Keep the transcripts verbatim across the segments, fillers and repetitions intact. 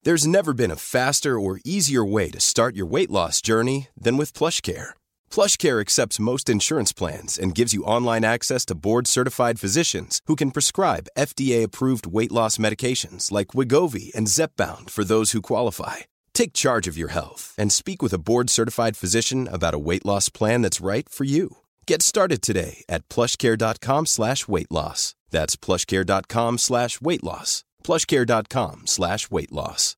There's never been a faster or easier way to start your weight loss journey than with PlushCare. PlushCare accepts most insurance plans and gives you online access to board-certified physicians who can prescribe F D A-approved weight loss medications like Wegovy and Zepbound for those who qualify. Take charge of your health and speak with a board-certified physician about a weight loss plan that's right for you. Get started today at plushcare.com slash weight loss. That's plushcare.com slash weight loss. plushcare.com slash weight loss.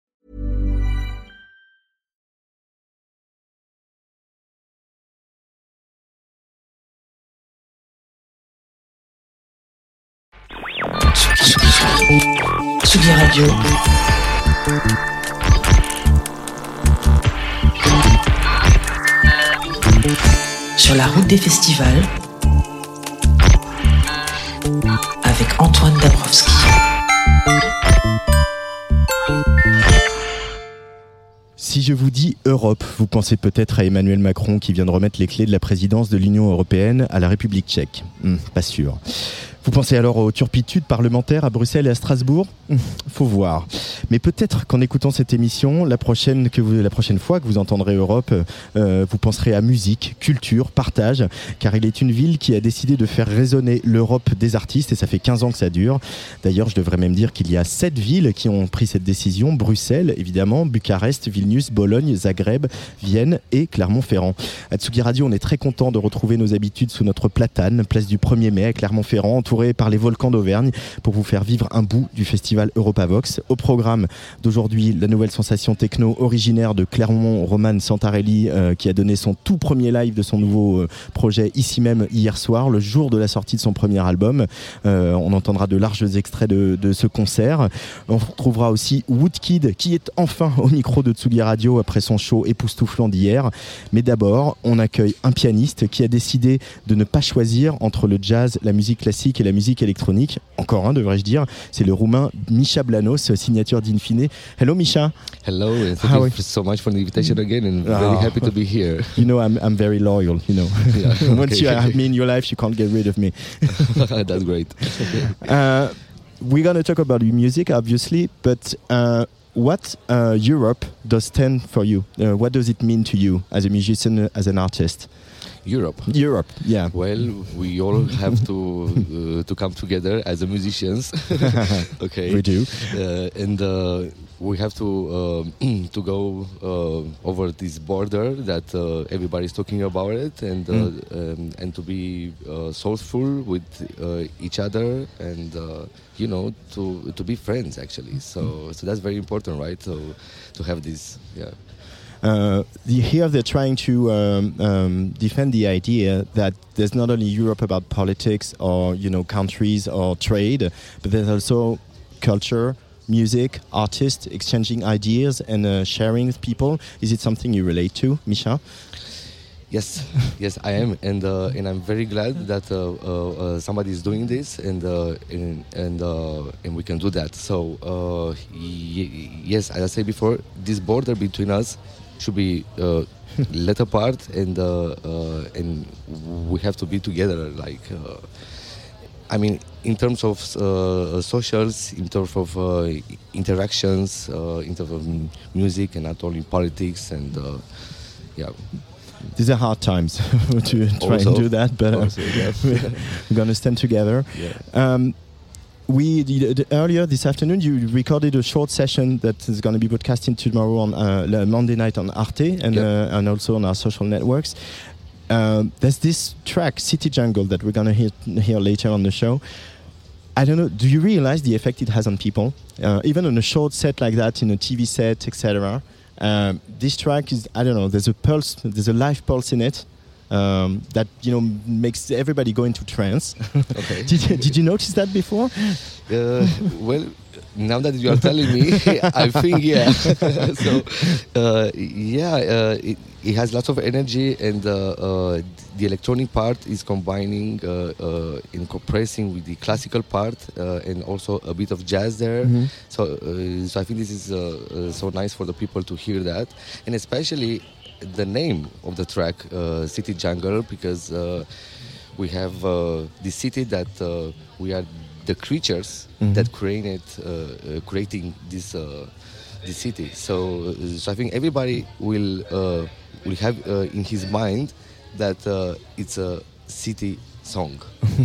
Tsugi Radio. Sur la route des festivals avec Antoine Dabrowski. Si je vous dis Europe, vous pensez peut-être à Emmanuel Macron qui vient de remettre les clés de la présidence de l'Union européenne à la République tchèque. Hum, pas sûr. Vous pensez alors aux turpitudes parlementaires à Bruxelles et à Strasbourg ? Faut voir. Mais peut-être qu'en écoutant cette émission, la prochaine, que vous, la prochaine fois que vous entendrez Europe, euh, vous penserez à musique, culture, partage, car il est une ville qui a décidé de faire résonner l'Europe des artistes, et ça fait quinze ans que ça dure. D'ailleurs, je devrais même dire qu'il y a sept villes qui ont pris cette décision. Bruxelles, évidemment, Bucarest, Vilnius, Bologne, Zagreb, Vienne et Clermont-Ferrand. À Tsugi Radio, on est très content de retrouver nos habitudes sous notre platane, place du premier mai à Clermont-Ferrand, entouré par les volcans d'Auvergne, pour vous faire vivre un bout du festival Europavox. Au programme d'aujourd'hui, la nouvelle sensation techno originaire de Clermont, Roman Santarelli, euh, qui a donné son tout premier live de son nouveau euh, projet ici même hier soir, le jour de la sortie de son premier album. Euh, on entendra de larges extraits de, de ce concert. On retrouvera aussi Woodkid, qui est enfin au micro de Tsugi Radio après son show époustouflant d'hier. Mais d'abord, on accueille un pianiste qui a décidé de ne pas choisir entre le jazz, la musique classique et la musique électronique. Encore un, devrais-je dire. C'est le roumain Misha Blanos, signature d'Infine. Hello, Misha. Hello, and thank How you so much for the invitation again, and oh. very happy to be here. You know, I'm I'm very loyal, you know. Yeah, Once okay. you have me in your life, you can't get rid of me. That's great. uh, we're going to talk about your music, obviously, but uh, what uh, Europe does stand for you? Uh, what does it mean to you as a musician, as an artist? Europe. Europe, yeah. Well, we all have to uh, to come together as a musicians. Okay. We do. Uh, and uh, we have to uh, to go uh, over this border that uh, everybody's talking about it, and uh, Mm. um, and to be uh, soulful with uh, each other, and uh, you know, to to be friends actually. So Mm. so that's very important, right? So to have this, yeah. Uh, the, here they're trying to um, um, defend the idea that there's not only Europe about politics or, you know, countries or trade, but there's also culture, music, artists, exchanging ideas and uh, sharing with people. Is it something you relate to, Misha? Yes, yes, I am, and uh, and I'm very glad that uh, uh, uh, somebody is doing this, and uh, and and, uh, and we can do that. So uh, y- yes, as I said before, this border between us should be uh, let apart, and uh, uh, and we have to be together. Like, uh, I mean, in terms of uh, socials, in terms of uh, interactions, uh, in terms of music, and not only politics, and uh, yeah. These are hard times to try Also, and do that, but uh, also, yeah. we're going to stand together. Yeah. Um, we the, the, earlier this afternoon you recorded a short session that is going to be broadcasting tomorrow on uh, Monday night on Arte and yep. uh, and also on our social networks. Um, there's this track City Jungle that we're going to hear, hear later on the show. I don't know. Do you realize the effect it has on people, uh, even on a short set like that, in a T V set, et cetera? Um, this track is, I don't know. There's a pulse. There's a live pulse in it. Um, that, you know, makes everybody go into trance. Okay. did, you, did you notice that before? Uh, well, now that you are telling me, I think yeah. so uh, yeah, uh, it, it has lots of energy, and uh, uh, the electronic part is combining, uh, uh, in compressing with the classical part, uh, and also a bit of jazz there. Mm-hmm. So, uh, so I think this is uh, uh, so nice for the people to hear that, and especially the name of the track, uh, City Jungle, because uh, we have uh, the city that uh, we are the creatures mm-hmm. that created, uh, uh, creating this uh, the city. So, so I think everybody will uh, will have uh, in his mind that uh, it's a city song.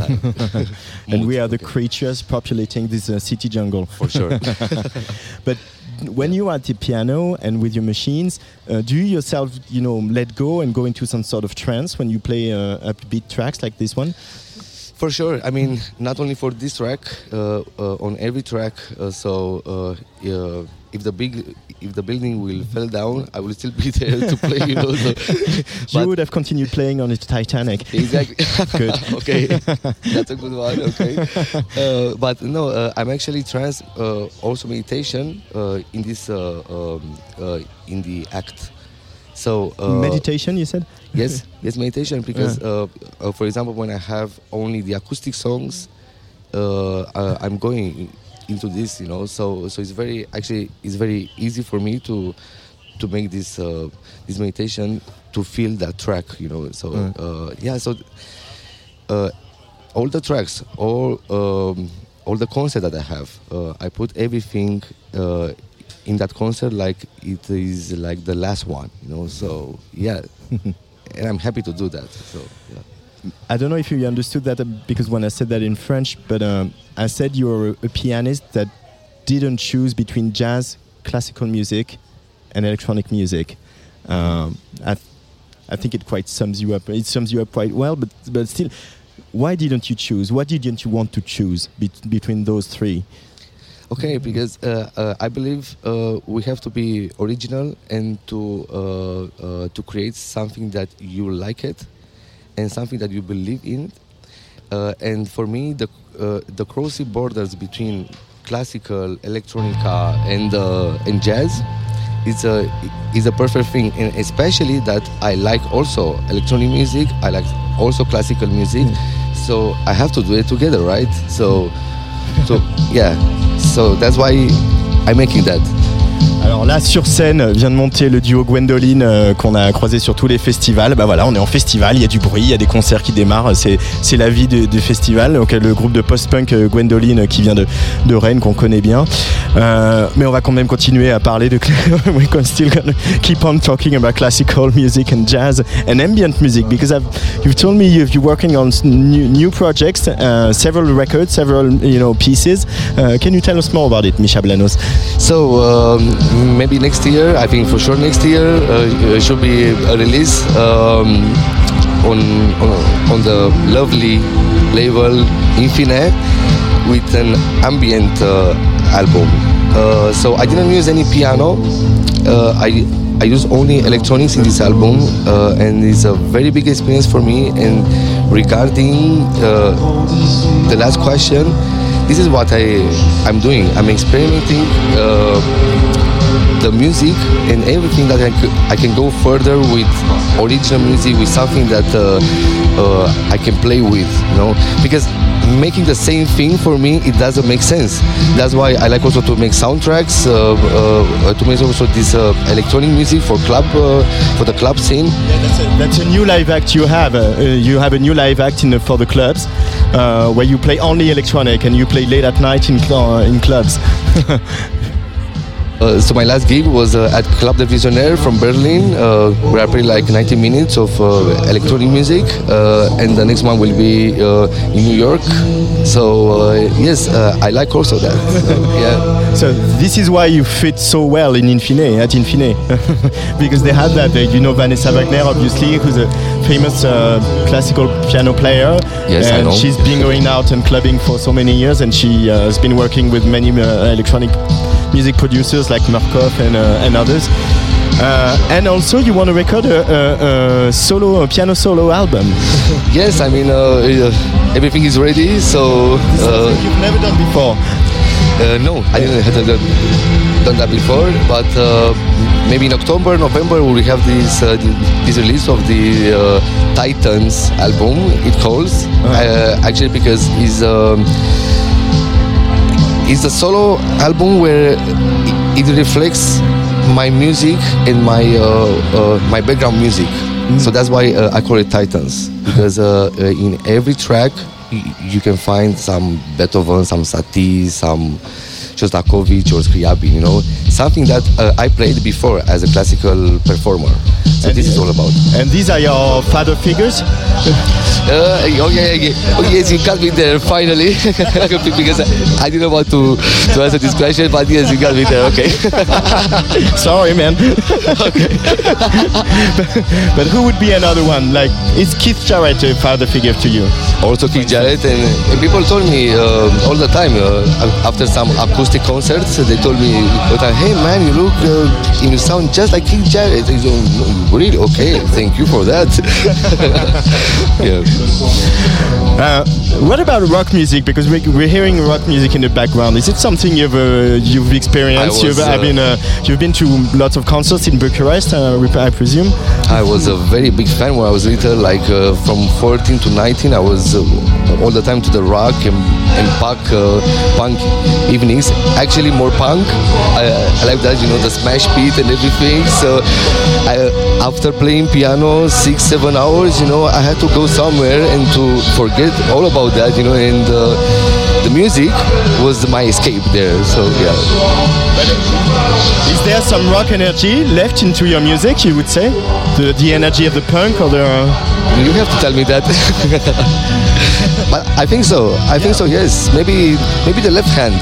And we are the okay. creatures populating this uh, city jungle. For sure. But when you are at the piano and with your machines, uh, do you yourself, you know, let go and go into some sort of trance when you play uh, upbeat tracks like this one? For sure. I mean, not only for this track, uh, uh, on every track. Uh, so uh, uh, if the big, if the building will fall down, I will still be there to play. You know, so you would have continued playing on the Titanic. Exactly. Good. Okay, that's a good one. Okay, uh, but no, uh, I'm actually trans uh, also meditation uh, in this uh, um, uh, in the act. So uh, meditation, you said? Yes, yes, meditation. Because, yeah. uh, uh, for example, when I have only the acoustic songs, uh, uh, I'm going into this, you know. So, so it's very actually it's very easy for me to to make this uh, this meditation to feel that track, you know. So, mm. uh, yeah. So, uh, all the tracks, all um, all the concert that I have, uh, I put everything. Uh, in that concert like it is like the last one, you know, so yeah. And I'm happy to do that. So yeah. I don't know if you understood that uh, because when I said that in French, but um, I said you're a, a pianist that didn't choose between jazz, classical music and electronic music. um, I, th- I think it quite sums you up. It sums you up quite well, but but still, why didn't you choose? What didn't you want to choose be- between those three? Okay, because uh, uh, I believe uh, we have to be original and to uh, uh, to create something that you like it and something that you believe in. Uh, and for me, the uh, the crossing borders between classical, electronica, and uh, and jazz is a is a perfect thing. And especially that I like also electronic music. I like also classical music. Mm. So I have to do it together, right? So so yeah. So that's why I'm making that. Alors là, sur scène, vient de monter le duo Gwendoline euh, qu'on a croisé sur tous les festivals. Bah voilà, on est en festival, il y a du bruit, il y a des concerts qui démarrent. C'est, c'est la vie du, du festival. Donc le groupe de post-punk euh, Gwendoline qui vient de, de Rennes, qu'on connaît bien. Euh, mais on va quand même continuer à parler de... We can still keep on talking about classical music and jazz and ambient music because I've, you've told me you've, you're working on new, new projects, uh, several records, several you know pieces. Uh, can you tell us more about it, Misha Blanos? So um, maybe next year, I think for sure next year uh, should be a release um, on, on on the lovely label Infine with an ambient uh, album. Uh, so I didn't use any piano. Uh, I I use only electronics in this album, uh, and it's a very big experience for me. And regarding uh, the last question, this is what I I'm doing. I'm experimenting uh, the music and everything that I, c- I can go further with original music, with something that uh, uh, I can play with, you know, because making the same thing for me, it doesn't make sense. That's why I like also to make soundtracks, uh, uh, to make also this uh, electronic music for club, uh, for the club scene. Yeah, that's a, that's a new live act you have. Uh, you have a new live act in the, for the clubs, uh, where you play only electronic and you play late at night in cl- in clubs. Uh, so my last gig was uh, at Club de Visionnaire from Berlin, uh, where I played like ninety minutes of uh, electronic music, uh, and the next one will be uh, in New York. So uh, yes, uh, I like also that. So, yeah. So this is why you fit so well in Infine, at Infine, because they have that. Uh, you know Vanessa Wagner, obviously, who's a famous uh, classical piano player. Yes, and I know. She's been going out and clubbing for so many years, and she uh, has been working with many uh, electronic music producers like Murkoff and uh, and others. Uh, and also, you want to record a, a, a solo, a piano solo album. Yes, I mean uh, uh, everything is ready. So uh, you've never done before. Uh, no, I didn't have done, done that before. But uh, maybe in October, November, we will have this uh, this release of the uh, Titans album. It calls uh-huh. uh, actually because it's. Um, It's a solo album where it reflects my music and my uh, uh, my background music. Mm. So that's why uh, I call it Titans, because uh, uh, in every track y- you can find some Beethoven, some Satie, some Shostakovich or Scriabin, you know, something that uh, I played before as a classical performer. So and this is all about. And these are your father figures? Uh, oh yeah, yeah, yeah. Oh yes, you got me there finally. Because I didn't want to, to answer this question, but yes, you got me there. Okay. Sorry, man. Okay. but, but who would be another one? Like, is Keith Jarrett a father figure to you? Also Keith Jarrett, and, and people told me uh, all the time uh, after some acoustic concerts, they told me, "Hey man, you look uh, and you sound just like Keith Jarrett." I go, really? Okay, thank you for that. Yeah. Uh, what about rock music? Because we, we're hearing rock music in the background. Is it something you've uh, you've experienced? Was, you've uh, been uh, you've been to lots of concerts in Bucharest, uh, I presume. I was a very big fan when I was little. Like uh, from fourteen to nineteen, I was uh, all the time to the rock and, and punk, uh, punk evenings. Actually, more punk. I, I like that, you know, the smash beat and everything. So I, after playing piano six, seven hours, you know, I had to go somewhere and to forget all about that, you know, and uh, the music was my escape there. So yeah. Is there some rock energy left into your music, you would say? The, the energy of the punk or the... Uh... You have to tell me that. But I think so. I yeah. think so, yes. Maybe maybe the left hand.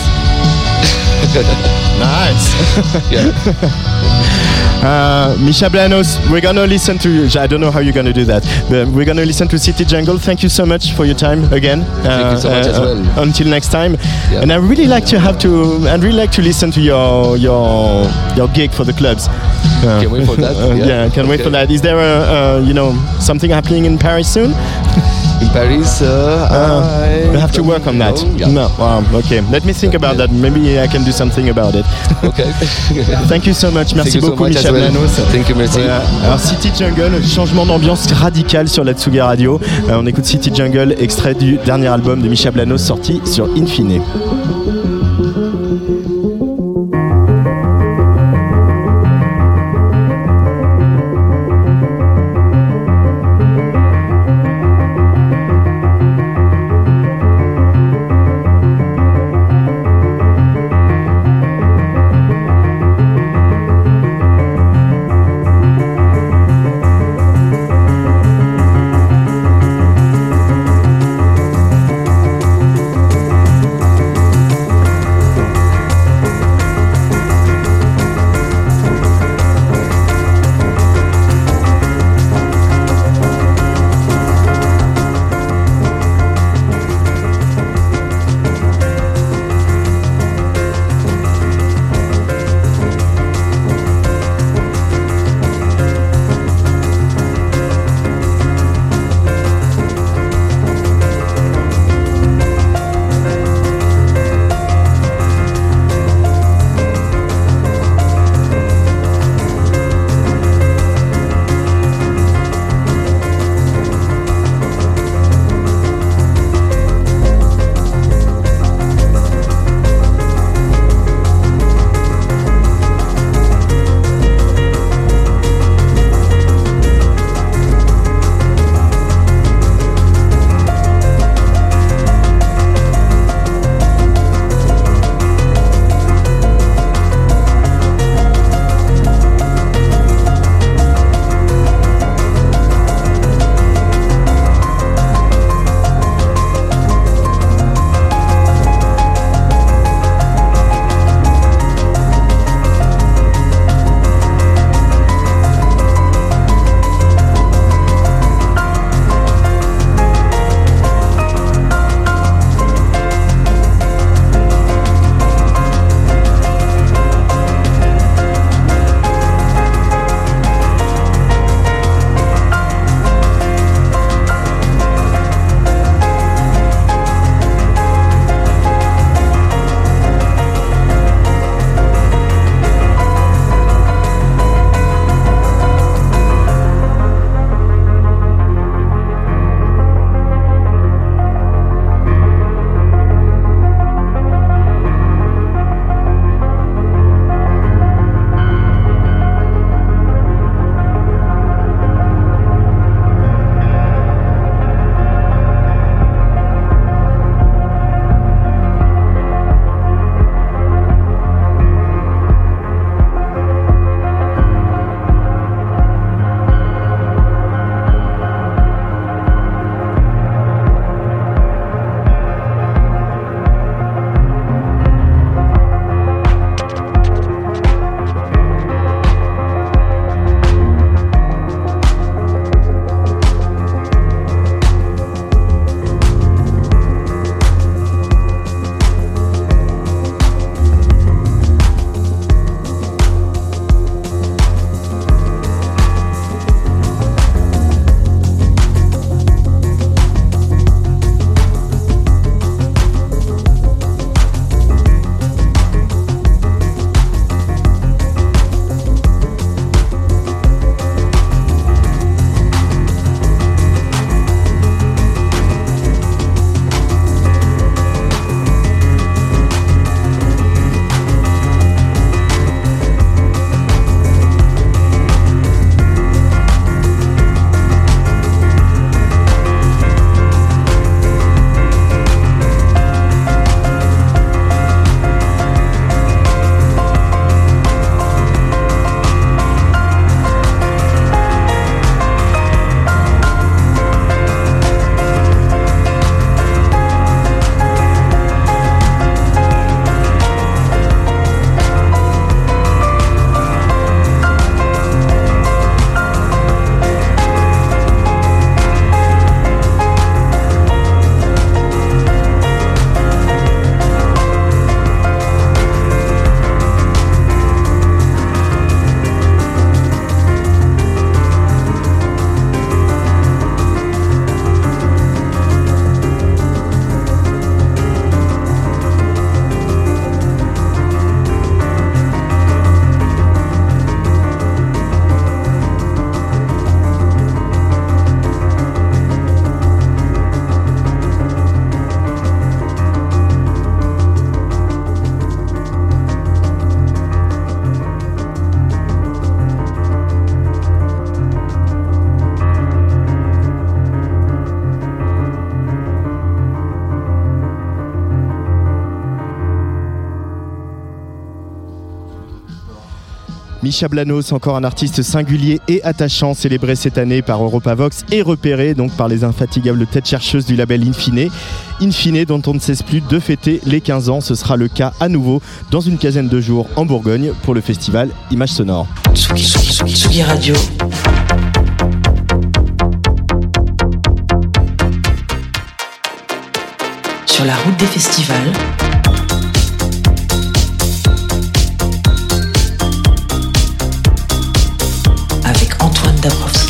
Nice. Yeah. Uh, Misha Blanos, we're gonna listen to you. I don't know how you're gonna do that, but we're gonna listen to City Jungle. Thank you so much for your time again. Uh, Thank you so much uh, as well. Uh, until next time. Yeah. And I really like to have to. I'd really like to listen to your your your gig for the clubs. Uh, can wait for that. Uh, yeah, yeah can okay. wait for that. Is there a, a you know something happening in Paris soon? In Paris, uh, uh, we have to work on that. Yeah. No, um, okay. Let me think about that. Maybe I can do something about it. Okay. Thank you so much. Merci Thank beaucoup, so Misha well. Blanos. Thank you, merci. Voilà. Alors City Jungle, changement d'ambiance radical sur la Tsugi Radio. Euh, on écoute City Jungle, extrait du dernier album de Misha Blanos sorti sur Infine. Mischa Blanos, encore un artiste singulier et attachant, célébré cette année par Europavox et repéré donc par les infatigables têtes chercheuses du label Infine. Infine dont on ne cesse plus de fêter les quinze ans. Ce sera le cas à nouveau dans une quinzaine de jours en Bourgogne pour le festival Images Sonores. Tsugi, Tsugi, Tsugi, Tsugi Radio. Sur la route des festivals. Avec Antoine Dabrowski.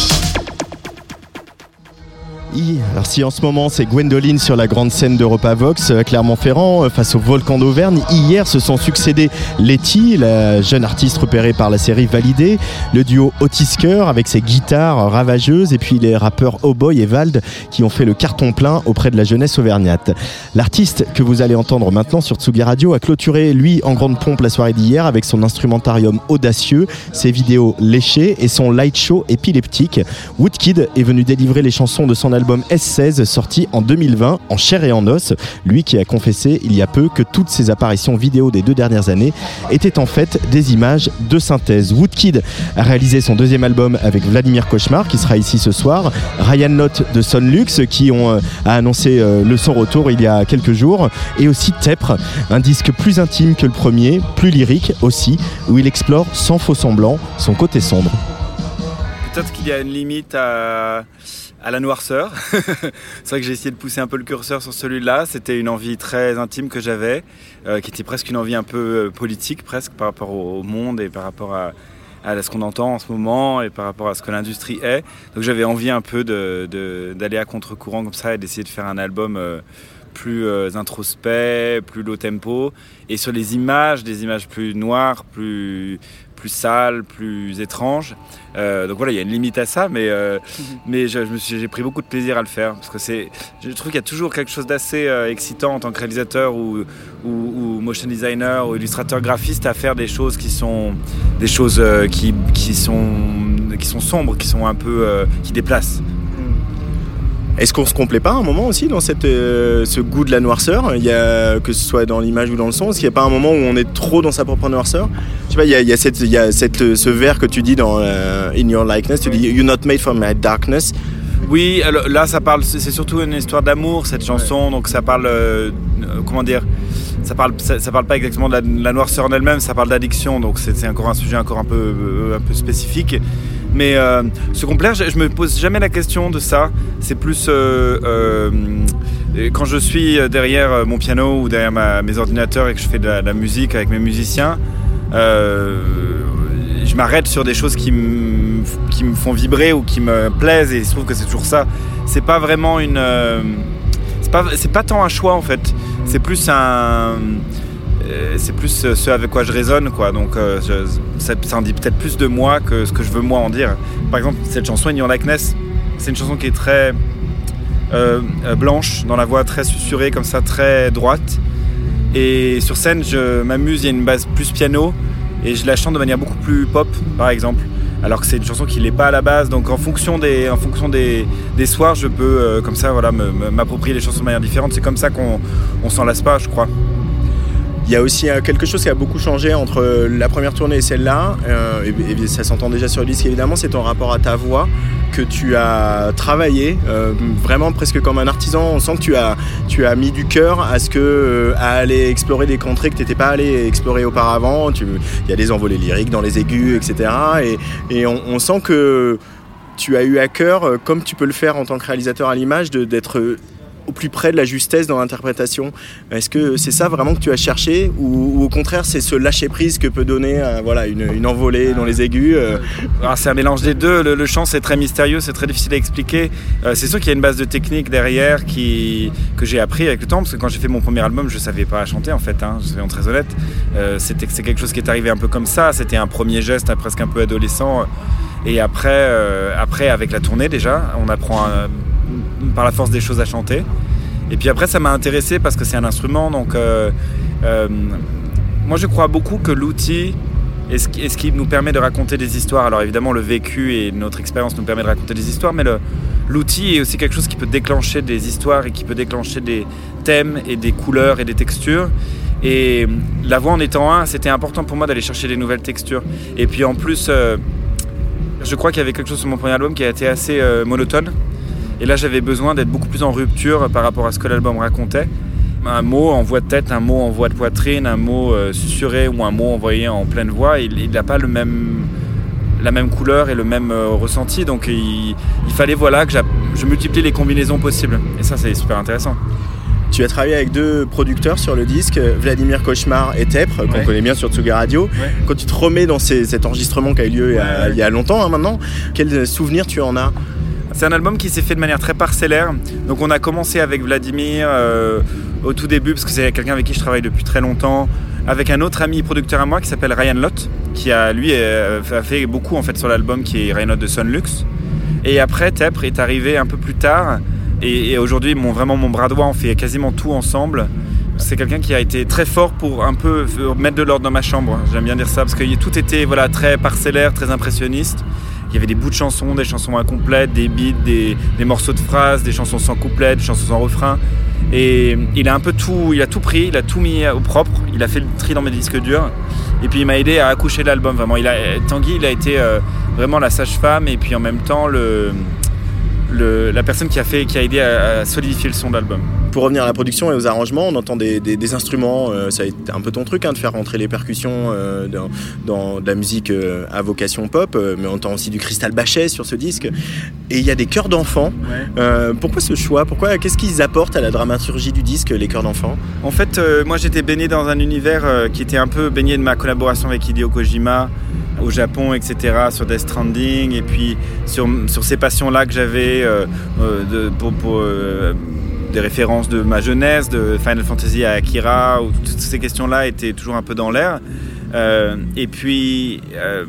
Alors si en ce moment c'est Gwendoline sur la grande scène d'Europavox à Clermont-Ferrand face au volcan d'Auvergne, hier se sont succédés Letty, la jeune artiste repérée par la série Validé, le duo Otisker avec ses guitares ravageuses et puis les rappeurs Oh Boy et Vald qui ont fait le carton plein auprès de la jeunesse auvergnate. L'artiste que vous allez entendre maintenant sur Tsugi Radio a clôturé lui en grande pompe la soirée d'hier avec son instrumentarium audacieux, ses vidéos léchées et son light show épileptique. Woodkid est venu délivrer les chansons de son album S seize sorti en deux mille vingt en chair et en os, lui qui a confessé il y a peu que toutes ses apparitions vidéo des deux dernières années étaient en fait des images de synthèse. Woodkid a réalisé son deuxième album avec Vladimir Cauchemar qui sera ici ce soir, Ryan Lott de Sonlux qui ont, euh, a annoncé euh, le son retour il y a quelques jours, et aussi Tepr, un disque plus intime que le premier, plus lyrique aussi, où il explore sans faux semblant son côté sombre. Peut-être qu'il y a une limite à, à la noirceur. C'est vrai que j'ai essayé de pousser un peu le curseur sur celui-là. C'était une envie très intime que j'avais, euh, qui était presque une envie un peu euh, politique, presque par rapport au, au monde et par rapport à, à ce qu'on entend en ce moment et par rapport à ce que l'industrie est. Donc j'avais envie un peu de, de, d'aller à contre-courant comme ça et d'essayer de faire un album euh, plus euh, introspect, plus low tempo, et sur les images, des images plus noires, plus... plus sale, plus étrange. Euh, donc voilà, il y a une limite à ça, mais, euh, mmh. mais je, je me suis, j'ai pris beaucoup de plaisir à le faire. Parce que c'est, je trouve qu'il y a toujours quelque chose d'assez euh, excitant en tant que réalisateur ou, ou, ou motion designer ou illustrateur graphiste à faire des choses qui sont, des choses, euh, qui, qui, sont, qui sont sombres, qui sont un peu, euh, qui déplacent. Est-ce qu'on se complaît pas un moment aussi dans cette, euh, ce goût de la noirceur, il y a, que ce soit dans l'image ou dans le son? Est-ce qu'il n'y a pas un moment où on est trop dans sa propre noirceur? Je sais pas, il y a, il y a, cette, il y a cette, ce vers que tu dis dans euh, In Your Likeness, tu dis You're not made for my darkness. Oui, alors là ça parle, c'est surtout une histoire d'amour cette chanson, ouais. Donc ça parle, euh, comment dire, ça parle, ça, ça parle pas exactement de la, de la noirceur en elle-même, ça parle d'addiction, donc c'est, c'est encore un sujet encore un peu, euh, un peu spécifique. Mais euh, se complaire, je, je me pose jamais la question de ça. C'est plus euh, euh, quand je suis derrière mon piano ou derrière ma, mes ordinateurs et que je fais de la, de la musique avec mes musiciens, euh, je m'arrête sur des choses qui me qui me font vibrer ou qui me plaisent, et il se trouve que c'est toujours ça. C'est pas vraiment une, euh, c'est pas c'est pas tant un choix en fait. C'est plus un c'est plus ce avec quoi je résonne, quoi. Donc euh, je, ça, ça en dit peut-être plus de moi que ce que je veux moi en dire. Par exemple, cette chanson In Your Likeness, c'est une chanson qui est très euh, blanche, dans la voix très susurrée comme ça, très droite. Et sur scène, je m'amuse, il y a une base plus piano et je la chante de manière beaucoup plus pop, par exemple. Alors que c'est une chanson qui l'est pas à la base. Donc en fonction des, en fonction des, des soirs, je peux euh, comme ça, voilà, me, me, m'approprier les chansons de manière différente. C'est comme ça qu'on on s'en lasse pas, je crois. Il y a aussi quelque chose qui a beaucoup changé entre la première tournée et celle-là, euh, et, et ça s'entend déjà sur le disque évidemment, c'est ton rapport à ta voix, que tu as travaillé euh, vraiment presque comme un artisan. On sent que tu as, tu as mis du cœur à, ce que, euh, à aller explorer des contrées que tu n'étais pas allé explorer auparavant. Tu, il y a des envolées lyriques dans les aigus, et cetera. Et, et on, on sent que tu as eu à cœur, comme tu peux le faire en tant que réalisateur à l'image, de, d'être au plus près de la justesse dans l'interprétation. Est-ce que c'est ça vraiment que tu as cherché, ou, ou au contraire c'est ce lâcher prise que peut donner euh, voilà, une, une envolée dans les aigus euh... Alors, c'est un mélange des deux. Le, le chant c'est très mystérieux, c'est très difficile à expliquer. Euh, c'est sûr qu'il y a une base de technique derrière qui, que j'ai appris avec le temps, parce que quand j'ai fait mon premier album je savais pas chanter en fait, hein, soyons très honnête. Euh, c'était, c'est quelque chose qui est arrivé un peu comme ça, c'était un premier geste presque un peu adolescent. Et après, euh, après avec la tournée déjà, on apprend à, par la force des choses à chanter. Et puis après ça m'a intéressé parce que c'est un instrument, donc euh, euh, moi je crois beaucoup que l'outil est ce, qui, est ce qui nous permet de raconter des histoires. Alors évidemment le vécu et notre expérience nous permet de raconter des histoires, mais le, l'outil est aussi quelque chose qui peut déclencher des histoires et qui peut déclencher des thèmes et des couleurs et des textures. Et la voix en étant un, c'était important pour moi d'aller chercher des nouvelles textures. Et puis en plus, euh, je crois qu'il y avait quelque chose sur mon premier album qui a été assez euh, monotone. Et là, j'avais besoin d'être beaucoup plus en rupture par rapport à ce que l'album racontait. Un mot en voix de tête, un mot en voix de poitrine, un mot euh, susurré ou un mot envoyé en pleine voix, il n'a pas le même, la même couleur et le même euh, ressenti. Donc il, il fallait voilà, que je multiplie les combinaisons possibles. Et ça, c'est super intéressant. Tu as travaillé avec deux producteurs sur le disque, Vladimir Cauchemar et Tepre, ouais. qu'on connaît bien sur Tsugi Radio. Ouais. Quand tu te remets dans ces, cet enregistrement qui a eu lieu ouais, il, y a, ouais. il y a longtemps hein, maintenant, quels souvenirs tu en as ? C'est un album qui s'est fait de manière très parcellaire. Donc on a commencé avec Vladimir euh, au tout début, parce que c'est quelqu'un avec qui je travaille depuis très longtemps, avec un autre ami producteur à moi qui s'appelle Ryan Lott, qui a lui a fait beaucoup en fait sur l'album, qui est Ryan Lott de Sonlux. Et après Tepre est arrivé un peu plus tard. Et, et aujourd'hui, mon, vraiment mon bras droit, on fait quasiment tout ensemble. C'est quelqu'un qui a été très fort pour un peu mettre de l'ordre dans ma chambre. J'aime bien dire ça, parce que tout était voilà, très parcellaire, très impressionniste. Il y avait des bouts de chansons, des chansons incomplètes, des beats, des, des morceaux de phrases, des chansons sans couplet, des chansons sans refrain. Et il a un peu tout, il a tout pris, il a tout mis au propre. Il a fait le tri dans mes disques durs. Et puis il m'a aidé à accoucher l'album, vraiment. Il a, Tanguy, il a été euh, vraiment la sage-femme et puis en même temps le... Le, la personne qui a, fait, qui a aidé à, à solidifier le son de l'album. Pour revenir à la production et aux arrangements, on entend des, des, des instruments, euh, ça a été un peu ton truc hein, de faire rentrer les percussions euh, dans, dans de la musique euh, à vocation pop, euh, mais on entend aussi du Crystal Bachet sur ce disque. Et il y a des chœurs d'enfants. Ouais. Euh, pourquoi ce choix ? Pourquoi, qu'est-ce qu'ils apportent à la dramaturgie du disque, les chœurs d'enfants ? En fait, euh, moi j'étais baigné dans un univers euh, qui était un peu baigné de ma collaboration avec Hideo Kojima, au Japon, et cetera, sur Death Stranding, et puis sur, sur ces passions-là que j'avais euh, euh, de, pour, pour euh, des références de ma jeunesse, de Final Fantasy à Akira, où toutes ces questions-là étaient toujours un peu dans l'air. Euh, et puis, euh,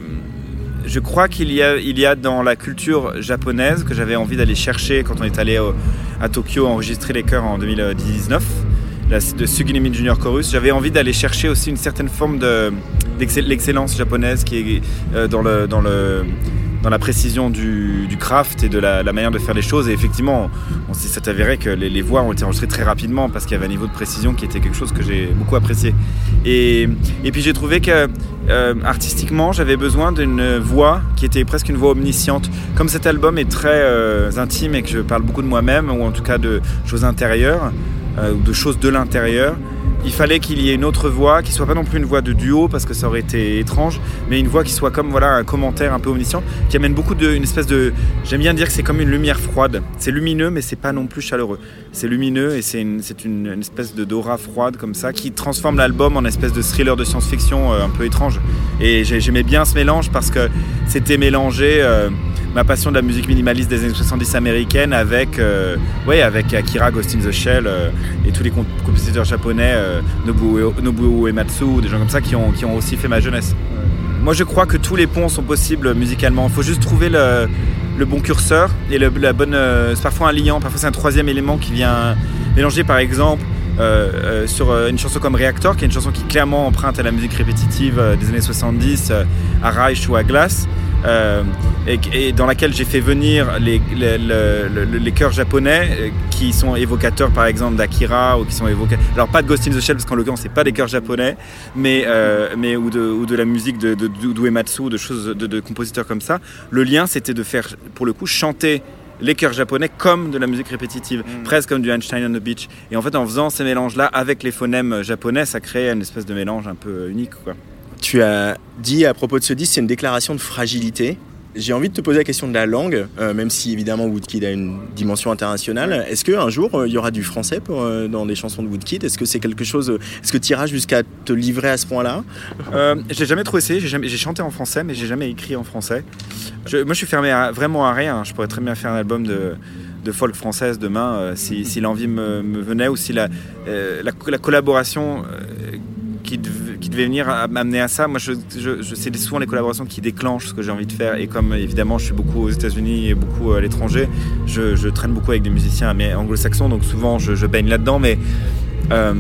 je crois qu'il y a, il y a dans la culture japonaise que j'avais envie d'aller chercher quand on est allé au, à Tokyo enregistrer les chœurs en deux mille dix-neuf, la, de Suginimi Junior Chorus. J'avais envie d'aller chercher aussi une certaine forme de l'excellence japonaise qui est euh, dans, le, dans, le, dans la précision du, du craft et de la, la manière de faire les choses. Et effectivement, on s'est avéré que les, les voix ont été enregistrées très rapidement parce qu'il y avait un niveau de précision qui était quelque chose que j'ai beaucoup apprécié. Et, et puis j'ai trouvé que euh, artistiquement, j'avais besoin d'une voix qui était presque une voix omnisciente. Comme cet album est très euh, intime et que je parle beaucoup de moi-même, ou en tout cas de choses intérieures, euh, ou de choses de l'intérieur, il fallait qu'il y ait une autre voix qui soit pas non plus une voix de duo parce que ça aurait été étrange, mais une voix qui soit comme voilà un commentaire un peu omniscient qui amène beaucoup de une espèce de, j'aime bien dire que c'est comme une lumière froide. C'est lumineux mais c'est pas non plus chaleureux. C'est lumineux et c'est une c'est une, une espèce de d'aura froide comme ça qui transforme l'album en une espèce de thriller de science-fiction euh, un peu étrange. Et j'aimais bien ce mélange parce que c'était mélangé euh, ma passion de la musique minimaliste des années soixante-dix américaine avec euh, ouais avec Akira, Ghost in the Shell euh, et tous les comp- compositeurs japonais euh, Nobuo, Nobuo Uematsu, des gens comme ça qui ont, qui ont aussi fait ma jeunesse. Ouais. Moi je crois que tous les ponts sont possibles musicalement, il faut juste trouver le, le bon curseur et le, la bonne, euh, c'est parfois un liant, parfois c'est un troisième élément qui vient mélanger par exemple euh, euh, sur une chanson comme Reactor qui est une chanson qui clairement emprunte à la musique répétitive euh, des années soixante-dix, euh, à Reich ou à Glass. Euh, et, et dans laquelle j'ai fait venir les, les, les, les chœurs japonais euh, qui sont évocateurs par exemple d'Akira ou qui sont évocateurs, alors pas de Ghost in the Shell parce qu'en l'occurrence c'est pas des chœurs japonais mais, euh, mais ou, de, ou de la musique de, de, de, d'Uematsu, de choses de, de compositeurs comme ça. Le lien c'était de faire pour le coup chanter les chœurs japonais comme de la musique répétitive, mmh. presque comme du Einstein on the Beach, et en fait en faisant ces mélanges là avec les phonèmes japonais ça crée une espèce de mélange un peu unique quoi. Tu as dit à propos de ce disque, c'est une déclaration de fragilité. J'ai envie de te poser la question de la langue, euh, même si évidemment Woodkid a une dimension internationale. Est-ce qu'un jour euh, il y aura du français pour, euh, dans des chansons de Woodkid ? Est-ce que c'est quelque chose, euh, est-ce que tu iras jusqu'à te livrer à ce point-là ? euh, J'ai jamais trop essayé, j'ai, jamais, j'ai chanté en français mais j'ai jamais écrit en français. Je, moi je suis fermé à, vraiment à rien, je pourrais très bien faire un album de... de folk française demain euh, si, si l'envie me, me venait ou si la, euh, la, la collaboration euh, Qui, dev- qui devait venir m'amener à ça. Moi, je, je, je, c'est souvent les collaborations qui déclenchent ce que j'ai envie de faire. Et comme évidemment, je suis beaucoup aux États-Unis et beaucoup à l'étranger, je, je traîne beaucoup avec des musiciens anglo-saxons, donc souvent je, je baigne là-dedans. Mais euh,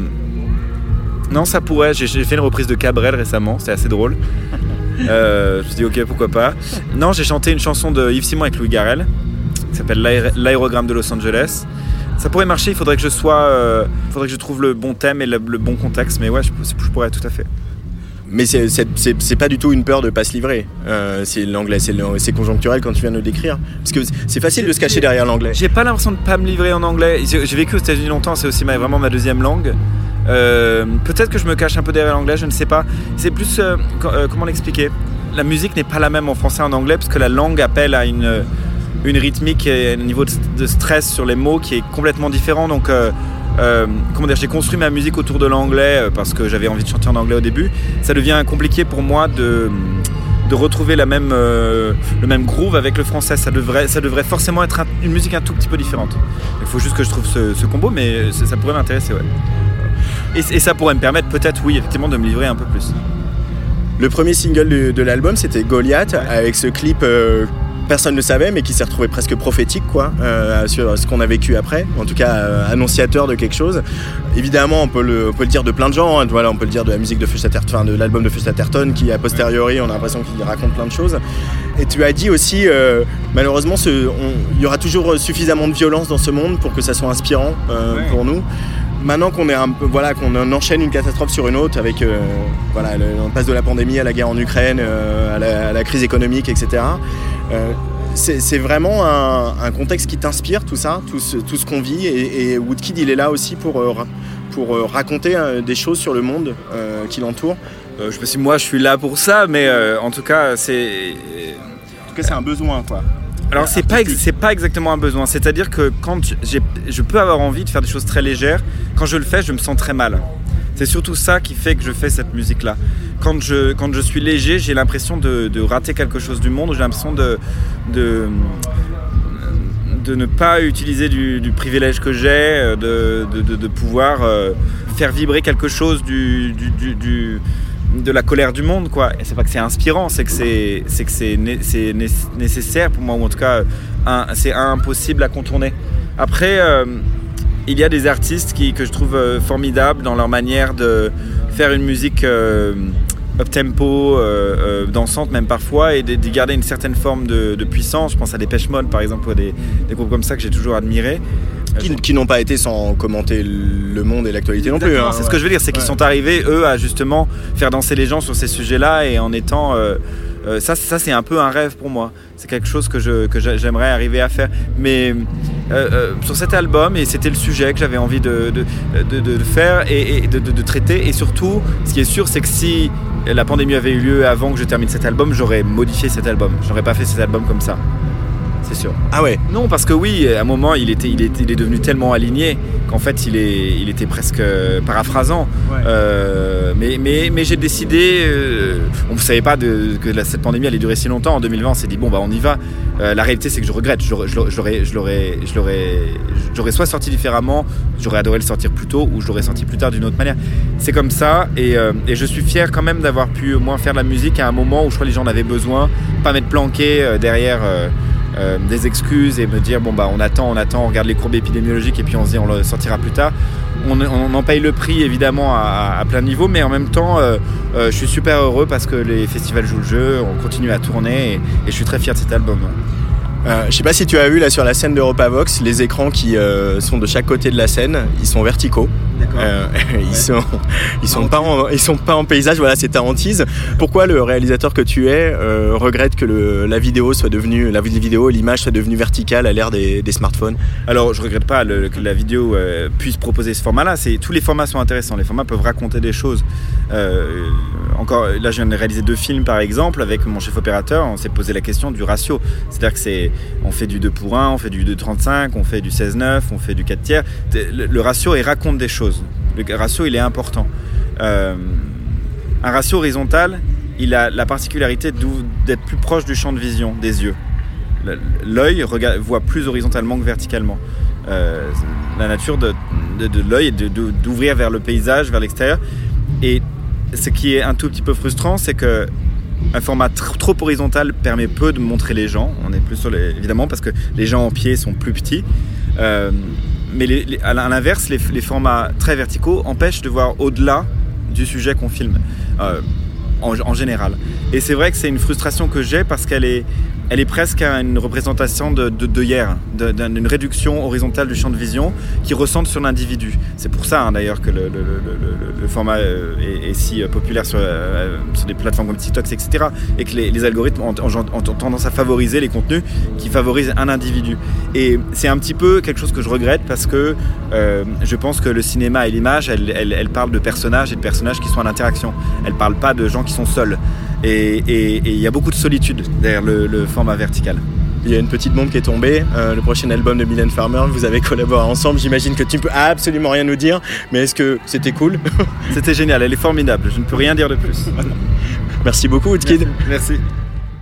non, ça pourrait. J'ai, j'ai fait une reprise de Cabrel récemment, c'était assez drôle. Euh, je me suis dit, ok, pourquoi pas. Non, j'ai chanté une chanson de Yves Simon avec Louis Garrel qui s'appelle L'aé- L'aérogramme de Los Angeles. Ça pourrait marcher, il faudrait que je sois, euh, faudrait que je trouve le bon thème et le, le bon contexte, mais ouais, je, je pourrais tout à fait. Mais c'est, c'est, c'est, c'est pas du tout une peur de pas se livrer. Euh, c'est l'anglais, c'est, le, c'est conjoncturel quand tu viens de le décrire. Parce que c'est facile de se cacher derrière l'anglais. J'ai pas l'impression de pas me livrer en anglais. J'ai, j'ai vécu aux États-Unis longtemps, c'est aussi ma, vraiment ma deuxième langue. Euh, peut-être que je me cache un peu derrière l'anglais, je ne sais pas. C'est plus, euh, euh, comment l'expliquer ? La musique n'est pas la même en français et en anglais parce que la langue appelle à une, une rythmique et un niveau de, de stress sur les mots qui est complètement différent. Donc, euh, euh, comment dire, j'ai construit ma musique autour de l'anglais parce que j'avais envie de chanter en anglais au début. Ça devient compliqué pour moi de, de retrouver la même, euh, le même groove avec le français. Ça devrait, ça devrait forcément être un, une musique un tout petit peu différente. Il faut juste que je trouve ce, ce combo, mais ça, ça pourrait m'intéresser, ouais. Et, et ça pourrait me permettre peut-être, oui, effectivement, de me livrer un peu plus. Le premier single de, de l'album, c'était Goliath, avec ce clip euh, personne ne savait, mais qui s'est retrouvé presque prophétique, quoi, euh, sur ce qu'on a vécu après, en tout cas euh, annonciateur de quelque chose. Évidemment, on peut le, on peut le dire de plein de gens, hein, voilà, on peut le dire de la musique de Full Saturton, enfin, de l'album de Full Saturton, qui a posteriori, on a l'impression qu'il raconte plein de choses. Et tu as dit aussi, euh, malheureusement, il y aura toujours suffisamment de violence dans ce monde pour que ça soit inspirant euh, ouais. pour nous. Maintenant qu'on est un peu, voilà, qu'on enchaîne une catastrophe sur une autre, avec euh, voilà, le, on passe de la pandémie à la guerre en Ukraine, euh, à, la, à la crise économique, et cetera. Euh, c'est, c'est vraiment un, un contexte qui t'inspire, tout ça, tout ce, tout ce qu'on vit. Et, et Woodkid, il est là aussi pour, euh, pour euh, raconter euh, des choses sur le monde euh, qui l'entoure. Euh, je sais pas si moi je suis là pour ça, mais euh, en tout cas, c'est. En tout cas, c'est un besoin, quoi. Alors c'est pas, ex- c'est pas exactement un besoin, c'est-à-dire que quand j'ai, je peux avoir envie de faire des choses très légères, quand je le fais je me sens très mal. C'est surtout ça qui fait que je fais cette musique-là. Quand je, quand je suis léger, j'ai l'impression de, de rater quelque chose du monde, j'ai l'impression de, de, de ne pas utiliser du, du privilège que j'ai, de, de, de, de pouvoir euh, faire vibrer quelque chose du... du, du, du de la colère du monde, quoi. Et c'est pas que c'est inspirant, c'est que c'est, c'est, que c'est, né, c'est né, nécessaire pour moi, ou en tout cas un, c'est impossible à contourner. Après euh, il y a des artistes qui, que je trouve euh, formidables dans leur manière de faire une musique euh, up-tempo, euh, euh, dansante même parfois, et de, de garder une certaine forme de, de puissance. Je pense à Depeche Mode par exemple, ou à des, des groupes comme ça que j'ai toujours admirés. Qui, qui n'ont pas été sans commenter le monde et l'actualité non plus. Hein, c'est ouais. ce que je veux dire, c'est qu'ils ouais. sont arrivés, eux, à justement faire danser les gens sur ces sujets-là, et en étant... Euh, euh, ça, ça, c'est un peu un rêve pour moi. C'est quelque chose que, je, que j'aimerais arriver à faire. Mais euh, euh, sur cet album, et c'était le sujet que j'avais envie de, de, de, de faire et, et de, de, de traiter. Et surtout, ce qui est sûr, c'est que si la pandémie avait eu lieu avant que je termine cet album, j'aurais modifié cet album. Je n'aurais pas fait cet album comme ça. C'est sûr. Ah ouais. Non, parce que oui, à un moment, il était, il était, il est devenu tellement aligné qu'en fait, il est, il était presque paraphrasant. Ouais. Euh, mais, mais, mais j'ai décidé. Euh, on ne savait pas de, que la, cette pandémie allait durer si longtemps. En deux mille vingt, on s'est dit bon bah on y va. Euh, la réalité, c'est que je regrette. Je, je, je l'aurais, je l'aurais, je l'aurais, j'aurais soit sorti différemment, j'aurais adoré le sortir plus tôt, ou je l'aurais sorti plus tard d'une autre manière. C'est comme ça, et, euh, et je suis fier quand même d'avoir pu au moins faire de la musique à un moment où je crois que les gens en avaient besoin, pas m'être planqué euh, derrière. Euh, Euh, des excuses et me dire bon bah on attend, on attend, on regarde les courbes épidémiologiques et puis on se dit on le sortira plus tard. On, on en paye le prix évidemment à, à plein de niveaux, mais en même temps euh, euh, je suis super heureux parce que les festivals jouent le jeu, on continue à tourner, et, et je suis très fier de cet album. Euh, je sais pas si tu as vu là sur la scène d'Europavox, les écrans qui euh, sont de chaque côté de la scène, ils sont verticaux. D'accord. Euh, ils ouais. sont, ils sont pas en, ils sont pas en paysage. Voilà, c'est ta hantise. Pourquoi le réalisateur que tu es euh, regrette que le, la vidéo soit devenue, la vidéo, l'image soit devenue verticale à l'ère des, des smartphones? Alors, je regrette pas le, que la vidéo euh, puisse proposer ce format-là. C'est, tous les formats sont intéressants. Les formats peuvent raconter des choses. Euh, encore, là, je viens de réaliser deux films, par exemple, avec mon chef opérateur. On s'est posé la question du ratio. C'est-à-dire que c'est, on fait du deux pour un, on fait du deux trente-cinq, on fait du seize neuf, on fait du quatre tiers. Le, le ratio, il raconte des choses. Le ratio, il est important. Euh, un ratio horizontal, il a la particularité d'être plus proche du champ de vision des yeux. L'œil regarde, voit plus horizontalement que verticalement. Euh, la nature de, de, de l'œil est de, de, d'ouvrir vers le paysage, vers l'extérieur. Et ce qui est un tout petit peu frustrant, c'est que un format tr- trop horizontal permet peu de montrer les gens. On est plus sur les, évidemment parce que les gens en pied sont plus petits. Euh, mais les, les, à l'inverse, les, les formats très verticaux empêchent de voir au-delà du sujet qu'on filme, euh, en, en général. Et c'est vrai que c'est une frustration que j'ai parce qu'elle est, elle est presque une représentation de, de, de hier, de, d'une réduction horizontale du champ de vision qui recentre sur l'individu. C'est pour ça hein, d'ailleurs que le, le, le, le format est, est si populaire sur, euh, sur des plateformes comme TikTok, et cetera. Et que les, les algorithmes ont, ont, ont tendance à favoriser les contenus qui favorisent un individu. Et c'est un petit peu quelque chose que je regrette parce que euh, je pense que le cinéma et l'image, elle, elle, elle parle de personnages et de personnages qui sont en interaction. Elle ne parle pas de gens qui sont seuls. Et il y a beaucoup de solitude derrière le, le format vertical. Il y a une petite bombe qui est tombée, euh, le prochain album de Mylène Farmer, vous avez collaboré ensemble, j'imagine que tu ne peux absolument rien nous dire, mais est-ce que c'était cool? C'était génial, elle est formidable, je ne peux rien dire de plus. Merci beaucoup Woodkid. Merci. Merci.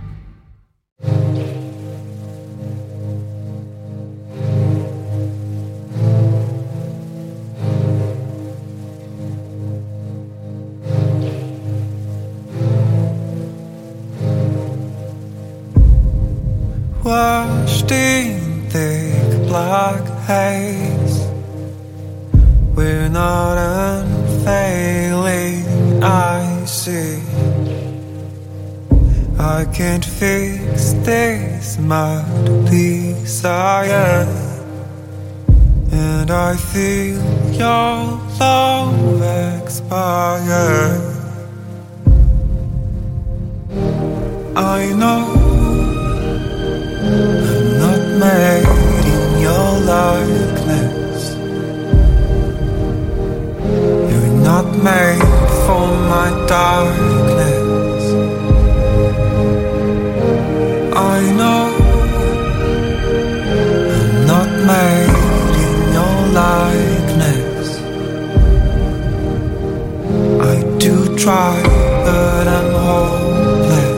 Washed in thick black haze, we're not unfailing, I see. I can't fix this mud piece I am, and I feel your love expire. I know I'm not made in your likeness. You're not made for my darkness. I know I'm not made in your likeness. I do try, but I'm hopeless.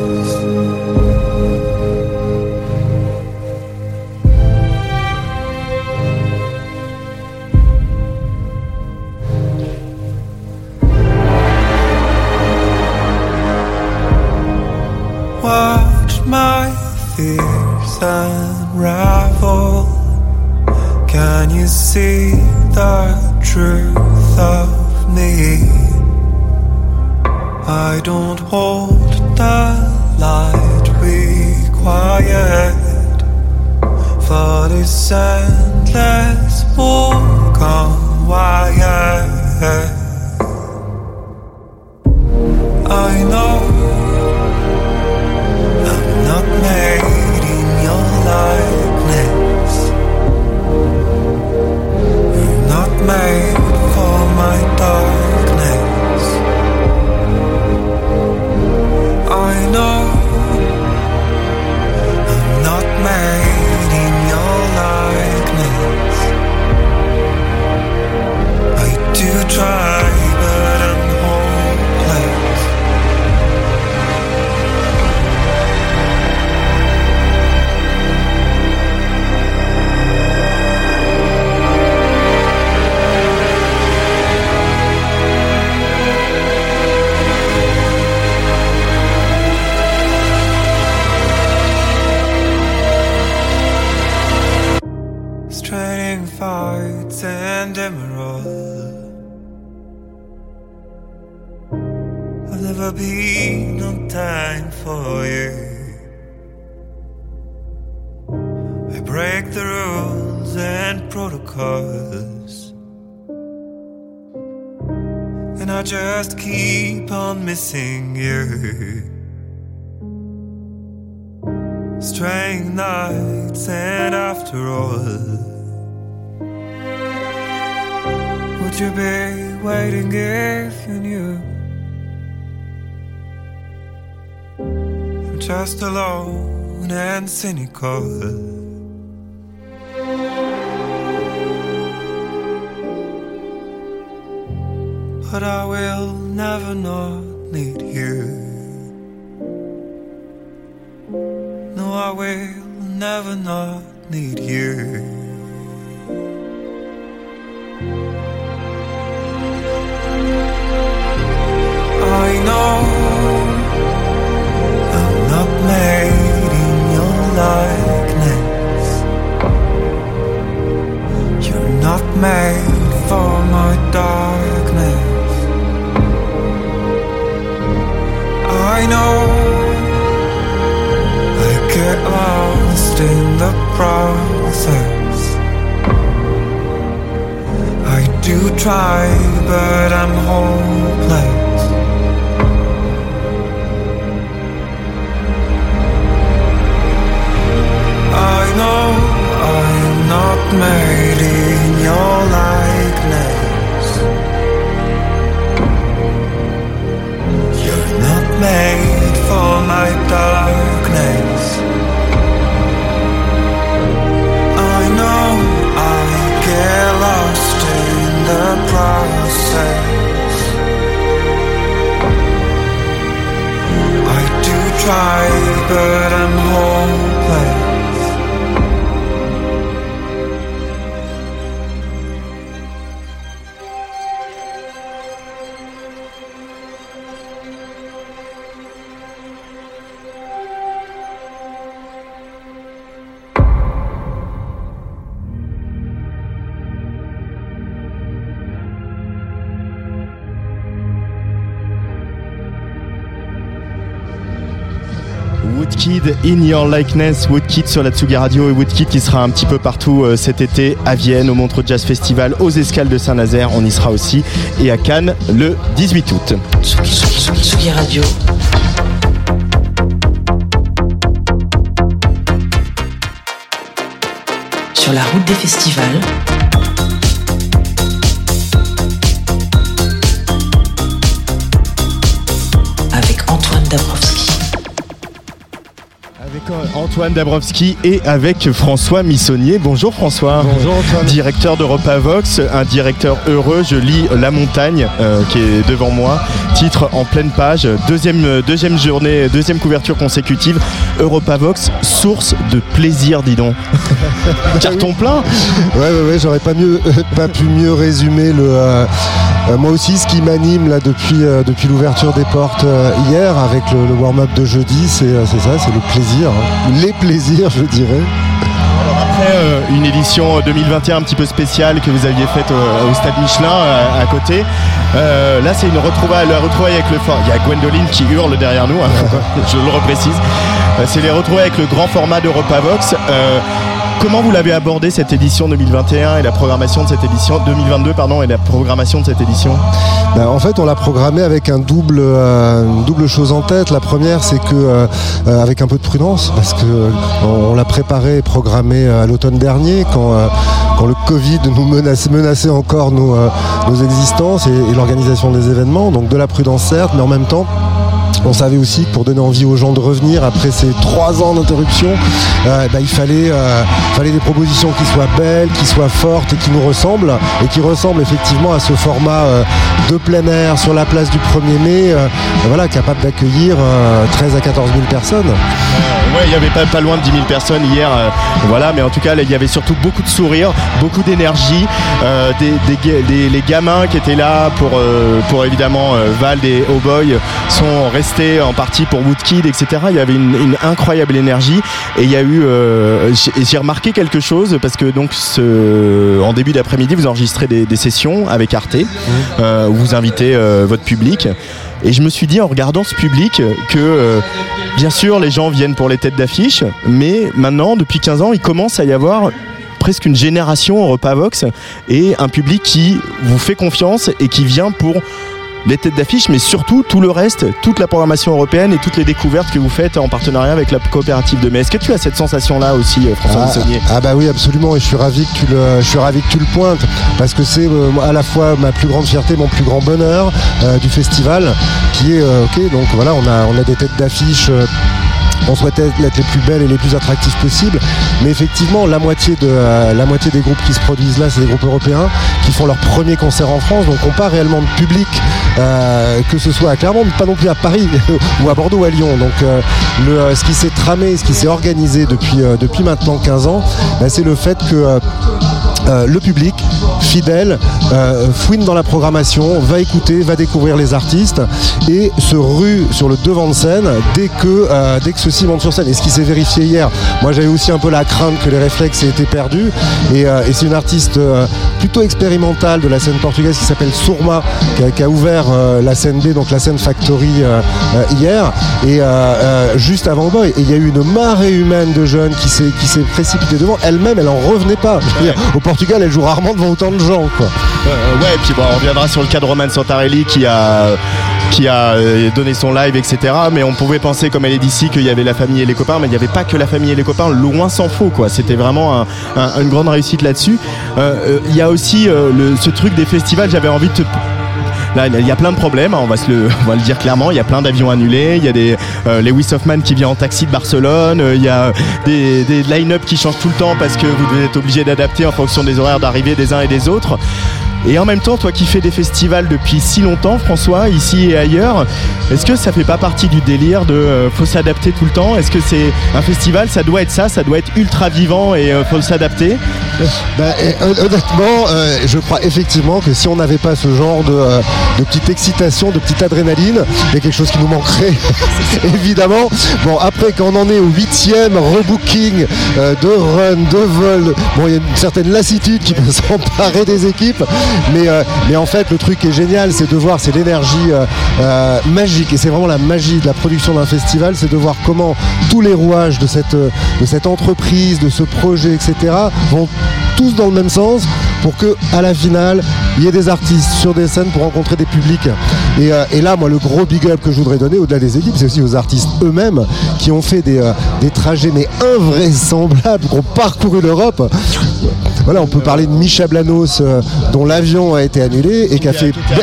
Watch my fears unravel. Can you see the truth of me? I don't hold the light required for this endless walk on wire. I know not made in your likeness. You're not made for my darkness. I know I'm not made in your likeness. I do try, but I'm hopeless. Trading fights and emerald. I've never been on time for you. I break the rules and protocols, and I just keep on missing you. Straying nights, and after all, would you be waiting if you knew? I'm just alone and cynical, but I will never not need you. No, I will never not need you. I know I'm not made in your likeness. You're not made for my darkness. I know I get lost the process. I do try, but I'm hopeless. I know I'm not made in your likeness. You're not made for my darkness. I know I get lost in the process. I do try, but I'm hopeless. Woodkid, In Your Likeness, Woodkid sur la Tsugi Radio, et Woodkid qui sera un petit peu partout euh, cet été à Vienne, au Montreux Jazz Festival, aux Escales de Saint-Nazaire, on y sera aussi, et à Cannes le dix-huit août. Tsugi, Tsugi, Tsugi Radio. Sur la route des festivals. Avec Antoine Dabrowski. Avec Antoine Dabrowski et avec François Missonnier. Bonjour François. Bonjour Antoine. Directeur d'EuropaVox, un directeur heureux. Je lis La Montagne euh, qui est devant moi. Titre en pleine page. Deuxième, deuxième journée, deuxième couverture consécutive. EuropaVox, source de plaisir, dis donc. Carton plein. Ouais, ouais, ouais, j'aurais pas mieux, pas pu mieux résumer le. Euh, euh, moi aussi, ce qui m'anime là depuis euh, depuis l'ouverture des portes euh, hier avec le, le warm-up de jeudi, c'est euh, c'est ça, c'est le plaisir, hein. Les plaisirs, je dirais. Après euh, une édition deux mille vingt et un un petit peu spéciale que vous aviez faite au, au Stade Michelin à, à côté. Euh, là, c'est une retrouvaille, la retrouvaille avec le fort. Il y a Gwendoline qui hurle derrière nous, hein, je le reprécise. Euh, c'est les retrouvailles avec le grand format d'EuropaVox. Euh, Comment vous l'avez abordé cette édition deux mille vingt et un et la programmation de cette édition deux mille vingt-deux pardon et la programmation de cette édition? Ben, en fait, on l'a programmé avec un double, euh, une double chose en tête. La première, c'est que euh, avec un peu de prudence, parce que euh, on, on l'a préparé et programmé à l'automne dernier, quand euh, quand le Covid nous menaçait, menaçait encore nos, euh, nos existences et, et l'organisation des événements. Donc de la prudence certes, mais en même temps. On savait aussi que pour donner envie aux gens de revenir après ces trois ans d'interruption, euh, bah, il fallait, euh, fallait des propositions qui soient belles, qui soient fortes et qui nous ressemblent, et qui ressemblent effectivement à ce format euh, de plein air sur la place du premier mai, euh, voilà, capable d'accueillir euh, treize à quatorze mille personnes. Euh, ouais, il y avait pas, pas loin de dix mille personnes hier, euh, voilà, mais en tout cas, là, il y avait surtout beaucoup de sourires, beaucoup d'énergie, euh, des, des, des, les gamins qui étaient là pour, euh, pour évidemment euh, Vald et Oh Boy sont restés en partie pour Woodkid, et cetera. Il y avait une, une incroyable énergie, et il y a eu, euh, j'ai, j'ai remarqué quelque chose parce que donc ce, en début d'après-midi, vous enregistrez des, des sessions avec Arte, mmh. euh, où vous invitez euh, votre public. Et je me suis dit en regardant ce public que euh, bien sûr les gens viennent pour les têtes d'affiche, mais maintenant depuis quinze ans il commence à y avoir presque une génération EuropaVox et un public qui vous fait confiance et qui vient pour les têtes d'affiche, mais surtout tout le reste, toute la programmation européenne et toutes les découvertes que vous faites en partenariat avec la coopérative de mai. Est-ce que tu as cette sensation-là aussi, François Missonnier ? ah, ah bah oui, absolument, et je suis ravi que tu le, je suis ravi que tu le pointes, parce que c'est euh, à la fois ma plus grande fierté, mon plus grand bonheur euh, du festival, qui est euh, ok. Donc voilà, on a, on a des têtes d'affiche. Euh, On souhaitait être les plus belles et les plus attractives possibles, mais effectivement la moitié, de, euh, la moitié des groupes qui se produisent là, c'est des groupes européens qui font leur premier concert en France, donc on part réellement de public, euh, que ce soit à Clermont, mais pas non plus à Paris ou à Bordeaux ou à Lyon. Donc euh, le, euh, ce qui s'est tramé, ce qui s'est organisé depuis, euh, depuis maintenant quinze ans, bah, c'est le fait que euh, euh, le public fidèle euh, fouine dans la programmation, va écouter, va découvrir les artistes et se rue sur le devant de scène dès que, euh, dès que ceux-ci montent sur scène. Et ce qui s'est vérifié hier, moi j'avais aussi un peu la crainte que les réflexes aient été perdus et, euh, et c'est une artiste euh, plutôt expérimentale de la scène portugaise qui s'appelle Surma qui a, qui a ouvert euh, la scène B, donc la scène Factory euh, euh, hier et euh, euh, juste avant le boy, et il y a eu une marée humaine de jeunes qui s'est, qui s'est précipitée devant. Elle-même, elle en revenait pas. Je veux dire, au Portugal, elle joue rarement devant autant de gens, quoi. Euh, ouais, et puis bon, on reviendra sur le cas de Roman Santarelli qui a, qui a donné son live, et cetera. Mais on pouvait penser, comme elle est d'ici, qu'il y avait la famille et les copains, mais il n'y avait pas que la famille et les copains, loin s'en faut, quoi. C'était vraiment un, un, une grande réussite là-dessus. Il euh, euh, y a aussi euh, le, ce truc des festivals, j'avais envie de te... Là, il y a plein de problèmes, on va, se le, on va le dire clairement. Il y a plein d'avions annulés, il y a des euh, Lewis Hoffman qui vient en taxi de Barcelone, il y a des, des line-up qui changent tout le temps parce que vous devez être obligé d'adapter en fonction des horaires d'arrivée des uns et des autres. Et en même temps, toi qui fais des festivals depuis si longtemps, François, ici et ailleurs, est-ce que ça fait pas partie du délire de euh, faut s'adapter tout le temps? Est-ce que c'est un festival, ça doit être ça, ça doit être ultra vivant et euh, faut s'adapter? Ben, et, honnêtement, euh, je crois effectivement que si on n'avait pas ce genre de, euh, de petite excitation, de petite adrénaline, il y a quelque chose qui nous manquerait, évidemment. Bon, après, quand on en est au huitième rebooking euh, de run, de vol, bon, il y a une certaine lassitude qui peut s'emparer des équipes. Mais, euh, mais en fait, le truc qui est génial, c'est de voir, c'est l'énergie euh, euh, magique, et c'est vraiment la magie de la production d'un festival, c'est de voir comment tous les rouages de cette, de cette entreprise, de ce projet, et cetera, vont tous dans le même sens pour que à la finale, il y ait des artistes sur des scènes pour rencontrer des publics. Et, euh, et là, moi, le gros big up que je voudrais donner, au-delà des équipes, c'est aussi aux artistes eux-mêmes qui ont fait des, euh, des trajets mais invraisemblables, qui ont parcouru l'Europe. Voilà, on peut parler de Micha Blanos, euh, dont l'avion a été annulé et qui a fait Ber-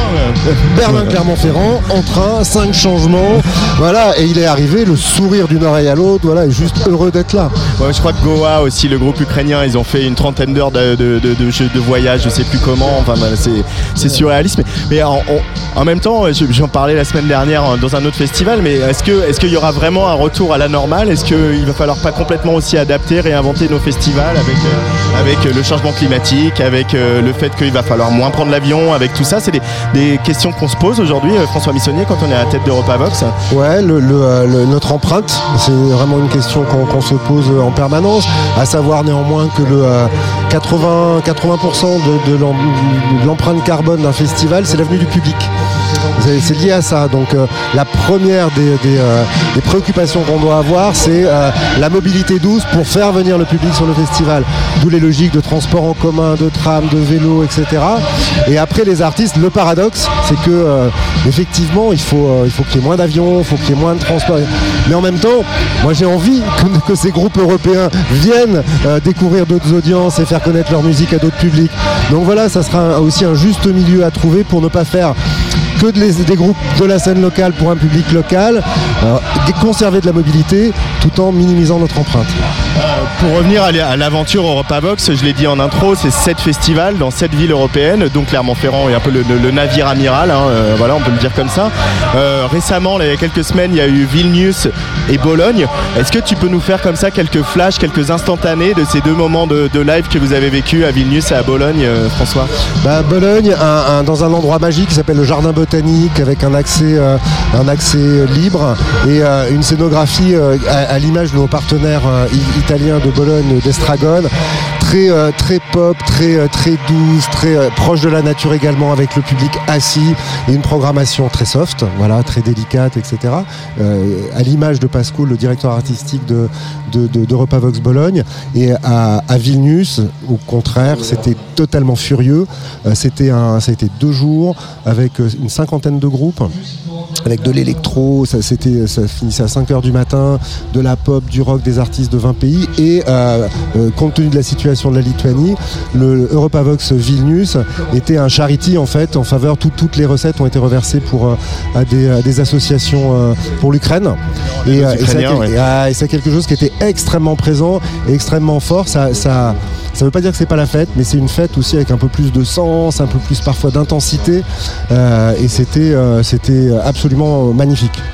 Berlin-Clermont-Ferrand en train, cinq changements, voilà, et il est arrivé, le sourire d'une oreille à l'autre, voilà, et juste heureux d'être là. Ouais, je crois que Goa aussi, le groupe ukrainien, ils ont fait une trentaine d'heures de, de, de, de, de voyage, je sais plus comment, enfin c'est, c'est surréaliste, mais, mais en, en, en même temps, j'en parlais la semaine dernière dans un autre festival, mais est-ce que, est-ce qu'il y aura vraiment un retour à la normale? Est-ce qu'il va falloir pas complètement aussi adapter, réinventer nos festivals avec, euh, avec le changement climatique, avec euh, le fait qu'il va falloir moins prendre l'avion, avec tout ça? C'est des, des questions qu'on se pose aujourd'hui, François Missonnier, quand on est à la tête d'Europavox. Ouais, le, le, le, notre empreinte, c'est vraiment une question qu'on, qu'on se pose en permanence, à savoir néanmoins que le euh, quatre-vingts pour cent de, de, l'em, de l'empreinte carbone d'un festival, c'est l'avenue du public. C'est, c'est lié à ça. Donc euh, la première des, des, euh, des préoccupations qu'on doit avoir, c'est euh, la mobilité douce pour faire venir le public sur le festival. D'où les logiques de transport en commun, de tram, de vélo, et cetera. Et après les artistes, le paradoxe, c'est que euh, effectivement, il faut, euh, il faut qu'il y ait moins d'avions, il faut qu'il y ait moins de transport. Mais en même temps, moi j'ai envie que, que ces groupes européens viennent euh, découvrir d'autres audiences et faire connaître leur musique à d'autres publics. Donc voilà, ça sera aussi un juste milieu à trouver pour ne pas faire que de les, des groupes de la scène locale pour un public local, euh, conserver de la mobilité tout en minimisant notre empreinte. Euh, pour revenir à l'aventure Europavox, je l'ai dit en intro, c'est sept festivals dans sept villes européennes, donc Clermont-Ferrand est un peu le, le, le navire amiral, hein, euh, voilà, on peut le dire comme ça. Euh, récemment, il y a quelques semaines, il y a eu Vilnius et Bologne. Est-ce que tu peux nous faire comme ça quelques flashs, quelques instantanés de ces deux moments de, de live que vous avez vécu à Vilnius et à Bologne, euh, François? Bah, Bologne, un, un, dans un endroit magique qui s'appelle le Jardin Botanique, avec un accès, euh, un accès libre et euh, une scénographie euh, à, à l'image de nos partenaires euh, italiens de Bologne, d'Estragon, très, euh, très pop, très, euh, très douce, très euh, proche de la nature également, avec le public assis et une programmation très soft, voilà, très délicate, et cetera. Euh, à l'image de Pascal, le directeur artistique de, de, de, d'Europavox Bologne. Et à, à Vilnius, au contraire, c'était totalement furieux. Euh, c'était un, ça a été deux jours avec une cinquantaine de groupes, avec de l'électro, ça, c'était, ça finissait à cinq heures du matin, de la pop, du rock, des artistes de vingt pays. Et euh, euh, compte tenu de la situation de la Lituanie, le Europavox Vilnius était un charity en fait en faveur, tout, toutes les recettes ont été reversées pour, euh, à, des, à des associations euh, pour l'Ukraine. Et, euh, et, ça, ouais. et, ah, et c'est quelque chose qui était extrêmement présent et extrêmement fort. Ça, ça, ça veut pas dire que c'est pas la fête, mais c'est une fête aussi avec un peu plus de sens, un peu plus parfois d'intensité. Euh, et c'était, euh, c'était absolument magnifique.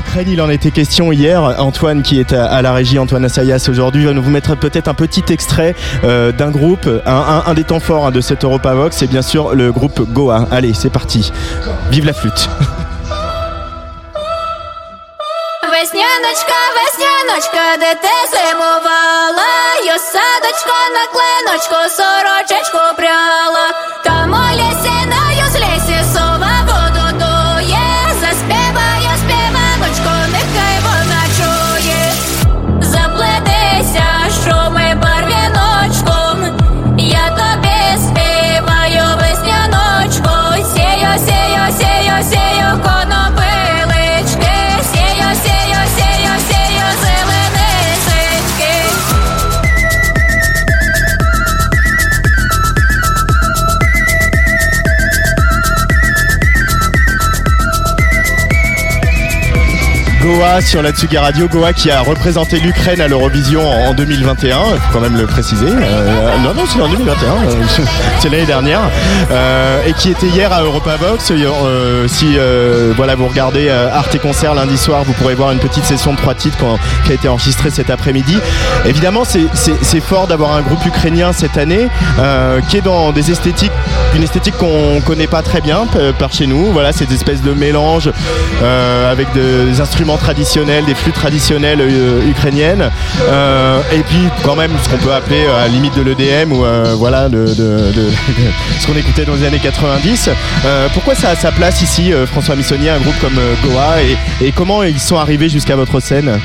L'Ukraine, il en était question hier. Antoine, qui est à, à la régie, Antoine Assayas aujourd'hui, va nous vous mettre peut-être un petit extrait euh, d'un groupe, un, un, un des temps forts hein, de cette Europavox, c'est bien sûr le groupe Goa. Allez, c'est parti. Vive la flûte. Весняночка, весняночка, де ти зимувала, й садочко на клиночку, сорочечку пряла. Там у лісі, на юз лісі, сова воду дує, заспіваю співаночку, нехай вона чує. Заплетися, шуми барвіночком, я тобі співаю весняночку, сію, сію, сію, сію, конопилички, сію, сію, сію, сію, зеленисеньки. Goa sur la Tsugi Radio, Goa qui a représenté l'Ukraine à l'Eurovision en deux mille vingt et un, il faut quand même le préciser. Euh, non, non, c'est en deux mille vingt et un, euh, c'est l'année dernière. Euh, et qui était hier à Europavox. Euh, si euh, voilà, vous regardez euh, Arte et Concert lundi soir, vous pourrez voir une petite session de trois titres quand, qui a été enregistrée cet après-midi. Évidemment, c'est, c'est, c'est fort d'avoir un groupe ukrainien cette année euh, qui est dans des esthétiques, une esthétique qu'on connaît pas très bien euh, par chez nous. Voilà, cette espèce de mélange euh, avec de, des instruments traditionnelles, des flûtes traditionnelles euh, ukrainiennes euh, et puis quand même ce qu'on peut appeler euh, à la limite de l'E D M ou euh, voilà de, de, de, de ce qu'on écoutait dans les années quatre-vingt-dix. Euh, pourquoi ça a sa place ici, euh, François Missonnier, un groupe comme euh, Goa et, et comment ils sont arrivés jusqu'à votre scène?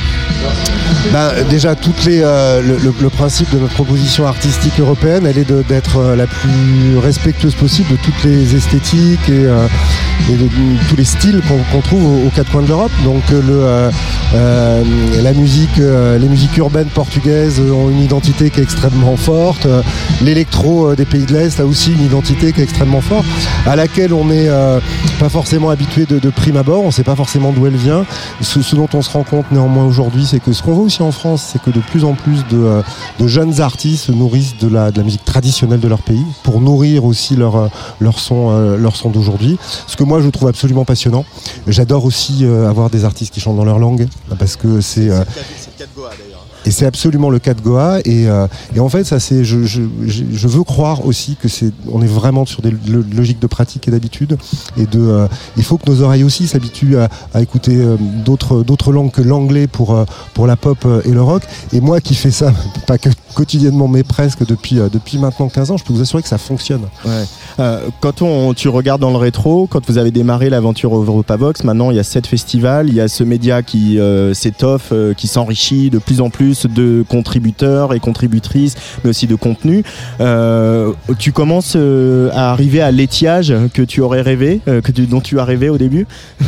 Ben, déjà, toutes les, euh, le, le, le principe de notre proposition artistique européenne, elle est de, d'être euh, la plus respectueuse possible de toutes les esthétiques et, euh, et de, de, tous les styles qu'on, qu'on trouve aux, aux quatre coins de l'Europe. Donc le, euh, euh, la musique, euh, les musiques urbaines portugaises ont une identité qui est extrêmement forte. Euh, l'électro euh, des pays de l'Est a aussi une identité qui est extrêmement forte, à laquelle on n'est euh, pas forcément habitué de, de prime abord. On ne sait pas forcément d'où elle vient. Ce, ce dont on se rend compte néanmoins aujourd'hui, c'est que ce qu'on voit aussi en France, c'est que de plus en plus de, de jeunes artistes se nourrissent de la, de la musique traditionnelle de leur pays pour nourrir aussi leur, leur, son, leur son d'aujourd'hui. Ce que moi je trouve absolument passionnant. J'adore aussi euh, avoir des artistes qui chantent dans leur langue parce que c'est... Euh, c'est le cas de Goa d'ailleurs. Et c'est absolument le cas de Goa et, euh, et en fait ça c'est je, je, je veux croire aussi que c'est on est vraiment sur des le, logiques de pratique et d'habitude et de euh, il faut que nos oreilles aussi s'habituent à, à écouter euh, d'autres d'autres langues que l'anglais pour euh, pour la pop et le rock. Et moi qui fais ça pas que quotidiennement mais presque depuis euh, depuis maintenant quinze ans, je peux vous assurer que ça fonctionne. Ouais. Euh, quand on tu regardes dans le rétro, quand vous avez démarré l'aventure Europavox, maintenant il y a sept festivals, il y a ce média qui euh, s'étoffe, euh, qui s'enrichit de plus en plus de contributeurs et contributrices, mais aussi de contenu. Euh, tu commences euh, à arriver à l'étiage que tu aurais rêvé, euh, que tu, dont tu as rêvé au début.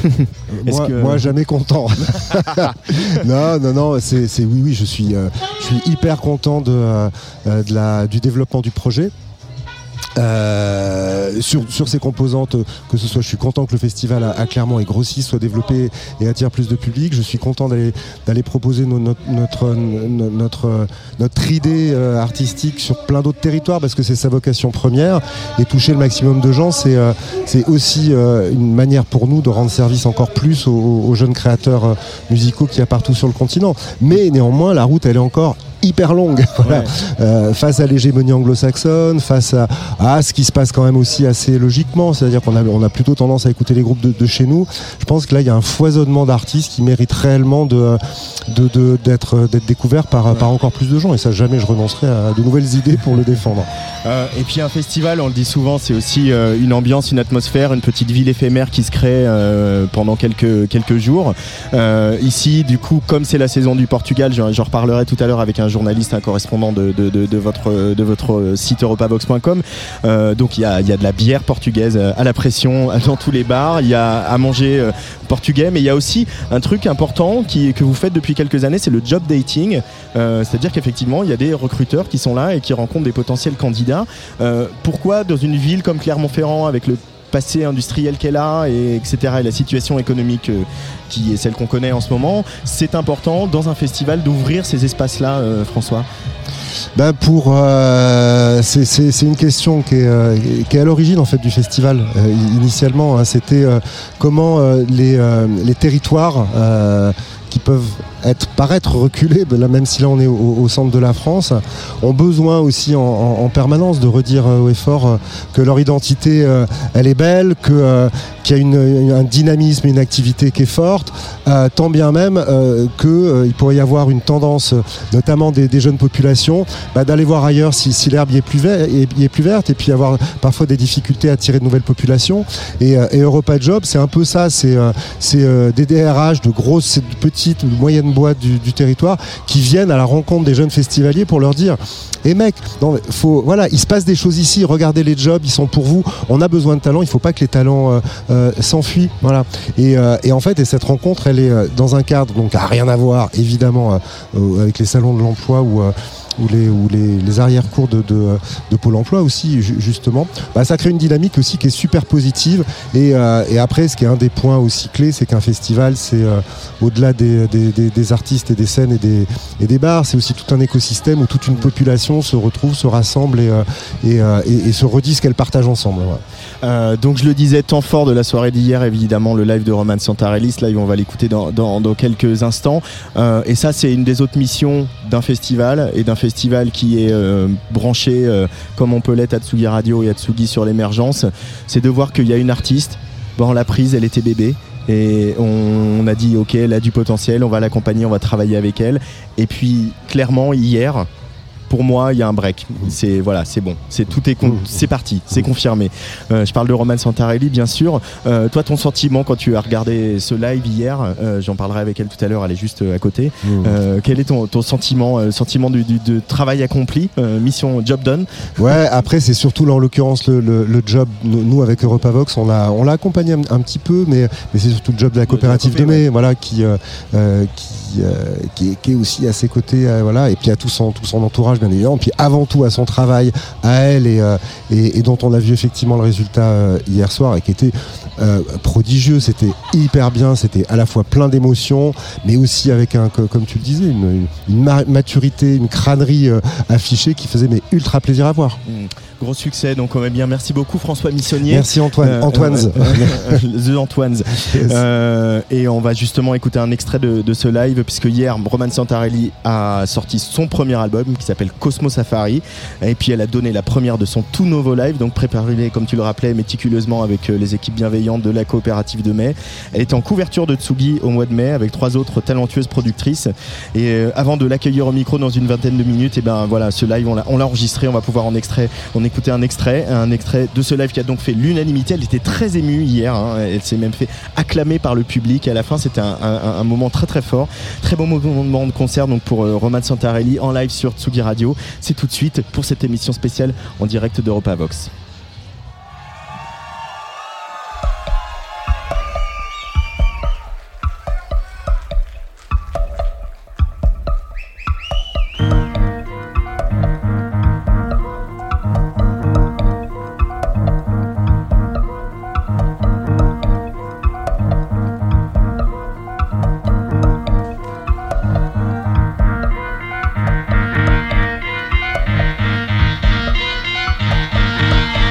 moi, que... moi, jamais content. non, non, non. C'est, c'est oui, oui. Je suis, euh, je suis hyper content de, euh, de la, du développement du projet. Euh, sur, sur ces composantes, que ce soit, je suis content que le festival à, à Clermont ait grossi, soit développé et attire plus de public. Je suis content d'aller, d'aller proposer nos, notre, notre, notre, notre idée euh, artistique sur plein d'autres territoires parce que c'est sa vocation première et toucher le maximum de gens, c'est, euh, c'est aussi euh, une manière pour nous de rendre service encore plus aux, aux jeunes créateurs euh, musicaux qu'il y a partout sur le continent. Mais néanmoins, la route, elle est encore hyper longue voilà. ouais. euh, face à l'hégémonie anglo-saxonne, face à, à ce qui se passe quand même aussi assez logiquement, c'est-à-dire qu'on a, on a plutôt tendance à écouter les groupes de, de chez nous. Je pense que là il y a un foisonnement d'artistes qui méritent réellement de, de, de, d'être, d'être découverts par, ouais. par encore plus de gens et ça jamais je renoncerai à de nouvelles idées pour le défendre. Euh, et puis un festival, on le dit souvent, c'est aussi euh, une ambiance, une atmosphère, une petite ville éphémère qui se crée euh, pendant quelques, quelques jours. Euh, ici du coup, comme c'est la saison du Portugal, j'en, j'en reparlerai tout à l'heure avec un journaliste, un correspondant de, de, de, de, votre, de votre site europavox point com. Euh, donc il y a, y a de la bière portugaise à la pression dans tous les bars, il y a à manger euh, portugais, mais il y a aussi un truc important qui, que vous faites depuis quelques années, c'est le job dating. Euh, c'est-à-dire qu'effectivement, il y a des recruteurs qui sont là et qui rencontrent des potentiels candidats. Euh, pourquoi dans une ville comme Clermont-Ferrand, avec le passé industriel qu'elle a, et etc., et la situation économique euh, qui est celle qu'on connaît en ce moment, c'est important dans un festival d'ouvrir ces espaces-là, euh, François ? Ben pour, euh, c'est, c'est, c'est une question qui est, euh, qui est à l'origine en fait du festival. Euh, initialement, hein, c'était euh, comment euh, les, euh, les territoires euh, qui peuvent être, paraître reculés, ben là, même si là on est au, au centre de la France, ont besoin aussi en, en, en permanence de redire euh, haut et fort euh, que leur identité euh, elle est belle, que, euh, qu'il y a une, un dynamisme, une activité qui est forte, euh, tant bien même euh, qu'il euh, pourrait y avoir une tendance, notamment des, des jeunes populations, bah, d'aller voir ailleurs si, si l'herbe y est, plus vert, y, y est plus verte, et puis avoir parfois des difficultés à attirer de nouvelles populations. Et, euh, et Europa Job, c'est un peu ça, c'est, euh, c'est euh, des D R H de grosses, de petites, de moyennes boîtes du, du territoire qui viennent à la rencontre des jeunes festivaliers pour leur dire et hey mec, non, faut, voilà, il se passe des choses ici, regardez les jobs, ils sont pour vous, on a besoin de talents, il ne faut pas que les talents euh, euh, s'enfuient, voilà. Et, euh, et en fait, et cette rencontre, elle est euh, dans un cadre donc à rien à voir évidemment euh, avec les salons de l'emploi ou euh, ou les, ou les, les arrière-cours de, de, de Pôle emploi aussi justement, bah, ça crée une dynamique aussi qui est super positive et, euh, et après ce qui est un des points aussi clés, c'est qu'un festival c'est euh, au-delà des, des, des, des artistes et des scènes et des, et des bars, c'est aussi tout un écosystème où toute une population se retrouve, se rassemble et, euh, et, euh, et, et se redit ce qu'elle partage ensemble. Ouais. Euh, donc je le disais, temps fort de la soirée d'hier, évidemment le live de Roman Santarelli. Ce live on va l'écouter dans, dans, dans quelques instants, euh, et ça c'est une des autres missions d'un festival et d'un festival qui est euh, branché euh, comme on peut l'être à Tsugi Radio et à Tsugi sur l'émergence, c'est de voir qu'il y a une artiste, bon, on l'a prise, elle était bébé et on, on a dit ok, elle a du potentiel, on va l'accompagner, on va travailler avec elle, et puis clairement hier pour moi, il y a un break. C'est voilà, c'est bon. C'est tout est con- c'est parti, c'est confirmé. Euh, je parle de Roman Santarelli, bien sûr. Euh, toi, ton sentiment quand tu as regardé ce live hier, euh, j'en parlerai avec elle tout à l'heure. Elle est juste à côté. Euh, quel est ton, ton sentiment, euh, sentiment du, du de travail accompli, euh, mission job done? Ouais. Après, c'est surtout là, en l'occurrence le, le, le job. Nous, avec EuropaVox, on l'a on l'a accompagné un, un petit peu, mais mais c'est surtout le job de la coopérative de, de mai, ouais. Voilà, qui euh, euh, qui, euh, qui, est, qui est aussi à ses côtés, euh, voilà, et puis à tout son tout son entourage. Bien évidemment, puis avant tout à son travail, à elle et, euh, et, et dont on a vu effectivement le résultat euh, hier soir et qui était euh, prodigieux, c'était hyper bien, c'était à la fois plein d'émotions, mais aussi avec un, comme tu le disais, une, une maturité, une crânerie euh, affichée qui faisait mais ultra plaisir à voir. Mmh. Gros succès, donc on va bien. Merci beaucoup François Missonnier. Merci Antoine. Euh, Antoine's. Euh, The Antoine's. Yes. Euh, et on va justement écouter un extrait de, de ce live, puisque hier Roman Santarelli a sorti son premier album qui s'appelle Cosmo Safari, et puis elle a donné la première de son tout nouveau live, donc préparé comme tu le rappelais méticuleusement avec les équipes bienveillantes de la coopérative de mai. Elle était en couverture de Tsugi au mois de mai avec trois autres talentueuses productrices, et euh, avant de l'accueillir au micro dans une vingtaine de minutes, et ben voilà, ce live on l'a, on l'a enregistré, on va pouvoir en extrait on écouter un extrait, un extrait de ce live qui a donc fait l'unanimité. Elle était très émue hier, hein. Elle s'est même fait acclamer par le public. Et à la fin, c'était un, un, un moment très très fort, très bon moment de concert donc pour euh, Roman Santarelli en live sur Tsugi Radio. C'est tout de suite pour cette émission spéciale en direct d'EuropaVox. We'll be right back.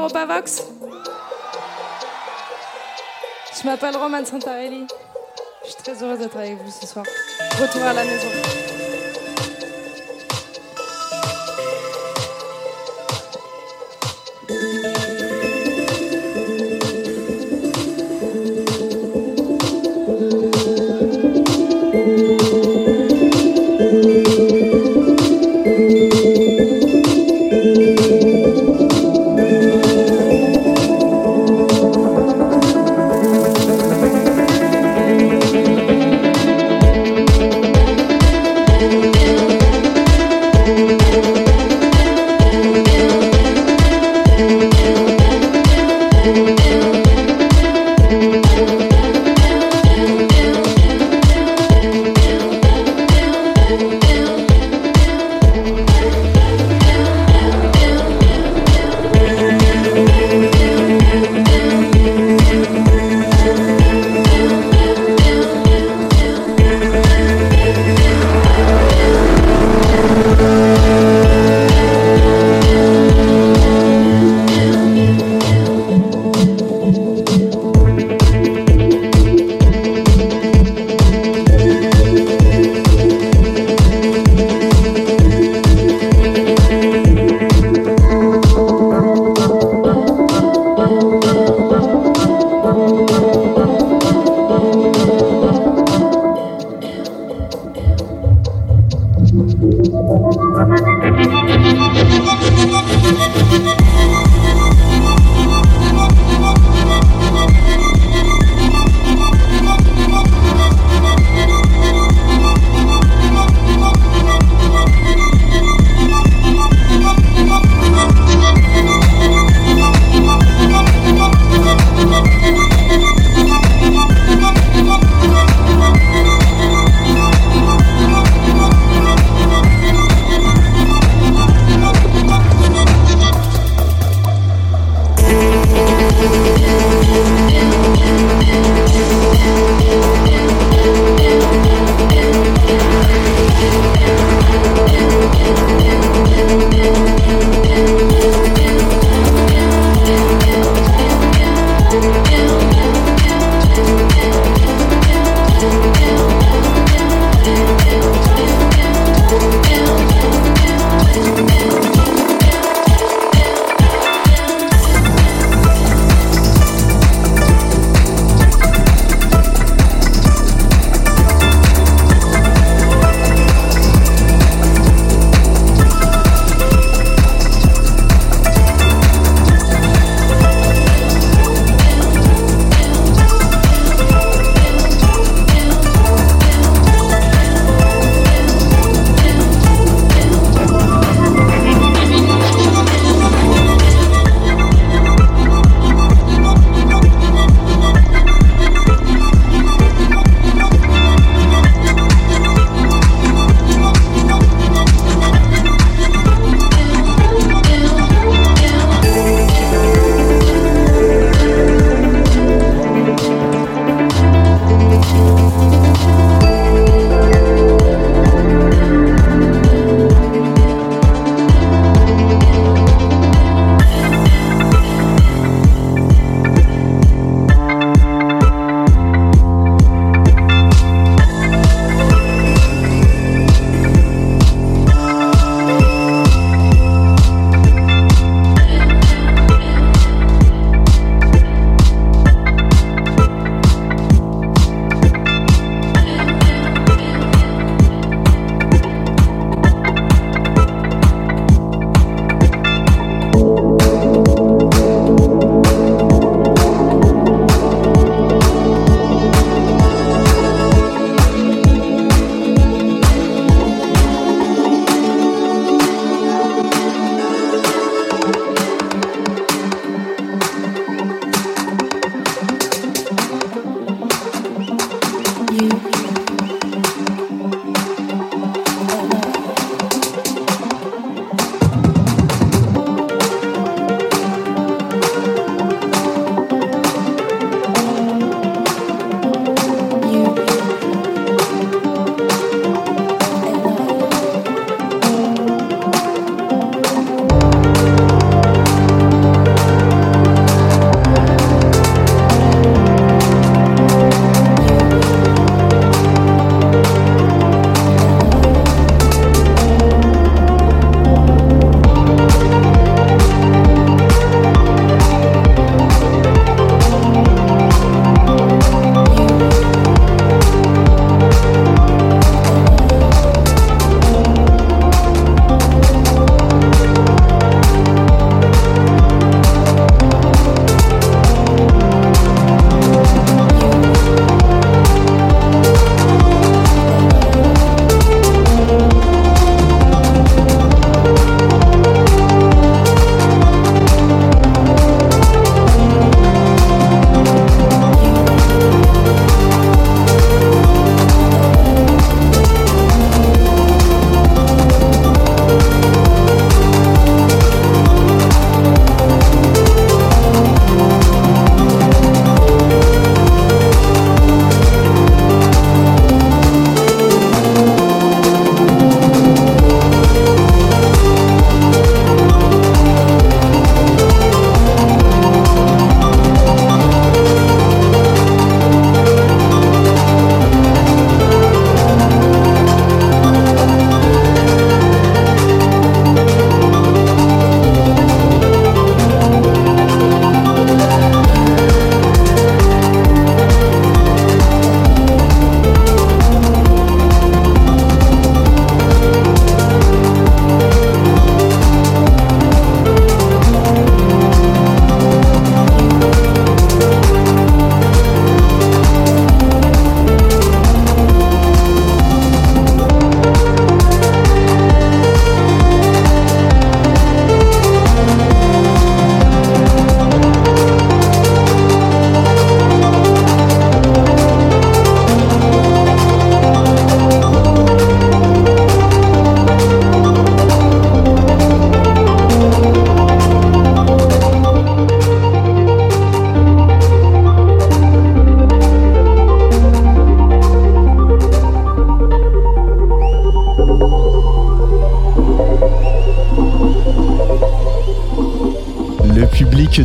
Europavox. Je m'appelle Romane Santarelli. Je suis très heureuse d'être avec vous ce soir. Retour à la maison.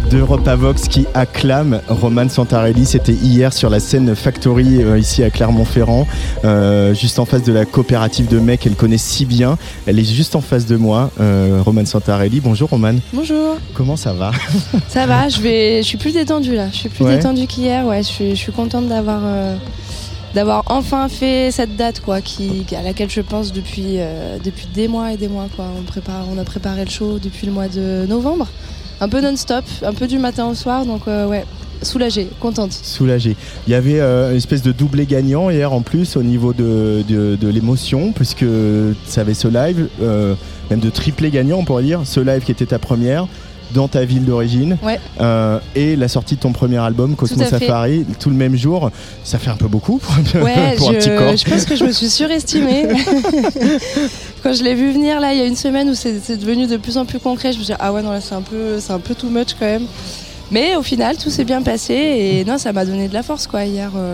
d'Europavox qui acclame Romane Santarelli. C'était hier sur la scène Factory euh, ici à Clermont-Ferrand, euh, juste en face de la coopérative de mai qu'elle connaît si bien. Elle est juste en face de moi, euh, Romane Santarelli. Bonjour Romane. Bonjour. Comment ça va? Ça va, je, vais, je suis plus détendue là. Je suis plus ouais. détendue qu'hier. Ouais, je suis, je suis contente d'avoir, euh, d'avoir enfin fait cette date quoi, qui, à laquelle je pense depuis, euh, depuis des mois et des mois. Quoi. On, prépare, on a préparé le show depuis le mois de novembre. Un peu non-stop, un peu du matin au soir, donc euh, ouais, soulagée, contente. Soulagée. Il y avait euh, une espèce de doublé gagnant hier en plus au niveau de, de, de l'émotion, puisque ça avait ce live, euh, même de triplé gagnant on pourrait dire, ce live qui était ta première, dans ta ville d'origine, ouais. euh, et la sortie de ton premier album, Cosmo tout Safari, fait. Tout le même jour. Ça fait un peu beaucoup pour, ouais, pour je, un petit corps. Je pense que je me suis surestimée. Quand je l'ai vu venir là il y a une semaine où c'est, c'est devenu de plus en plus concret, je me suis dit ah ouais non là c'est un peu, c'est un peu too much quand même. Mais au final tout s'est bien passé et non ça m'a donné de la force quoi hier. Euh,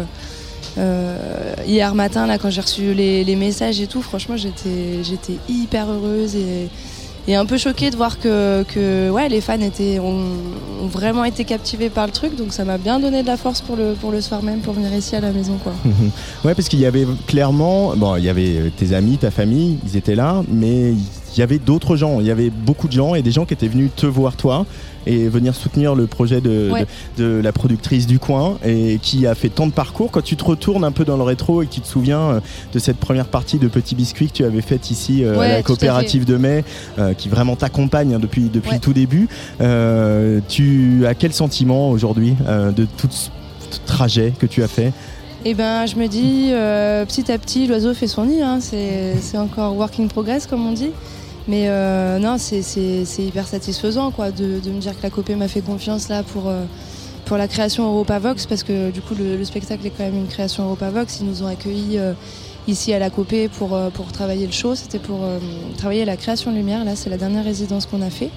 euh, hier matin là quand j'ai reçu les, les messages et tout, franchement j'étais, j'étais hyper heureuse et Et un peu choquée de voir que, que ouais, les fans étaient, ont, ont vraiment été captivés par le truc, donc ça m'a bien donné de la force pour le, pour le soir même, pour venir ici à la maison. Quoi. Ouais, parce qu'il y avait clairement, bon, il y avait tes amis, ta famille, ils étaient là, mais il y avait d'autres gens, il y avait beaucoup de gens et des gens qui étaient venus te voir toi et venir soutenir le projet de, ouais. de, de la productrice du coin et qui a fait tant de parcours. Quand tu te retournes un peu dans le rétro et que tu te souviens de cette première partie de Petit Biscuit que tu avais faite ici euh, ouais, à la coopérative de mai, euh, qui vraiment t'accompagne hein, depuis, depuis ouais. le tout début, euh, tu as quel sentiment aujourd'hui euh, de tout ce trajet que tu as fait? Eh ben, je me dis, euh, petit à petit, l'oiseau fait son nid, hein, c'est, c'est encore work in progress comme on dit. Mais euh, non, c'est, c'est, c'est hyper satisfaisant quoi, de, de me dire que la Copé m'a fait confiance là pour, euh, pour la création Europavox, parce que du coup le, le spectacle est quand même une création Europavox. Ils nous ont accueillis euh, ici à la Copé pour, euh, pour travailler le show, c'était pour euh, travailler la création de lumière. Là c'est la dernière résidence qu'on a fait.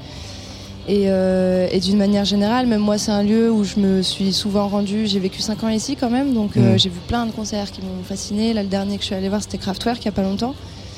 Et, euh, et d'une manière générale, même moi c'est un lieu où je me suis souvent rendue, j'ai vécu cinq ans ici quand même, donc euh, mmh. j'ai vu plein de concerts qui m'ont fascinée. Là le dernier que je suis allée voir c'était Kraftwerk il n'y a pas longtemps.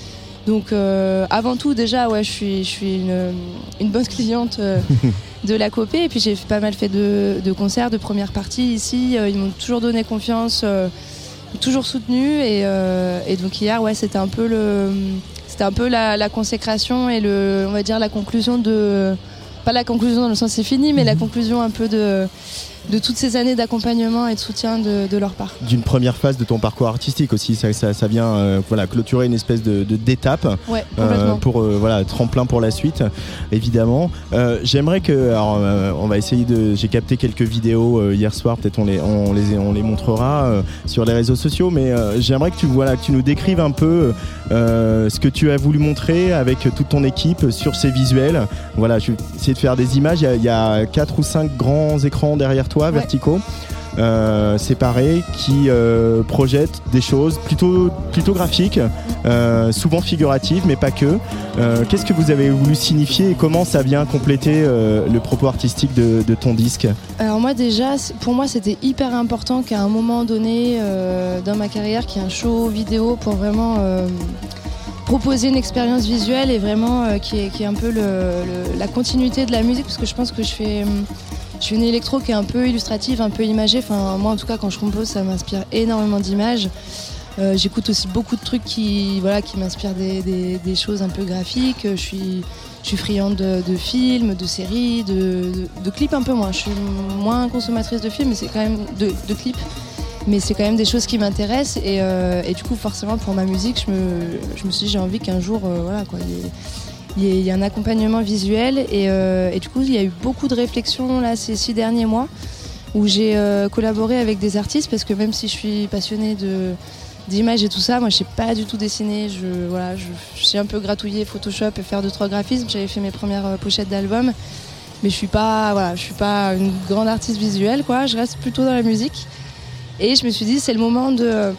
Donc euh, avant tout déjà ouais je suis, je suis une, une bonne cliente euh, de la Copé et puis j'ai pas mal fait de, de concerts, de première partie ici, euh, ils m'ont toujours donné confiance, euh, toujours soutenu et, euh, et donc hier ouais c'était un peu le c'était un peu la, la consécration et le on va dire la conclusion de pas la conclusion dans le sens c'est fini mais la conclusion un peu de de toutes ces années d'accompagnement et de soutien de, de leur part. D'une première phase de ton parcours artistique aussi, ça, ça, ça vient euh, voilà, clôturer une espèce de, de, d'étape ouais, euh, pour euh, voilà, tremplin pour la suite, évidemment. Euh, j'aimerais que, alors euh, on va essayer de, j'ai capté quelques vidéos euh, hier soir, peut-être on les, on les, on les montrera euh, sur les réseaux sociaux, mais euh, j'aimerais que tu, voilà, que tu nous décrives un peu euh, ce que tu as voulu montrer avec toute ton équipe sur ces visuels. Voilà, je vais essayer de faire des images, il y a quatre ou cinq grands écrans derrière toi, ouais. verticaux, euh, séparés, qui euh, projettent des choses plutôt, plutôt graphiques, euh, souvent figuratives, mais pas que. Euh, qu'est-ce que vous avez voulu signifier et comment ça vient compléter euh, le propos artistique de, de ton disque? Alors moi déjà, pour moi c'était hyper important qu'à un moment donné euh, dans ma carrière, qu'il y ait un show vidéo pour vraiment euh, proposer une expérience visuelle et vraiment euh, qui, est, qui est un peu le, le, la continuité de la musique, parce que je pense que je fais... Je suis une électro qui est un peu illustrative, un peu imagée. Enfin, moi, en tout cas, quand je compose, ça m'inspire énormément d'images. Euh, j'écoute aussi beaucoup de trucs qui, voilà, qui m'inspirent des, des, des choses un peu graphiques. Je suis, je suis friande de, de films, de séries, de, de, de clips un peu moins. Je suis moins consommatrice de films, mais c'est quand même de, de clips. Mais c'est quand même des choses qui m'intéressent. Et, euh, et du coup, forcément, pour ma musique, je me, je me suis dit, j'ai envie qu'un jour, euh, voilà, quoi. Y ait, Il y a un accompagnement visuel et, euh, et du coup il y a eu beaucoup de réflexions là, ces six derniers mois où j'ai euh, collaboré avec des artistes, parce que même si je suis passionnée de, d'images et tout ça, moi je sais pas du tout dessiner, je, voilà, je, je sais un peu gratouiller Photoshop et faire deux trois graphismes, j'avais fait mes premières euh, pochettes d'albums mais je suis pas, voilà, je suis pas une grande artiste visuelle quoi, je reste plutôt dans la musique et je me suis dit c'est le moment de,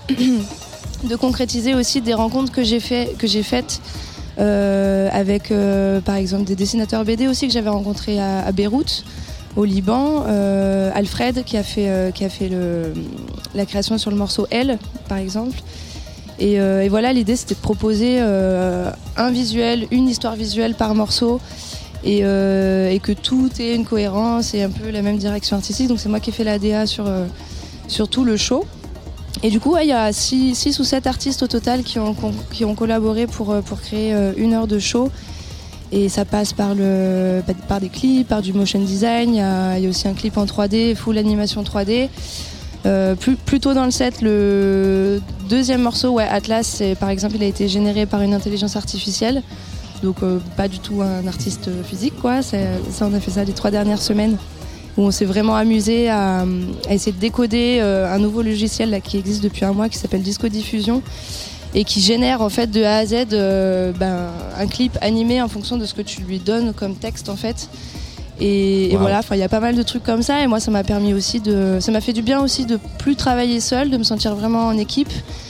de concrétiser aussi des rencontres que j'ai, fait, que j'ai faites Euh, avec euh, par exemple des dessinateurs B D aussi que j'avais rencontrés à, à Beyrouth au Liban, euh, Alfred qui a fait, euh, qui a fait le, la création sur le morceau Elle par exemple et, euh, et voilà l'idée c'était de proposer euh, un visuel, une histoire visuelle par morceau et, euh, et que tout ait une cohérence et un peu la même direction artistique. Donc c'est moi qui ai fait la D A sur, euh, sur tout le show. Et du coup, il ouais, y a six ou sept artistes au total qui ont, qui ont collaboré pour, pour créer une heure de show. Et ça passe par, le, par des clips, par du motion design. Il y a, y a aussi un clip en trois D, full animation trois D. Euh, plus, plus tôt dans le set, le deuxième morceau, ouais, Atlas, c'est, par exemple, il a été généré par une intelligence artificielle. Donc euh, pas du tout un artiste physique, quoi. C'est, ça, on a fait ça les trois dernières semaines, où on s'est vraiment amusé à, à essayer de décoder euh, un nouveau logiciel là, qui existe depuis un mois, qui s'appelle Disco Diffusion, et qui génère en fait de A à Z euh, ben, un clip animé en fonction de ce que tu lui donnes comme texte en fait. Et, wow. et voilà, il y a pas mal de trucs comme ça, et moi ça m'a permis aussi de, ça m'a fait du bien aussi de plus travailler seule, de me sentir vraiment en équipe,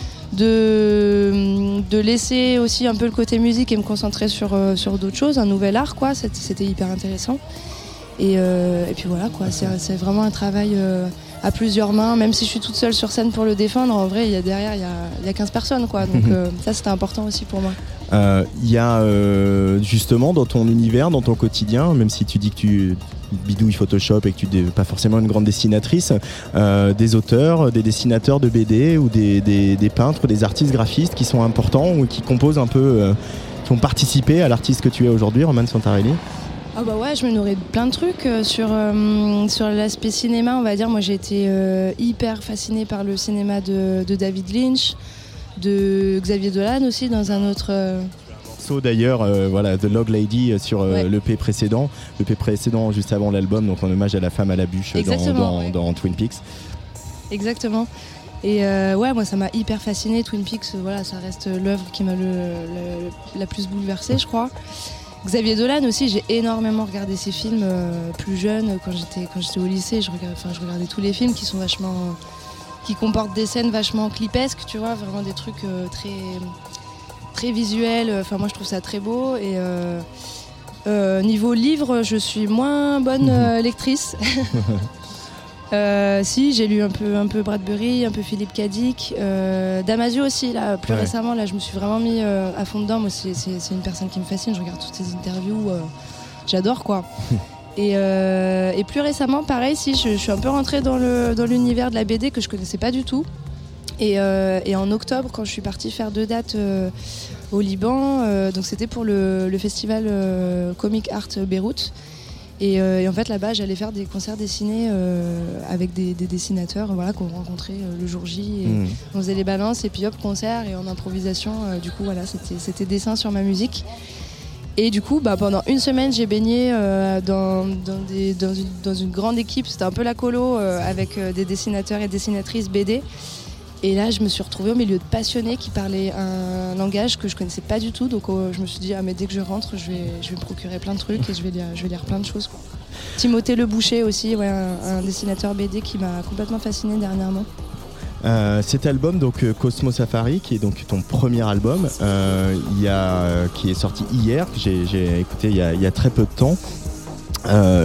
de, de laisser aussi un peu le côté musique et me concentrer sur, sur d'autres choses, un nouvel art quoi. C'était, c'était hyper intéressant. Et, euh, et puis voilà quoi, c'est, c'est vraiment un travail euh, à plusieurs mains, même si je suis toute seule sur scène pour le défendre, en vrai il y a derrière il y a, il y a quinze personnes quoi, donc euh, ça c'était important aussi pour moi. Il euh, y a euh, justement dans ton univers, dans ton quotidien, même si tu dis que tu bidouilles Photoshop et que tu n'es pas forcément une grande dessinatrice, euh, des auteurs, des dessinateurs de B D ou des, des, des peintres, des artistes graphistes qui sont importants ou qui composent un peu, euh, qui ont participé à l'artiste que tu es aujourd'hui, Roman Santarelli. Ah bah ouais, je me nourris de plein de trucs euh, sur, euh, sur l'aspect cinéma, on va dire. Moi j'ai été euh, hyper fascinée par le cinéma de, de David Lynch, de Xavier Dolan aussi dans un autre... Euh... So, d'ailleurs, euh, voilà, The Log Lady sur euh, ouais. l'E P précédent, l'E P précédent juste avant l'album, donc en hommage à la femme à la bûche dans, dans, ouais. dans Twin Peaks. Exactement. Et euh, ouais, moi ça m'a hyper fascinée, Twin Peaks, voilà, ça reste l'œuvre qui m'a le, le, la plus bouleversée, je crois. Xavier Dolan aussi, j'ai énormément regardé ses films euh, plus jeune, quand j'étais, quand j'étais au lycée, je regardais, enfin, je regardais tous les films qui sont vachement, qui comportent des scènes vachement clipesques, tu vois, vraiment des trucs euh, très, très visuels, enfin moi je trouve ça très beau. Et euh, euh, niveau livre, je suis moins bonne euh, lectrice. Euh, si, j'ai lu un peu, un peu Bradbury, un peu Philippe K. Dick, euh, Damasio aussi, là, plus ouais. récemment, là, je me suis vraiment mis euh, à fond dedans. Moi, c'est, c'est, c'est une personne qui me fascine, je regarde toutes ses interviews, euh, j'adore quoi. et, euh, et plus récemment, pareil, si, je, je suis un peu rentrée dans, le, dans l'univers de la B D que je connaissais pas du tout. Et, euh, et en octobre, quand je suis partie faire deux dates euh, au Liban, euh, donc c'était pour le, le festival euh, Comic Art Beyrouth. Et, euh, et en fait là-bas j'allais faire des concerts dessinés euh, avec des, des dessinateurs voilà, qu'on rencontrait euh, le jour J et mmh. on faisait les balances et puis hop concert et en improvisation euh, du coup voilà c'était, c'était dessin sur ma musique et du coup bah, pendant une semaine j'ai baigné euh, dans, dans, des, dans, une, dans une grande équipe, c'était un peu la colo euh, avec euh, des dessinateurs et dessinatrices B D. Et là, je me suis retrouvée au milieu de passionnés qui parlaient un langage que je connaissais pas du tout. Donc, euh, je me suis dit, ah, mais dès que je rentre, je vais, je vais me procurer plein de trucs et je vais lire, je vais lire plein de choses. Quoi. Timothée Le Boucher aussi, ouais, un, un dessinateur B D qui m'a complètement fascinée dernièrement. Euh, cet album, donc Cosmo Safari, qui est donc ton premier album, euh, y a, qui est sorti hier, que j'ai, j'ai écouté il y, a, il y a très peu de temps. Euh,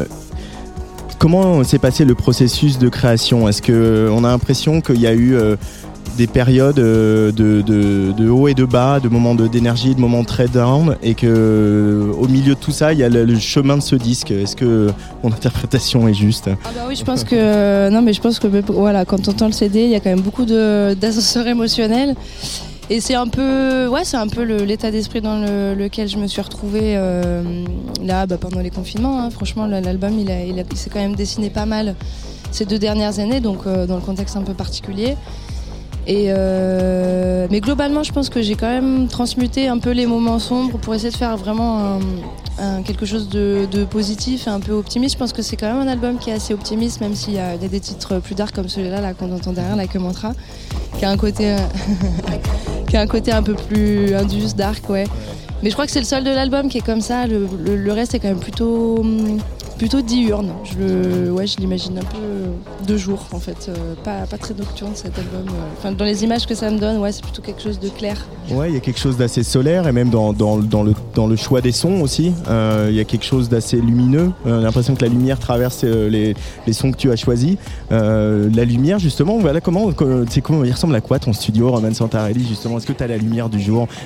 Comment s'est passé le processus de création ? Est-ce qu'on a l'impression qu'il y a eu euh, des périodes euh, de, de, de haut et de bas, de moments de, d'énergie, de moments très down, et qu'au euh, milieu de tout ça, il y a le, le chemin de ce disque ? Est-ce que mon interprétation est juste ? Ah bah oui, je pense que non, mais je pense que voilà, quand on entend le C D, il y a quand même beaucoup de, d'ascenseurs émotionnels. Et c'est un peu, ouais, c'est un peu le, l'état d'esprit dans le, lequel je me suis retrouvée euh, là bah, pendant les confinements. Hein. Franchement, là, l'album, il, a, il, a, il s'est quand même dessiné pas mal ces deux dernières années, donc euh, dans le contexte un peu particulier. Et euh, mais globalement, je pense que j'ai quand même transmuté un peu les moments sombres pour essayer de faire vraiment un, un, quelque chose de, de positif et un peu optimiste. Je pense que c'est quand même un album qui est assez optimiste, même s'il y a, il y a des titres plus dark comme celui-là là, qu'on entend derrière, Like a Mantra, qui a un côté, euh, qui a un côté un peu plus indus, dark, ouais. Mais je crois que c'est le seul de l'album qui est comme ça. Le, le, le reste est quand même plutôt, plutôt diurne. Je, le, ouais, je l'imagine un peu de jour en fait, euh, pas, pas très nocturne cet album. Enfin, dans les images que ça me donne, ouais, c'est plutôt quelque chose de clair. Ouais, il y a quelque chose d'assez solaire et même dans, dans, dans, le, dans le choix des sons aussi. Euh, il y a quelque chose d'assez lumineux. Euh, on a l'impression que la lumière traverse euh, les, les sons que tu as choisis. Euh, la lumière, justement, voilà comment, c'est comment il ressemble à quoi ton studio, Roman Santarelli, justement ? Est-ce que tu as la lumière du jour ? Est-ce que...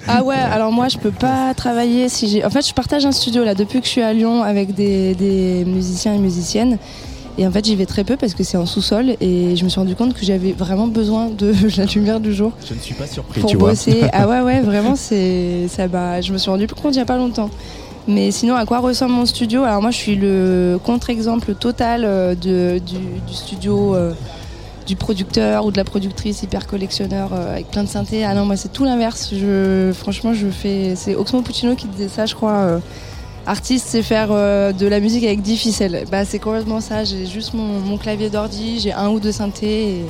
Ah ouais, alors moi je peux pas travailler si j'ai... En fait je partage un studio là depuis que je suis à Lyon avec des, des musiciens et musiciennes. Et en fait j'y vais très peu parce que c'est en sous-sol et je me suis rendu compte que j'avais vraiment besoin de la lumière du jour. Je ne suis pas surpris, pour tu bosser. vois. Ah ouais ouais vraiment c'est ça, bah, je me suis rendu compte il n'y a pas longtemps. Mais sinon à quoi ressemble mon studio? Alors moi je suis le contre-exemple total de, du, du studio euh, du producteur ou de la productrice hyper collectionneur euh, avec plein de synthés. Ah non moi c'est tout l'inverse. Je, franchement je fais... C'est Oxmo Puccino qui disait ça je crois. Euh, Artiste, c'est faire euh, de la musique avec dix ficelles. Bah, c'est complètement ça. J'ai juste mon, mon clavier d'ordi, j'ai un ou deux synthés et,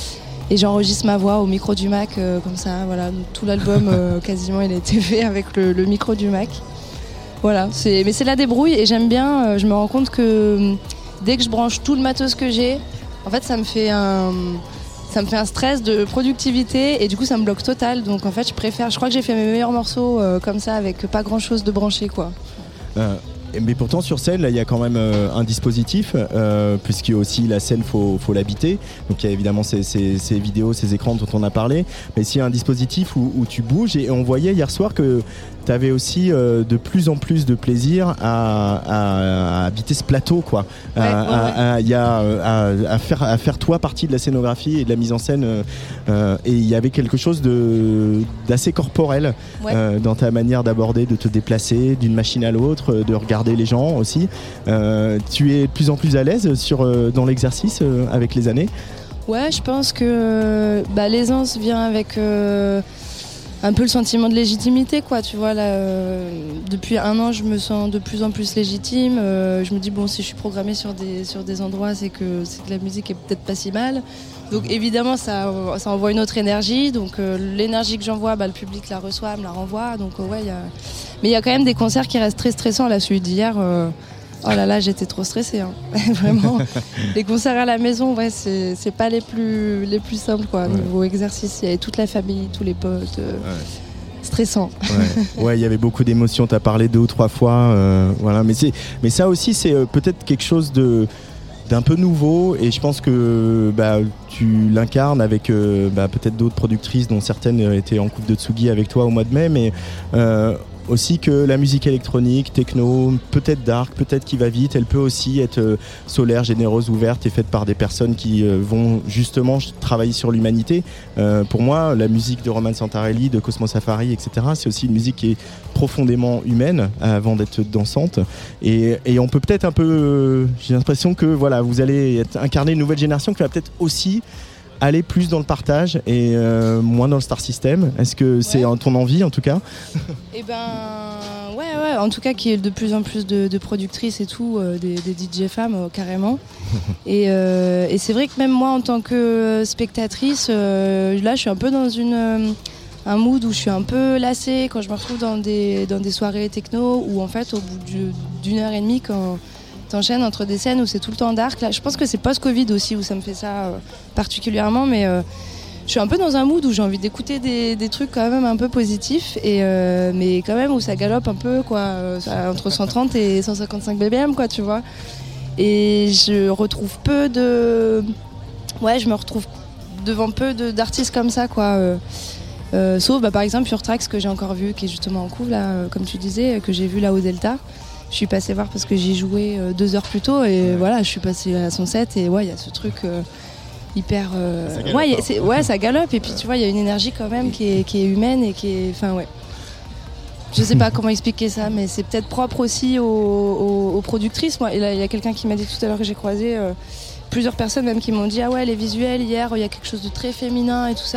et j'enregistre ma voix au micro du Mac euh, comme ça. Voilà, donc, tout l'album euh, quasiment il a été fait avec le, le micro du Mac. Voilà, c'est, mais c'est la débrouille et j'aime bien. Euh, je me rends compte que dès que je branche tout le matos que j'ai, en fait, ça me fait un ça me fait un stress de productivité et du coup ça me bloque total. Donc en fait, je préfère. Je crois que j'ai fait mes meilleurs morceaux euh, comme ça avec pas grand chose de branché quoi. Euh, mais pourtant sur scène là il y a quand même euh, un dispositif euh, puisque aussi la scène faut, faut l'habiter, donc il y a évidemment ces, ces, ces vidéos, ces écrans dont on a parlé, mais s'il y a un dispositif où, où tu bouges et on voyait hier soir que tu avais aussi euh, de plus en plus de plaisir à, à, à habiter ce plateau quoi, ouais, à, ouais, ouais. À, à, y a, à, à, faire, à faire toi partie de la scénographie et de la mise en scène euh, et il y avait quelque chose de, d'assez corporel ouais. euh, dans ta manière d'aborder, de te déplacer d'une machine à l'autre, de regarder les gens aussi. Euh, tu es de plus en plus à l'aise sur, euh, dans l'exercice euh, avec les années? Ouais, je pense que bah, l'aisance vient avec euh, un peu le sentiment de légitimité, quoi. Tu vois, là, euh, depuis un an, je me sens de plus en plus légitime. Euh, je me dis, bon, si je suis programmée sur des, sur des endroits, c'est que, c'est que la musique est peut-être pas si mal. Donc évidemment, ça, ça envoie une autre énergie. Donc euh, l'énergie que j'envoie, bah, le public la reçoit, me la renvoie. Donc euh, ouais, y a... Mais il y a quand même des concerts qui restent très stressants. Là, celui d'hier, euh... oh là là, j'étais trop stressée. Hein. Vraiment, les concerts à la maison, ouais, c'est, c'est pas les plus, les plus simples, quoi. Ouais. Niveau exercice, il y avait toute la famille, tous les potes. Euh... Ouais. Stressant. Ouais, ouais, il y avait beaucoup d'émotions. Tu as parlé deux ou trois fois. Euh, voilà. mais, c'est, mais ça aussi, c'est euh, peut-être quelque chose de... d'un peu nouveau et je pense que bah, tu l'incarnes avec euh, bah, peut-être d'autres productrices dont certaines étaient en coupe de Tsugi avec toi au mois de mai, mais euh, aussi que la musique électronique, techno, peut-être dark, peut-être qui va vite, elle peut aussi être euh, solaire, généreuse, ouverte et faite par des personnes qui euh, vont justement travailler sur l'humanité. Euh, pour moi, la musique de Roman Santarelli, de Cosmo Safari, et cetera, c'est aussi une musique qui est profondément humaine avant d'être dansante. Et, et on peut peut-être un peu... Euh, j'ai l'impression que voilà, vous allez être, incarner une nouvelle génération qui va peut-être aussi aller plus dans le partage et euh, moins dans le star system. Est-ce que c'est ouais. ton envie en tout cas? Eh ben ouais ouais, en tout cas qu'il y ait de plus en plus de, de productrices et tout, euh, des, des D J femmes euh, carrément. et, euh, et c'est vrai que même moi en tant que spectatrice, euh, là je suis un peu dans une euh, un mood où je suis un peu lassée quand je me retrouve dans des dans des soirées techno où en fait au bout du, d'une heure et demie quand t'enchaînes entre des scènes où c'est tout le temps dark. Là, je pense que c'est post-Covid aussi où ça me fait ça euh, particulièrement, mais euh, je suis un peu dans un mood où j'ai envie d'écouter des, des trucs quand même un peu positifs, et, euh, mais quand même où ça galope un peu, quoi, euh, entre cent trente et cent cinquante-cinq B B M, quoi, tu vois. Et je retrouve peu de... Ouais, je me retrouve devant peu de, d'artistes comme ça, quoi. Euh, euh, sauf, bah, par exemple, Pure Tracks, que j'ai encore vu, qui est justement en cours, là, comme tu disais, que j'ai vu là au Delta. Je suis passée voir parce que j'y jouais euh, deux heures plus tôt et ouais. voilà, je suis passée à son set et ouais, il y a ce truc euh, hyper... Euh... Ça galope, ouais, c'est... ouais, ça galope et puis tu vois, il y a une énergie quand même qui est, qui est humaine et qui est... Enfin, ouais. Je sais pas comment expliquer ça, mais c'est peut-être propre aussi aux, aux, aux productrices. Moi, il y a quelqu'un qui m'a dit tout à l'heure que j'ai croisé, euh, plusieurs personnes même qui m'ont dit « Ah ouais, les visuels, hier, il y a quelque chose de très féminin et tout ça ».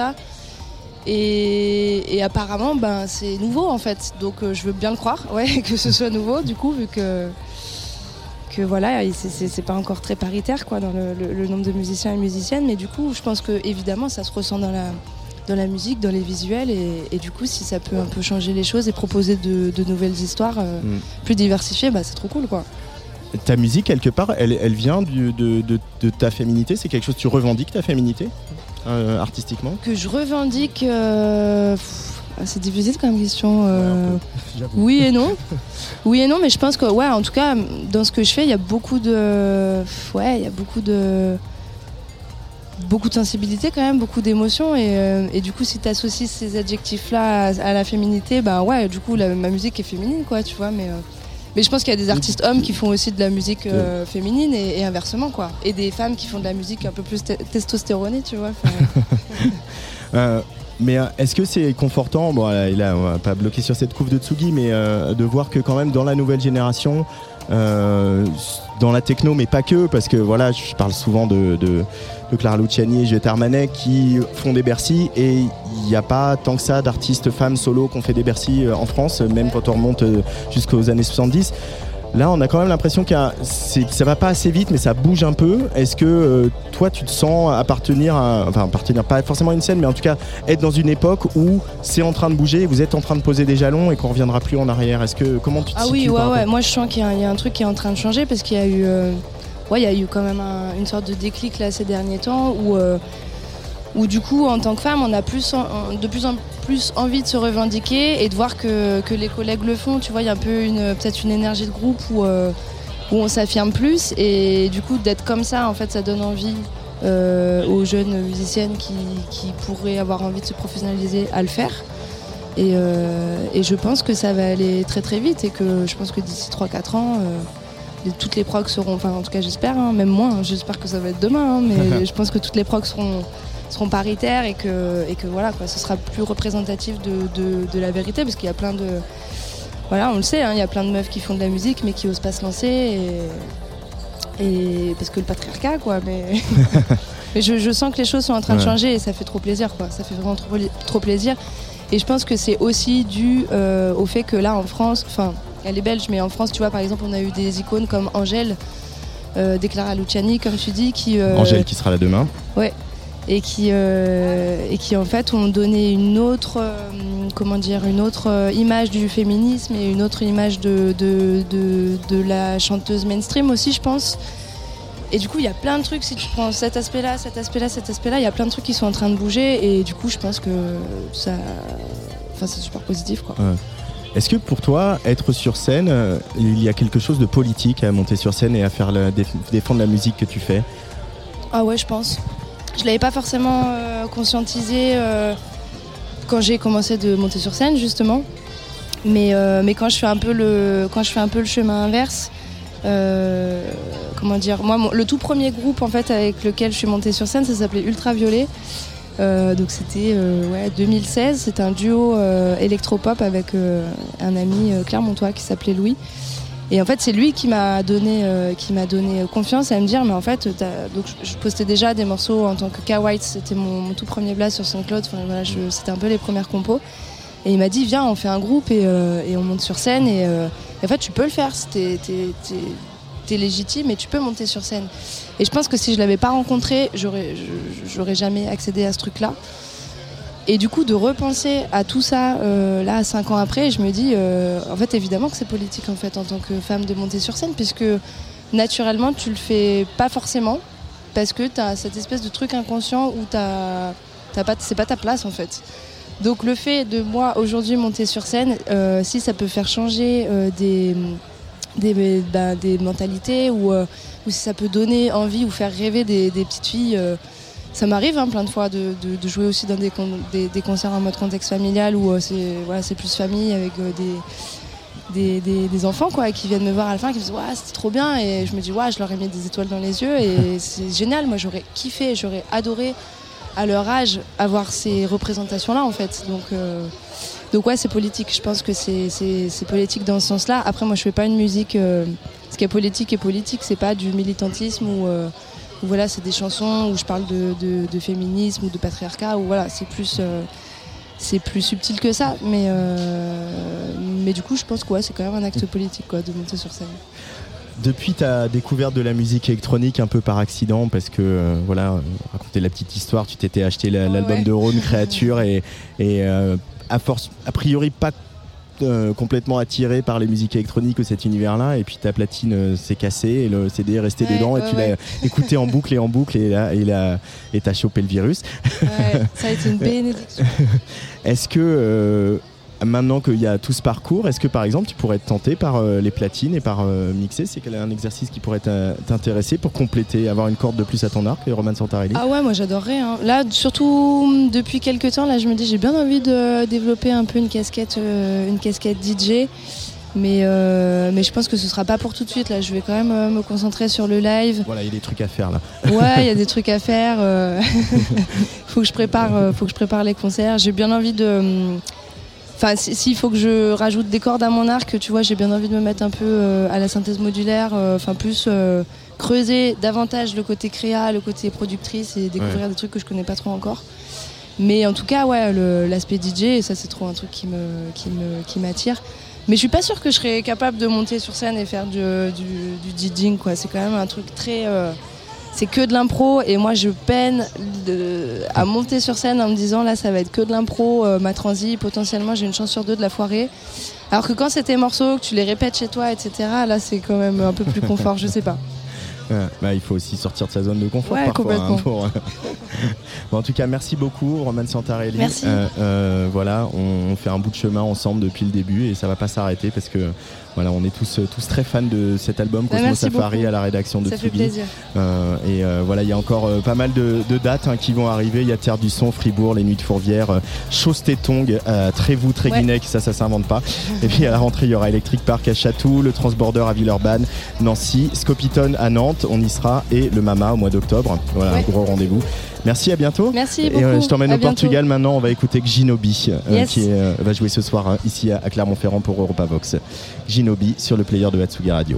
Et, et apparemment ben, c'est nouveau en fait, donc euh, je veux bien le croire ouais, que ce soit nouveau du coup vu que, que voilà, c'est, c'est, c'est pas encore très paritaire quoi, dans le, le, le nombre de musiciens et musiciennes, mais du coup je pense que évidemment ça se ressent dans la, dans la musique, dans les visuels et, et du coup si ça peut un peu changer les choses et proposer de, de nouvelles histoires euh, mm. plus diversifiées, bah, c'est trop cool quoi. Ta musique quelque part elle, elle vient du, de, de, de ta féminité, c'est quelque chose que tu revendiques ta féminité euh, artistiquement? Que je revendique euh, pff, c'est difficile comme question euh, ouais, oui et non oui et non mais je pense que ouais en tout cas dans ce que je fais il y a beaucoup de ouais il y a beaucoup de beaucoup de sensibilité quand même, beaucoup d'émotions et, euh, et du coup si tu associes ces adjectifs-là à, à la féminité, bah ouais, du coup la, ma musique est féminine quoi, tu vois, mais, euh, mais je pense qu'il y a des artistes hommes qui font aussi de la musique euh, féminine et, et inversement quoi, et des femmes qui font de la musique un peu plus te- testostéronée, tu vois. euh, mais euh, est-ce que c'est confortant, bon là, là on va pas bloquer sur cette couve de Tsugi, mais euh, de voir que quand même dans la nouvelle génération, Euh, dans la techno mais pas que, parce que voilà, je parle souvent de, de, de Clara Luciani et Juliette Armanet qui font des Bercy et il n'y a pas tant que ça d'artistes femmes solo qui ont fait des Bercy en France, même quand on remonte jusqu'aux années soixante-dix. Là on a quand même l'impression que ça va pas assez vite mais ça bouge un peu. Est-ce que euh, toi tu te sens appartenir à, enfin appartenir pas forcément à une scène mais en tout cas être dans une époque où c'est en train de bouger, vous êtes en train de poser des jalons et qu'on reviendra plus en arrière? Est-ce que, comment tu te Ah situes oui, ouais, par ouais, moi je sens qu'il y a, il y a un truc qui est en train de changer parce qu'il y a eu, euh, ouais, il y a eu quand même un, une sorte de déclic là ces derniers temps où, euh, où du coup en tant que femme on a plus en, de plus en plus envie de se revendiquer et de voir que, que les collègues le font, tu vois, il y a un peu une, peut-être une énergie de groupe où, euh, où on s'affirme plus et du coup d'être comme ça en fait ça donne envie euh, aux jeunes musiciennes qui, qui pourraient avoir envie de se professionnaliser à le faire et, euh, et je pense que ça va aller très très vite et que je pense que d'ici trois quatre ans euh, les, toutes les procs seront, enfin en tout cas j'espère, hein, même moi, hein, j'espère que ça va être demain, hein, mais je pense que toutes les procs seront seront paritaires et que, et que voilà, quoi, ce sera plus représentatif de, de, de la vérité parce qu'il y a plein de... Voilà, on le sait, hein, il y a plein de meufs qui font de la musique mais qui osent pas se lancer et, et parce que le patriarcat quoi, mais, mais je, je sens que les choses sont en train ouais. de changer et ça fait trop plaisir quoi, ça fait vraiment trop, trop plaisir et je pense que c'est aussi dû euh, au fait que là en France, enfin elle est belge mais en France tu vois par exemple on a eu des icônes comme Angèle, euh, des Clara Luciani comme tu dis qui... Euh, Angèle qui sera là demain. Ouais. Et qui, euh, et qui en fait ont donné une autre, euh, comment dire, une autre euh, image du féminisme et une autre image de, de, de, de la chanteuse mainstream aussi je pense. Et du coup il y a plein de trucs, si tu prends cet aspect-là, cet aspect-là, cet aspect-là, il y a plein de trucs qui sont en train de bouger et du coup je pense que ça, enfin, c'est super positif quoi. Ouais. Est-ce que pour toi, être sur scène, euh, il y a quelque chose de politique à monter sur scène et à faire la, défendre la musique que tu fais? Ah ouais je pense. Je l'avais pas forcément euh, conscientisé euh, quand j'ai commencé de monter sur scène justement, mais, euh, mais quand je fais un peu le quand je fais un peu le chemin inverse, euh, comment dire, moi mon, le tout premier groupe en fait avec lequel je suis montée sur scène, ça s'appelait Ultraviolet, euh, donc c'était euh, ouais, deux mille seize, c'était un duo euh, électropop avec euh, un ami euh, clermontois qui s'appelait Louis. Et en fait, c'est lui qui m'a donné, euh, qui m'a donné confiance à me dire, mais en fait, donc je postais déjà des morceaux en tant que K-White, c'était mon, mon tout premier blast sur SoundCloud, enfin, voilà, je, c'était un peu les premières compos. Et il m'a dit, viens, on fait un groupe et, euh, et on monte sur scène. Et, euh, et en fait, tu peux le faire, t'es, t'es, t'es, t'es légitime et tu peux monter sur scène. Et je pense que si je l'avais pas rencontré, j'aurais, j'aurais jamais accédé à ce truc-là. Et du coup, de repenser à tout ça, euh, là, cinq ans après, je me dis, euh, en fait, évidemment que c'est politique, en fait, en tant que femme, de monter sur scène, puisque naturellement, tu le fais pas forcément, parce que t'as cette espèce de truc inconscient où t'as, t'as pas, c'est pas ta place, en fait. Donc, le fait de, moi, aujourd'hui, monter sur scène, euh, si ça peut faire changer euh, des, des, bah, des mentalités, ou, euh, ou si ça peut donner envie ou faire rêver des, des petites filles... Euh, ça m'arrive hein, plein de fois de, de, de jouer aussi dans des, con, des, des concerts en mode contexte familial où euh, c'est, voilà, c'est plus famille avec euh, des, des, des, des enfants quoi, qui viennent me voir à la fin et qui me disent ouais, c'était trop bien et je me dis ouais, je leur ai mis des étoiles dans les yeux et c'est génial, moi j'aurais kiffé, j'aurais adoré à leur âge avoir ces représentations là en fait, donc, euh, donc ouais c'est politique, je pense que c'est, c'est, c'est politique dans ce sens là. Après moi je fais pas une musique, euh, ce qui est politique est politique, c'est pas du militantisme ou euh, où voilà, c'est des chansons où je parle de, de, de féminisme ou de patriarcat, où voilà, c'est plus, euh, c'est plus subtil que ça. Mais, euh, mais du coup, je pense que ouais, c'est quand même un acte politique quoi, de monter sur scène. Depuis ta découverte de la musique électronique un peu par accident, parce que euh, voilà, raconter la petite histoire, tu t'étais acheté la, oh, l'album ouais. de Rhône Créature et, et euh, à force, a priori pas Euh, complètement attiré par les musiques électroniques ou cet univers-là, et puis ta platine euh, s'est cassée et le C D est resté ouais, dedans ouais, et tu ouais. l'as écouté en boucle et en boucle et là et, là, et t'as chopé le virus. Ouais, ça a été une bénédiction. Est-ce que euh, maintenant qu'il y a tout ce parcours, est-ce que par exemple tu pourrais être tenté par euh, les platines et par euh, mixer? C'est quel un exercice qui pourrait t'intéresser pour compléter, avoir une corde de plus à ton arc, Roman Santarelli? Ah ouais, moi j'adorerais. Hein. Là, surtout depuis quelques temps, là, je me dis j'ai bien envie de développer un peu une casquette, euh, une casquette D J. Mais, euh, mais je pense que ce sera pas pour tout de suite. Là, je vais quand même euh, me concentrer sur le live. Voilà, il y a des trucs à faire là. Ouais, il y a des trucs à faire. Euh... faut que je prépare, euh, faut que je prépare les concerts. J'ai bien envie de. Enfin, s'il si faut que je rajoute des cordes à mon arc, tu vois, j'ai bien envie de me mettre un peu euh, à la synthèse modulaire. Enfin, euh, plus euh, creuser davantage le côté créa, le côté productrice et découvrir ouais. des trucs que je connais pas trop encore. Mais en tout cas, ouais, le, l'aspect D J, ça c'est trop un truc qui me, qui me, qui m'attire. Mais je suis pas sûre que je serais capable de monter sur scène et faire du, du, du DJing, quoi. C'est quand même un truc très... Euh, c'est que de l'impro et moi je peine de, à monter sur scène en me disant là ça va être que de l'impro, euh, ma transi, potentiellement j'ai une chance sur deux de la foirer. Alors que quand c'est tes morceaux, que tu les répètes chez toi, et cetera, là c'est quand même un peu plus confort, je sais pas. Ouais, bah, il faut aussi sortir de sa zone de confort ouais, parfois. Complètement. Hein, pour... bon, en tout cas, merci beaucoup, Roman Santarelli. Merci. Euh, euh, voilà, on, on fait un bout de chemin ensemble depuis le début et ça va pas s'arrêter parce que voilà, on est tous, tous très fans de cet album Cosmo bah, Safari beaucoup. À la rédaction de ça Tsugi. fait plaisir. Euh, et euh, voilà, il y a encore euh, pas mal de, de dates hein, qui vont arriver. Il y a Terre du Son, Fribourg, les Nuits de Fourvière, euh, Chose-Tétong, euh, Trévoux, Tréguinec, ouais. ça, ça s'invente pas. Et puis à la rentrée, il y aura Electric Park à Chatou, le Transborder à Villeurbanne, Nancy, Scopiton à Nantes, on y sera, et le Mama au mois d'octobre. Voilà, ouais. un gros rendez-vous. Merci, à bientôt. Merci et beaucoup. euh, je t'emmène à au bientôt. Portugal maintenant. On va écouter Ginobi euh, yes. qui euh, va jouer ce soir hein, ici à, à Clermont-Ferrand pour Europavox. Ginobi sur le player de Hatsugi Radio.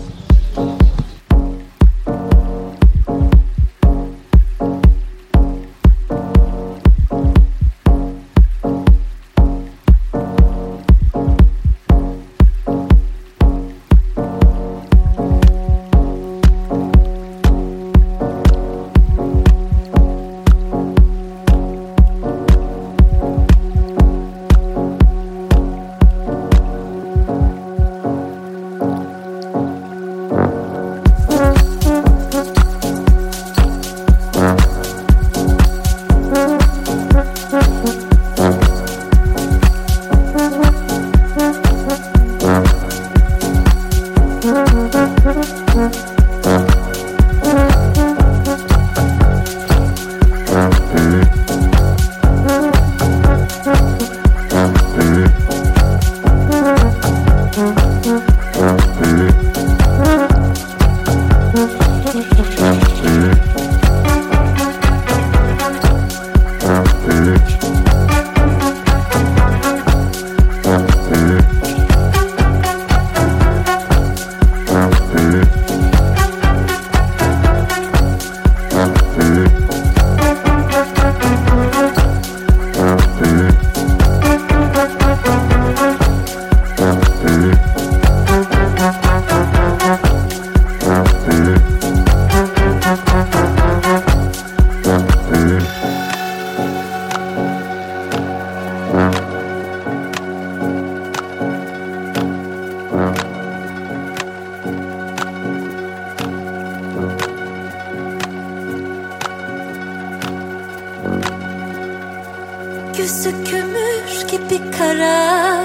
Yüzü kömür gibi kara,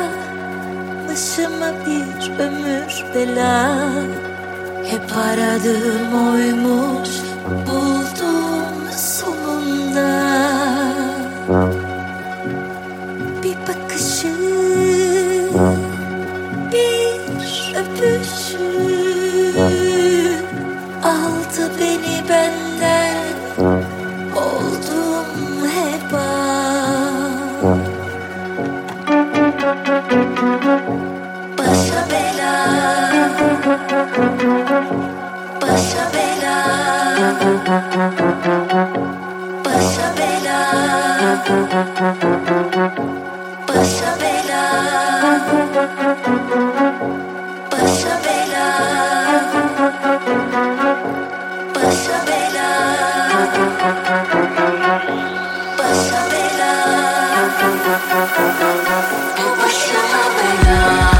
başıma bir ömür bela. Hep aradığım oymuş, buldum sonunda. Bir bakışı, bir öpüşü aldı beni benden, oldum heba. Başa bela, başa bela, başa bela, başa bela, başa bela, başa bela, başa bela, bu başıma bela.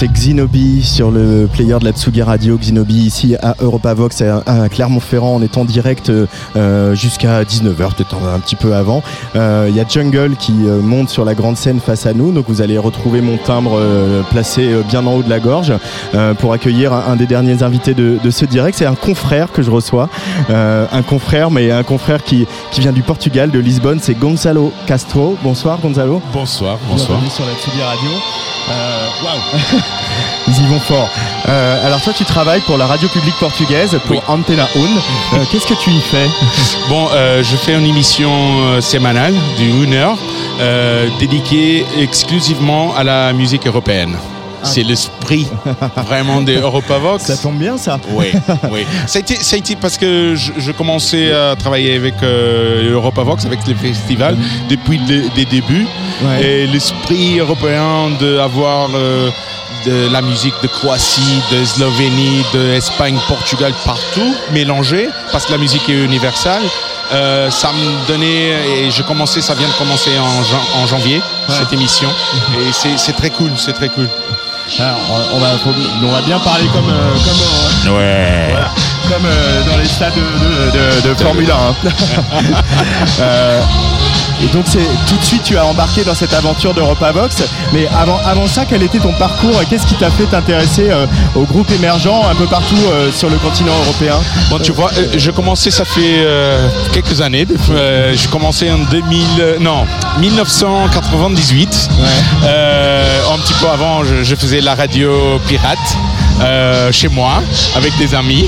c'est Xinobi sur le player de la Tsugi Radio. Xinobi ici à Europavox à, à Clermont-Ferrand. On est en direct euh, jusqu'à dix-neuf heures, peut-être un petit peu avant. Il euh, y a Jungle qui euh, monte sur la grande scène face à nous. Donc vous allez retrouver mon timbre euh, placé euh, bien en haut de la gorge euh, pour accueillir un, un des derniers invités de, de ce direct. C'est un confrère que je reçois. Euh, un confrère, mais un confrère qui, qui vient du Portugal, de Lisbonne. C'est Gonzalo Castro. Bonsoir Gonzalo. Bonsoir, bonsoir. Bienvenue sur la Tsugi Radio. Waouh wow. Ils y vont fort. Euh, alors toi tu travailles pour la radio publique portugaise, pour oui. Antena un. Euh, qu'est-ce que tu y fais? Bon, euh, je fais une émission euh, sémanale d'une heure euh, dédiée exclusivement à la musique européenne. Ah. C'est l'esprit vraiment de Europavox. Ça tombe bien ça. Oui, oui. Ça a été, ça a été parce que je, je commençais à travailler avec euh, Europavox, avec les festivals, mmh. depuis les débuts. Ouais. Et l'esprit européen d'avoir euh, de la musique de Croatie, de Slovénie, d'Espagne, Portugal, partout mélangé, parce que la musique est universelle. Euh, ça me donnait, et je commençais, ça vient de commencer en, jan- en janvier, ouais. cette émission. Mmh. Et c'est, c'est très cool, c'est très cool. Alors, on, va, on va bien parler comme, euh, comme, euh, ouais. voilà, comme euh, dans les stades de, de, de, de Formule un. Hein. euh, et donc c'est, tout de suite tu as embarqué dans cette aventure d'Europavox. Mais avant, avant ça, quel était ton parcours et qu'est-ce qui t'a fait t'intéresser euh, aux groupes émergents un peu partout euh, sur le continent européen? Bon, tu vois, euh, je commençais, ça fait euh, quelques années. Euh, j'ai commencé en deux mille, euh, non, dix-neuf cent quatre-vingt-dix-huit. Ouais. Euh, un petit peu avant, je, je faisais la radio pirate euh, chez moi avec des amis.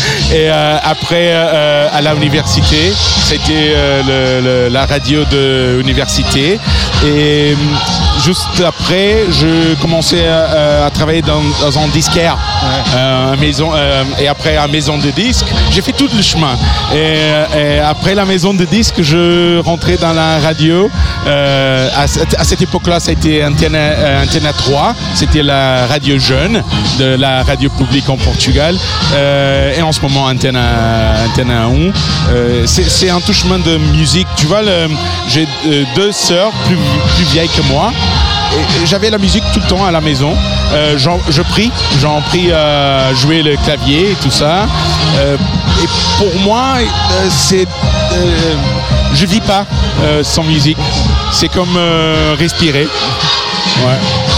Et euh, après, euh, à l'université, c'était euh, le, le, la radio de l'université. Et juste après, je commençais à, à travailler dans, dans un disquaire, ouais. euh, maison, euh, et après à maison de disques. J'ai fait tout le chemin. Et, et après la maison de disques, je rentrais dans la radio. Euh, à, à cette époque-là, ça a été Antena, euh, Antena trois. C'était la radio jeune de la radio publique en Portugal. Euh, et en ce moment, Antena, Antena un. Euh, c'est, c'est un touchement de musique. Tu vois, le, j'ai deux sœurs plus, plus vieilles que moi. Et j'avais la musique tout le temps à la maison. Euh, j'en, je prie, j'en prie à jouer le clavier et tout ça. Euh, et pour moi, euh, c'est, euh, je vis pas euh, sans musique. C'est comme euh, respirer. Ouais.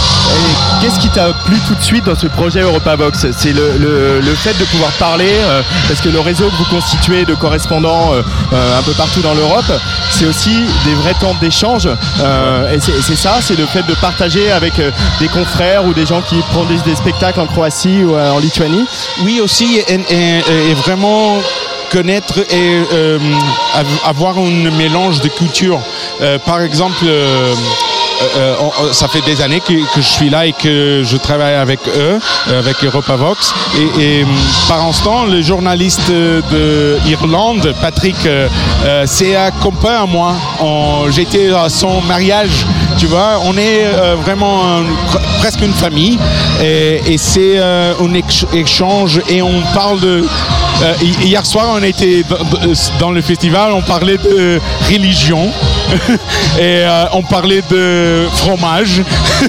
Et qu'est-ce qui t'a plu tout de suite dans ce projet Europavox? C'est le, le, le fait de pouvoir parler, euh, parce que le réseau que vous constituez de correspondants euh, euh, un peu partout dans l'Europe, c'est aussi des vrais temps d'échange. Euh, et, c'est, et c'est ça, c'est le fait de partager avec euh, des confrères ou des gens qui produisent des spectacles en Croatie ou euh, en Lituanie. Oui, aussi, et, et, et vraiment connaître et euh, avoir un mélange de cultures. Euh, par exemple, euh, Euh, on, ça fait des années que, que je suis là et que je travaille avec eux, avec Europavox. Et, et par instant, le journaliste de Irlande, Patrick, euh, c'est un copain à moi. On, j'étais à son mariage, tu vois. On est euh, vraiment un, presque une famille. Et, et c'est euh, un échange et on parle de... Euh, hier soir, on était dans le festival, on parlait de religion et euh, on parlait de fromage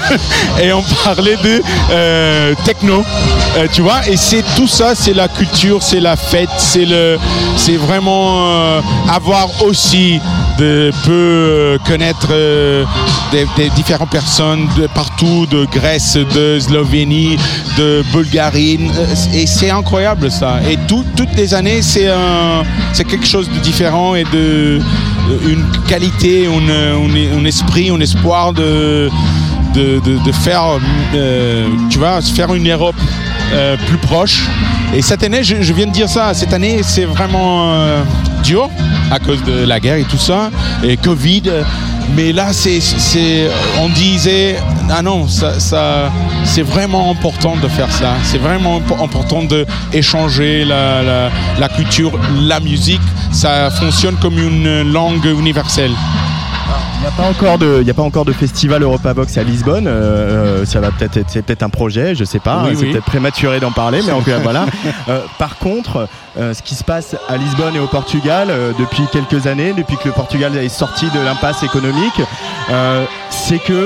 et on parlait de euh, techno, euh, tu vois. Et c'est tout ça, c'est la culture, c'est la fête, c'est le, c'est vraiment euh, avoir aussi de peu connaître euh, des, des différentes personnes de partout, de Grèce, de Slovénie, de Bulgarie, et c'est incroyable ça. Et tout, toutes les années, c'est un, c'est quelque chose de différent et de une qualité, un, un, un esprit, un espoir de de, de, de faire, euh, tu vois, faire une Europe euh, plus proche. Et cette année, je, je viens de dire ça, cette année, c'est vraiment euh, dur à cause de la guerre et tout ça, et Covid. Mais là, c'est, c'est, on disait, ah non, ça, ça, c'est vraiment important de faire ça. C'est vraiment important d'échanger la, la, la culture, la musique. Ça fonctionne comme une langue universelle. Il n'y a pas encore de, il y a pas encore de festival Europavox à Lisbonne. Euh, ça va peut-être être, c'est peut-être un projet, je sais pas. Oui, c'est oui. peut-être prématuré d'en parler, mais en tout cas voilà. Euh, par contre, euh, ce qui se passe à Lisbonne et au Portugal euh, depuis quelques années, depuis que le Portugal est sorti de l'impasse économique, euh, c'est que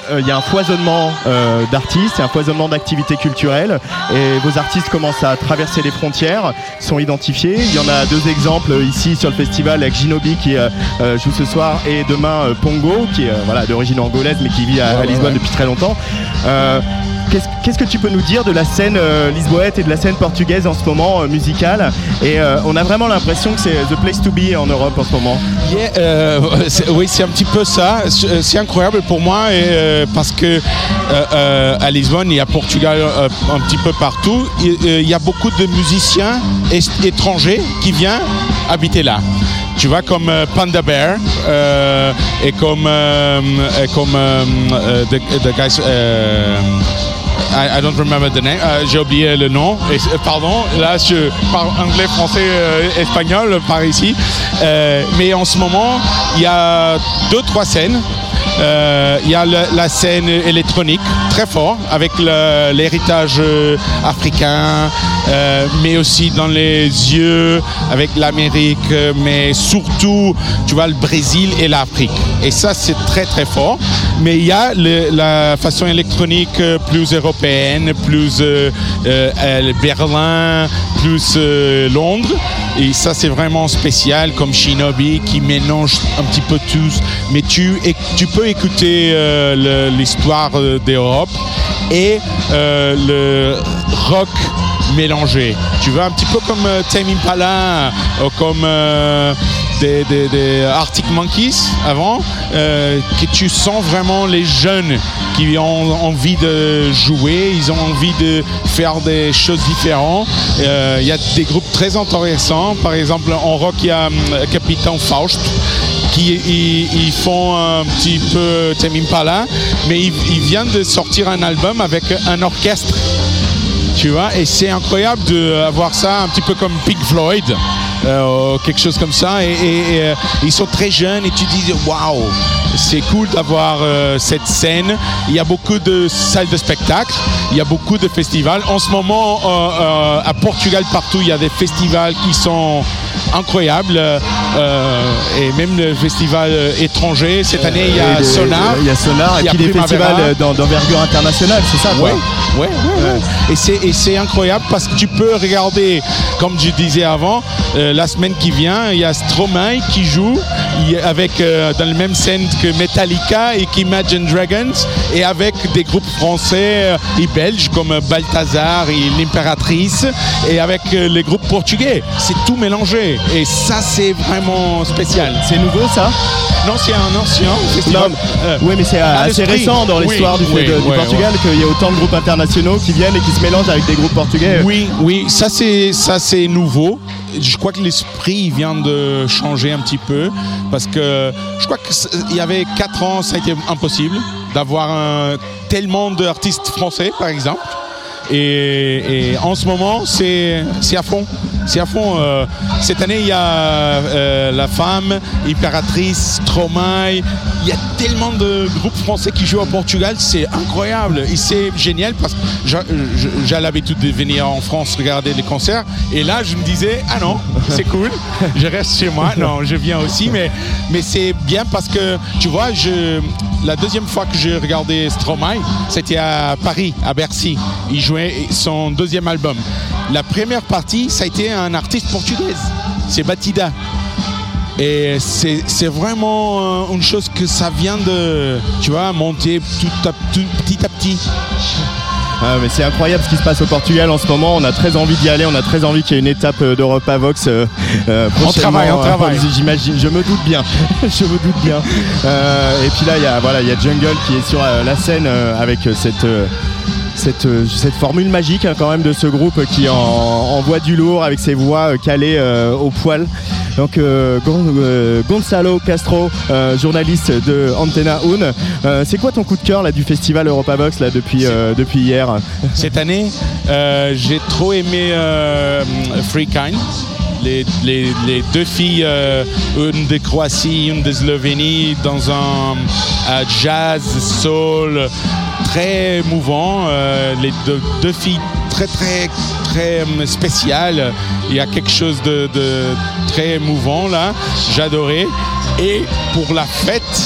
euh, y a un foisonnement euh, d'artistes, il y a un foisonnement d'activités culturelles et vos artistes commencent à traverser les frontières, sont identifiés. Il y en a deux exemples ici sur le festival avec Ginobi qui euh, euh, joue ce soir et demain euh, Pongo qui est euh, voilà, d'origine angolaise mais qui vit à, à Lisbonne depuis très longtemps. Euh, Qu'est-ce, qu'est-ce que tu peux nous dire de la scène euh, lisboète et de la scène portugaise en ce moment euh, musicale? Et euh, on a vraiment l'impression que c'est the place to be en Europe en ce moment. Yeah, euh, c'est, oui, c'est un petit peu ça. C'est incroyable pour moi et, euh, parce que euh, euh, à Lisbonne et à Portugal euh, un petit peu partout, il, euh, il y a beaucoup de musiciens est- étrangers qui viennent habiter là. Tu vois, comme euh, Panda Bear euh, et comme, euh, et comme euh, euh, the, the guys. Euh, I, I don't remember the name. Euh, j'ai oublié le nom. Et, pardon. Là, je parle anglais, français, euh, espagnol par ici. Euh, mais en ce moment, il y a deux, trois scènes. Euh, il y a le, la scène électronique très fort avec le, l'héritage euh, africain, euh, mais aussi dans les yeux avec l'Amérique, mais surtout, tu vois, le Brésil et l'Afrique. Et ça, c'est très très fort. Mais il y a le, la façon électronique plus européenne, plus euh, euh, Berlin, plus euh, Londres. Et ça, c'est vraiment spécial, comme Shinobi qui mélange un petit peu tous. Mais tu, tu peux écouter euh, le, l'histoire d'Europe et euh, le rock mélangé. Tu vois, un petit peu comme euh, Tame Impala, ou comme euh, des, des, des Arctic Monkeys avant, euh, que tu sens vraiment les jeunes qui ont envie de jouer, ils ont envie de faire des choses différentes. Il euh, y a des groupes très intéressants. Par exemple, en rock, il y a euh, Capitaine Faust, qui ils, ils font un petit peu Tame Impala, mais ils, ils viennent de sortir un album avec un orchestre. Tu vois, et c'est incroyable d'avoir ça un petit peu comme Pink Floyd, euh, quelque chose comme ça. Et, et, et euh, ils sont très jeunes et tu dis waouh, c'est cool d'avoir euh, cette scène. Il y a beaucoup de salles de spectacle, il y a beaucoup de festivals. En ce moment, euh, euh, à Portugal, partout, il y a des festivals qui sont incroyables. Euh, et même le festival étranger. Cette année, il y a des, Sonar. Il y a Sonar et puis des festivals d'envergure internationale, c'est ça? Oui, ouais, ouais, ouais. Et c'est Et c'est incroyable parce que tu peux regarder, comme je disais avant, euh, la semaine qui vient, il y a Stromae qui joue avec, euh, dans la même scène que Metallica et qu'Imagine Dragons, et avec des groupes français et belges comme Balthazar et l'Impératrice, et avec euh, les groupes portugais. C'est tout mélangé et ça, c'est vraiment spécial. C'est nouveau ça? Non, c'est un ancien festival. Euh, oui, mais c'est assez récent dans l'histoire oui, du, oui, de, du ouais, Portugal ouais. qu'il y a autant de groupes internationaux qui viennent et qui se mélangent avec des groupes portugais. Oui, oui, ça c'est, ça c'est nouveau. Je crois que l'esprit vient de changer un petit peu parce que je crois qu'il y avait quatre ans, ça a été impossible d'avoir un, tellement d'artistes français, par exemple. Et, et en ce moment, c'est, c'est à fond. C'est à fond. Euh, cette année, il y a euh, La Femme, Impératrice, Stromae. Il y a tellement de groupes français qui jouent au Portugal. C'est incroyable. Et c'est génial parce que j'ai l'habitude de venir en France regarder les concerts. Et là, je me disais, ah non, c'est cool. Je reste chez moi. Non, je viens aussi. Mais, mais c'est bien parce que, tu vois, je, la deuxième fois que j'ai regardé Stromae, c'était à Paris, à Bercy. Il jouait son deuxième album. La première partie, ça a été un artiste portugaise, c'est Batida. Et c'est, c'est vraiment une chose que ça vient de, tu vois, monter tout, à, tout petit à petit. Ah, mais c'est incroyable ce qui se passe au Portugal en ce moment. On a très envie d'y aller. On a très envie qu'il y ait une étape d'Europavox euh, euh, on travaille, on travaille. Euh, j'imagine, je me doute bien. je me doute bien. Euh, et puis là, il y a voilà, il y a Jungle qui est sur euh, la scène euh, avec cette. Euh, Cette, cette formule magique hein, quand même de ce groupe qui en, envoie du lourd avec ses voix euh, calées euh, au poil. Donc euh, Gon, euh, Gonçalo Castro, euh, journaliste de Antena un. Euh, c'est quoi ton coup de cœur là du festival Europavox là depuis euh, depuis hier? Cette année, euh, j'ai trop aimé euh, Free Kind. Les, les, les deux filles, euh, une de Croatie, une de Slovénie, dans un euh, jazz, soul très émouvant. Euh, les deux, deux filles très très très spéciales. Il y a quelque chose de, de très émouvant là. J'adorais. Et pour la fête,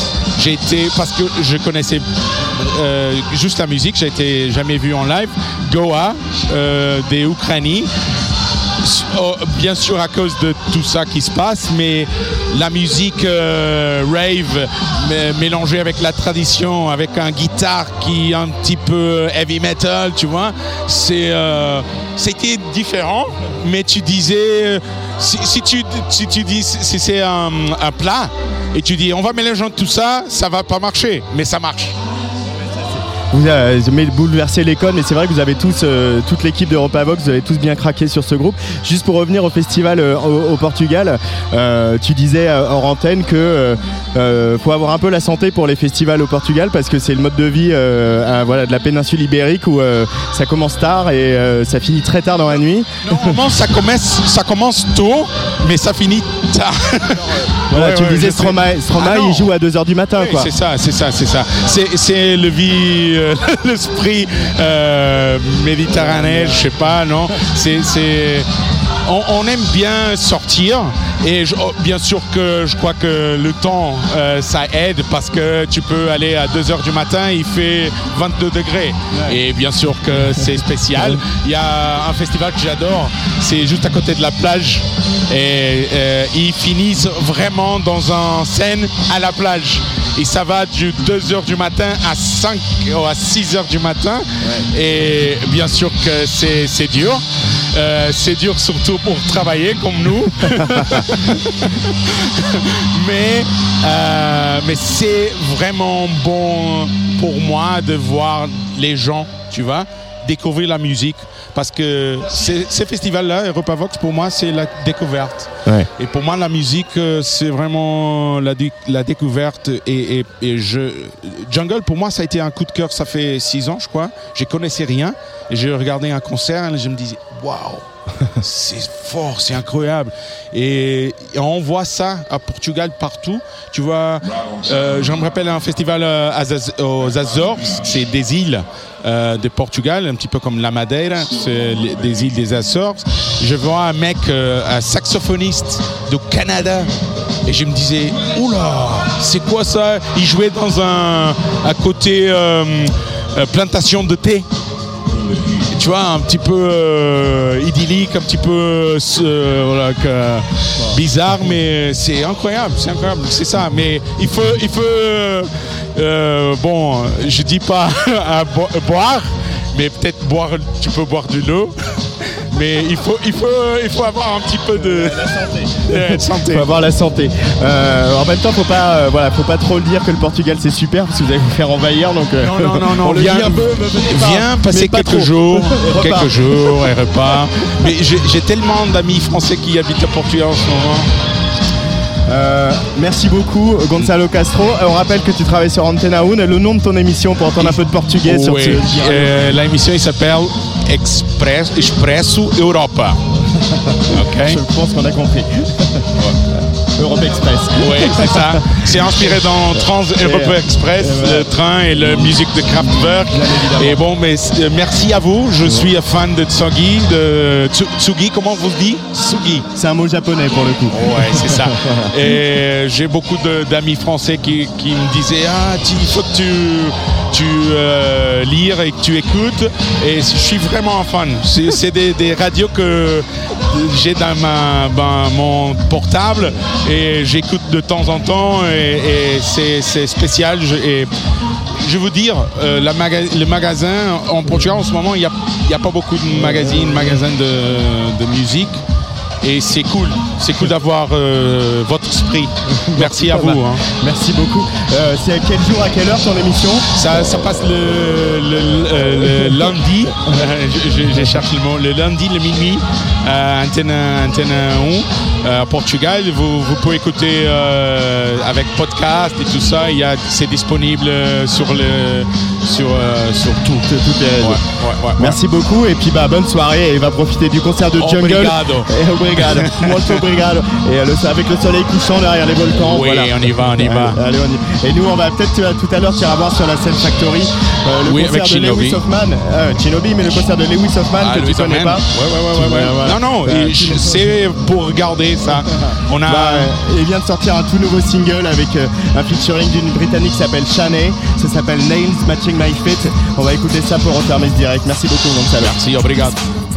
j'ai été, parce que je connaissais euh, juste la musique, j'ai été jamais vu en live, Goa, euh, des Ukrainiens. Oh, bien sûr à cause de tout ça qui se passe, mais la musique euh, rave m- mélangée avec la tradition, avec un guitare qui est un petit peu heavy metal, tu vois, c'est, euh, c'était différent, mais tu disais, si, si, tu, si tu dis si c'est un, un plat, et tu dis on va mélanger tout ça, ça va pas marcher, mais ça marche. Vous avez bouleversé les codes, mais c'est vrai que vous avez tous, euh, toute l'équipe d'EuropaVox, vous avez tous bien craqué sur ce groupe. Juste pour revenir au festival euh, au, au Portugal, euh, tu disais euh, hors antenne que euh, euh, faut avoir un peu la santé pour les festivals au Portugal parce que c'est le mode de vie euh, à, voilà, de la péninsule ibérique où euh, ça commence tard et euh, ça finit très tard dans la nuit. Normalement, ça commence, ça commence tôt, mais ça finit tard. Voilà, ouais, tu ouais, me disais Stromae, Stromae ah il joue à deux heures du matin. Oui, quoi. c'est ça, c'est ça, c'est ça. C'est, c'est le vie, euh, l'esprit euh, méditerranéen, je sais pas, non. C'est, c'est, on, on aime bien sortir et je, oh, bien sûr que je crois que le temps, euh, ça aide parce que tu peux aller à deux heures du matin, il fait vingt-deux degrés. Ouais. Et bien sûr que c'est spécial. Il y a un festival que j'adore, c'est juste à côté de la plage et euh, ils finissent vraiment dans une scène à la plage. Et ça va du deux heures du matin à cinq ou à six heures du matin. Ouais. Et bien sûr que c'est, c'est dur. Euh, c'est dur surtout pour travailler comme nous. mais, euh, mais c'est vraiment bon pour moi de voir les gens, tu vois, découvrir la musique. Parce que ces, ces festivals-là, EuropaVox, pour moi, c'est la découverte. Ouais. Et pour moi, la musique, c'est vraiment la, la découverte. Et, et, et je, Jungle, pour moi, ça a été un coup de cœur. Ça fait six ans, je crois. Je ne connaissais rien. Et j'ai regardé un concert et je me disais, waouh, c'est fort, c'est incroyable. Et, et on voit ça à Portugal partout. Tu vois, euh, je me rappelle un festival aux Azores, c'est des îles. Euh, de Portugal, un petit peu comme la Madeira, c'est les, des îles des Açores. Je vois un mec, euh, un saxophoniste du Canada, et je me disais, oula, c'est quoi ça? Il jouait dans un à côté euh, euh, plantation de thé. Tu vois, un petit peu euh, idyllique, un petit peu euh, voilà, que, bizarre, mais c'est incroyable, c'est incroyable, c'est ça. Mais il faut, il faut euh, bon, je dis pas à bo- boire, mais peut-être boire, tu peux boire de l'eau. Mais il faut, il, faut, il faut avoir un petit peu de la santé. Euh, santé. Il faut avoir la santé. Euh, en même temps, faut pas, euh, voilà, faut pas trop le dire que le Portugal c'est super parce que vous allez vous faire envahir. Donc, euh, non, non, non, non. on le viens, dit un peu. Viens passer quelques trop. jours, quelques jours et repas. Mais j'ai, j'ai tellement d'amis français qui habitent au Portugal en ce moment. Euh, merci beaucoup Gonçalo Castro. On rappelle que tu travailles sur Antena un. Le nom de ton émission pour entendre un peu de portugais oui, sur ce... euh, l'émission il s'appelle Express, Expresso Europa. Okay. Je pense qu'on a compris. Europe Express. Oui, c'est ça. C'est inspiré dans Trans Europe Express, et voilà. Le train et la musique de Kraftwerk. Et bon, mais euh, merci à vous. Je suis fan de Tsugi, de Tsugi. Comment vous le dites? Tsugi. C'est un mot japonais pour le coup. Ouais, c'est ça. Et j'ai beaucoup de, d'amis français qui, qui me disaient ah, il faut que tu tu euh, lires et que tu écoutes. Et je suis vraiment un fan. C'est, c'est des, des radios que j'ai dans ma, ben, mon portable et j'écoute de temps en temps et, et c'est, c'est spécial. Je, et je veux dire, euh, la maga- le magasin en Portugal en ce moment, il n'y a, y a pas beaucoup de magazines, magasins de, de musique. Et c'est cool, c'est cool d'avoir euh, votre esprit. Merci à vous. Hein. Merci beaucoup. Euh, c'est à quel jour, à quelle heure ton émission? Ça, ça passe le, le, le, le lundi, je, je, je cherche le mot, le lundi, le minuit, à Antenne, Antenne un, à Portugal. Vous, vous pouvez écouter euh, avec podcast et tout ça. Il y a, c'est disponible sur, le, sur, euh, sur tout. Toutes les ouais, ouais, ouais, Merci ouais. beaucoup et puis bah, bonne soirée et va profiter du concert de Jungle. Obrigado. Et obrigado. Molto obrigado. Et le, avec le soleil couchant derrière les volcans. Oui, voilà. on y va, on y va. Allez, allez, on y... Et nous, on va peut-être tout à l'heure, tu iras voir sur la scène Factory euh, le oui, concert de Shinobi. Lewis Hoffman. Euh, Shinobi, mais le concert de Lewis Hoffman ah, que Lewis tu connais Hoffman. pas. Ouais, ouais, ouais, ouais, ouais. Voilà. Non, non, euh, je, c'est pour regarder ça. On a. Bah, il vient de sortir un tout nouveau single avec euh, un featuring d'une Britannique qui s'appelle Shanae. Ça s'appelle Nails Matching My Fit. On va écouter ça pour refermer ce direct. Merci beaucoup, Gonzalo. Merci, obrigado.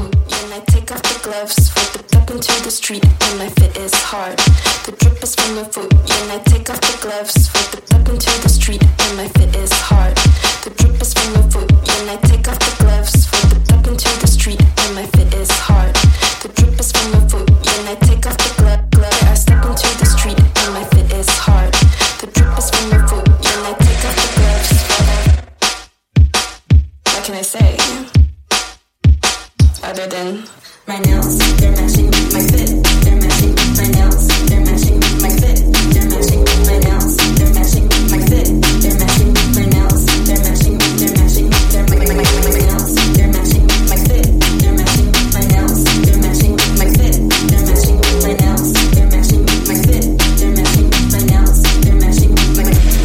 Into the street and my fit is hard. The drip is from the foot and I take off the gloves. Foot up into the street and my fit is hard. The drip is from the foot and I take off the gloves. Foot up into the street and my fit is hard. The drip is from the foot and I take off the glove. glove. I step into the street and my fit is hard. The drip is from the foot and I take off the gloves. What can I say? Other than my nails, they're matching my fit. They're matching my nails. They're matching my fit. They're matching my nails. They're matching my fit. They're matching my nails. They're matching. They're matching. They're my my my nails. They're matching my fit. They're matching my nails. They're matching my fit. They're matching my nails. They're matching my fit. They're matching my nails. They're matching my.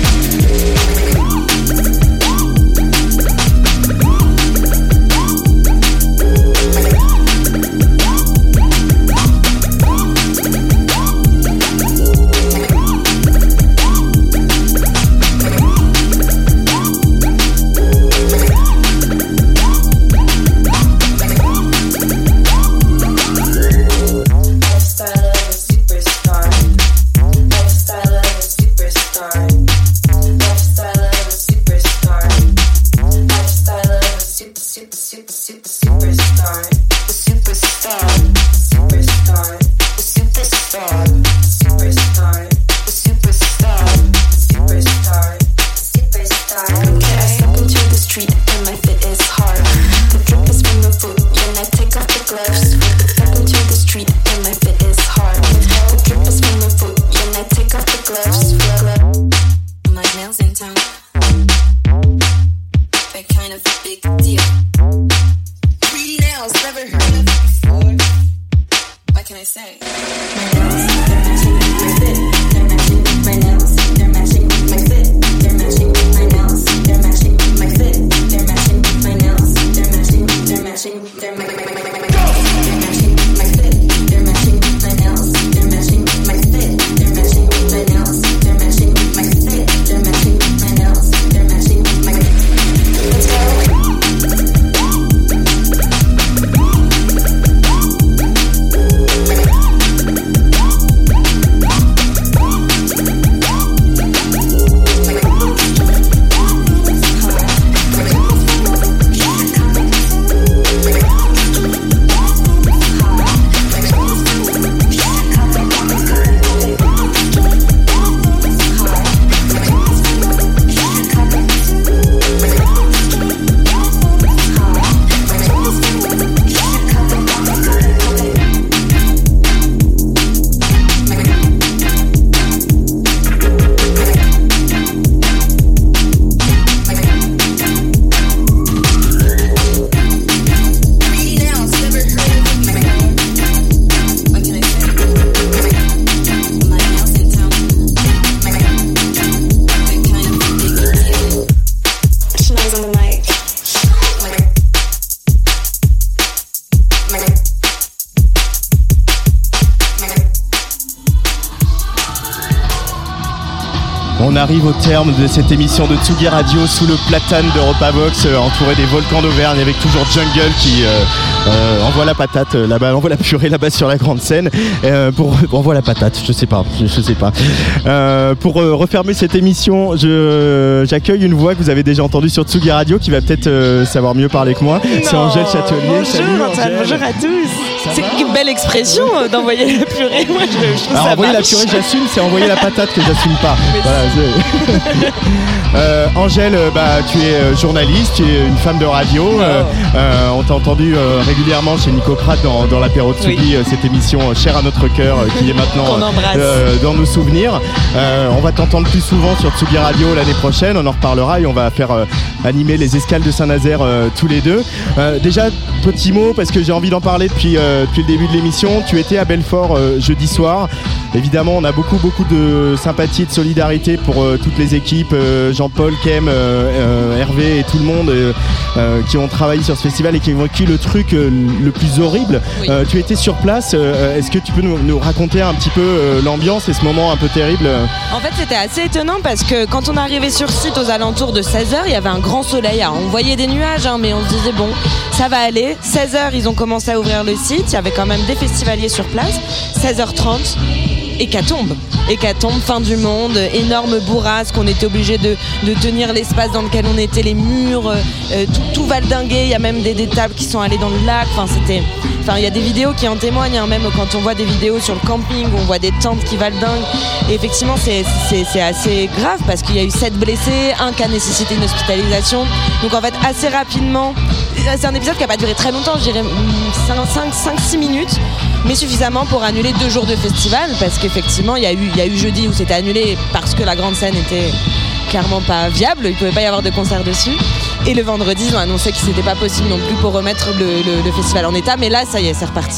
On arrive au terme de cette émission de Tsugi Radio sous le platane d'Europavox, euh, entouré des volcans d'Auvergne, avec toujours Jungle qui euh, euh, envoie la patate euh, là-bas, envoie la purée là-bas sur la grande scène. Euh, pour envoie la patate, je sais pas, je, je sais pas. Euh, pour euh, refermer cette émission, je, j'accueille une voix que vous avez déjà entendue sur Tsugi Radio, qui va peut-être euh, savoir mieux parler que moi. Non. C'est Angèle Châtelier. Bonjour, Salut, Angèle. bonjour à tous. C'est une belle expression euh, d'envoyer la purée. Moi, je, je trouve Alors ça envoyer marche. la purée, j'assume, c'est envoyer la patate que j'assume pas. Voilà, euh, Angèle, bah, tu es euh, journaliste, tu es une femme de radio. Oh. Euh, euh, on t'a entendu euh, régulièrement chez Nico Pratt dans, dans l'apéro de Tsugi, oui. euh, cette émission euh, chère à notre cœur, euh, qui est maintenant euh, dans nos souvenirs. Euh, on va t'entendre plus souvent sur Tsugi Radio l'année prochaine, on en reparlera et on va faire euh, animer les escales de Saint-Nazaire euh, tous les deux. Euh, déjà, petit mot, parce que j'ai envie d'en parler depuis, euh, depuis le début de l'émission. Tu étais à Belfort euh, jeudi soir. Évidemment, on a beaucoup, beaucoup de sympathie et de solidarité pour euh, toutes les équipes, euh, Jean-Paul, Kem, euh, euh, Hervé et tout le monde. Euh, euh, qui ont travaillé sur ce festival et qui ont vécu le truc euh, le plus horrible. Oui. Euh, tu étais sur place, euh, est-ce que tu peux nous, nous raconter un petit peu euh, l'ambiance et ce moment un peu terrible? En fait, c'était assez étonnant parce que quand on arrivait sur site aux alentours de seize heures, il y avait un grand soleil. Alors, on voyait des nuages, hein, mais on se disait bon, ça va aller. seize heures, ils ont commencé à ouvrir le site. Il y avait quand même des festivaliers sur place. seize heures trente. Hécatombe, hécatombe, fin du monde, énorme bourrasque, on était obligé de, de tenir l'espace dans lequel on était, les murs, euh, tout, tout valdingué, il y a même des, des tables qui sont allées dans le lac, enfin c'était, enfin il y a des vidéos qui en témoignent, hein, même quand on voit des vidéos sur le camping, on voit des tentes qui valdinguent, et effectivement c'est, c'est, c'est assez grave parce qu'il y a eu sept blessés, un qui a nécessité une hospitalisation, donc en fait assez rapidement, c'est un épisode qui n'a pas duré très longtemps, je dirais cinq six minutes, mais suffisamment pour annuler deux jours de festival parce qu'effectivement il y a eu, il y a eu jeudi où c'était annulé parce que la grande scène était clairement pas viable, il ne pouvait pas y avoir de concert dessus, et le vendredi ils ont annoncé que c'était pas possible non plus pour remettre le, le, le festival en état, mais là ça y est, c'est reparti.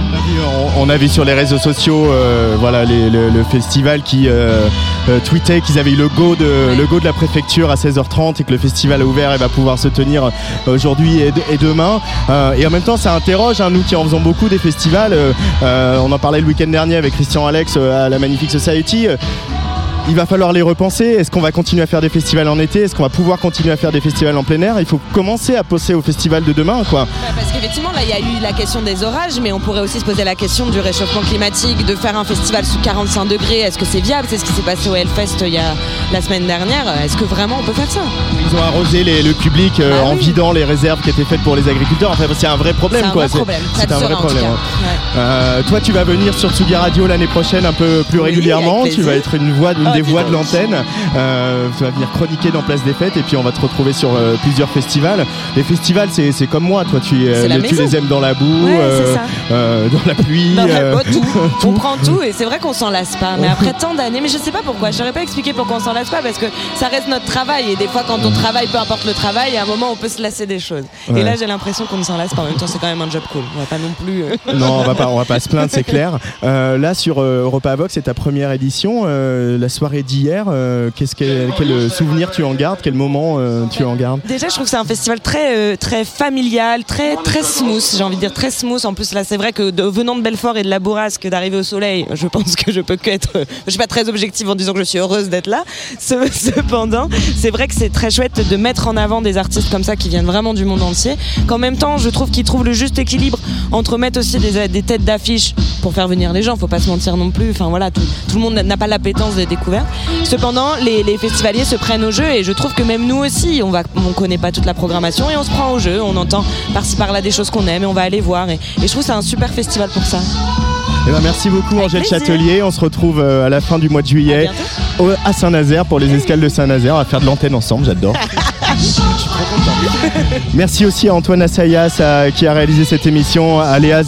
On, on a vu sur les réseaux sociaux euh, voilà, les, le, le festival qui euh, euh, tweetait qu'ils avaient eu le go, de, ouais. le go de la préfecture à seize heures trente et que le festival est ouvert et va pouvoir se tenir aujourd'hui et, de, et demain. Euh, et en même temps, ça interroge, hein, nous qui en faisons beaucoup des festivals. Euh, euh, on en parlait le week-end dernier avec Christian Alex euh, à la Magnifique Society. Euh, Il va falloir les repenser. Est-ce qu'on va continuer à faire des festivals en été? Est-ce qu'on va pouvoir continuer à faire des festivals en plein air? Il faut commencer à penser au festival de demain, quoi. Bah parce qu'effectivement, là, il y a eu la question des orages, mais on pourrait aussi se poser la question du réchauffement climatique, de faire un festival sous quarante-cinq degrés. Est-ce que c'est viable? C'est ce qui s'est passé au Hellfest il y a la semaine dernière. Est-ce que vraiment on peut faire ça? Ils ont arrosé les, le public euh, bah, en oui. vidant les réserves qui étaient faites pour les agriculteurs. Enfin, c'est un vrai problème, c'est un quoi. Vrai problème. C'est, c'est un vrai sera, problème. Ouais. Euh, toi, tu vas venir sur Tsugi Radio l'année prochaine un peu plus oui, régulièrement. Tu vas être une voix, une oh, des voix de l'antenne. Euh, tu vas venir chroniquer dans Place des Fêtes et puis on va te retrouver sur euh, plusieurs festivals. Les festivals, c'est, c'est comme moi, toi, tu, euh, le, tu les aimes dans la boue, ouais, euh, euh, dans la pluie, dans la euh, boue, tout. tout. On prend tout et c'est vrai qu'on s'en lasse pas. Mais après tant d'années, mais je sais pas pourquoi. Je saurais pas expliquer pourquoi on s'en lasse pas parce que ça reste notre travail et des fois quand on travaille, peu importe le travail, à un moment on peut se lasser des choses. Ouais. Et là, j'ai l'impression qu'on ne s'en lasse pas. En même temps, c'est quand même un job cool. On va pas non plus. Euh... Non, on va pas, on va pas se plaindre, c'est clair. Euh, là, sur euh, Europa Vox, c'est ta première édition. Euh, la soirée d'hier, euh, qu'est-ce que quel souvenir tu en gardes? Quel moment euh, tu en gardes? Déjà, je trouve que c'est un festival très, euh, très familial, très, très smooth. J'ai envie de dire très smooth. En plus, là, c'est vrai que de, venant de Belfort et de la bourrasque, d'arriver au soleil, je pense que je peux que être. Euh, je suis pas très objective en disant que je suis heureuse d'être là. Cependant, c'est vrai que c'est très chouette de mettre en avant des artistes comme ça qui viennent vraiment du monde entier. Qu'en même temps, je trouve qu'ils trouvent le juste équilibre entre mettre aussi des, des têtes d'affiche pour faire venir les gens. Faut pas se mentir non plus. Enfin voilà, tout, tout le monde n'a pas l'appétence des découvertes. Cependant, les, les festivaliers se prennent au jeu et je trouve que même nous aussi on va, on connaît pas toute la programmation et on se prend au jeu, on entend par-ci par-là des choses qu'on aime et on va aller voir et, et je trouve que c'est un super festival pour ça. Eh ben merci beaucoup avec Angèle plaisir. Châtelier, on se retrouve à la fin du mois de juillet à, à Saint-Nazaire pour les escales de Saint-Nazaire, on va faire de l'antenne ensemble, j'adore. Je suis trop content. Merci aussi à Antoine Assayas à, qui a réalisé cette émission, à Léa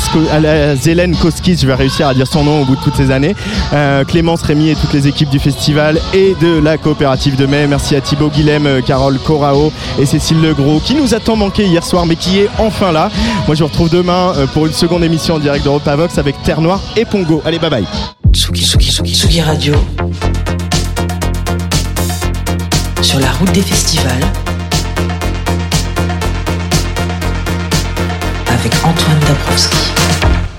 Zélène Koskis, je vais réussir à dire son nom au bout de toutes ces années, euh, Clémence Rémy et toutes les équipes du festival et de la coopérative de mai. Merci à Thibaut Guilhem, Carole Corao et Cécile Legros qui nous a tant manqué hier soir mais qui est enfin là. Moi je vous retrouve demain pour une seconde émission en direct d'Europa Vox avec Terre Noire et Pongo. Allez, bye bye. Tsugi, Tsugi, Tsugi, Tsugi Radio. Sur la route des festivals. Avec Antoine Dabrowski.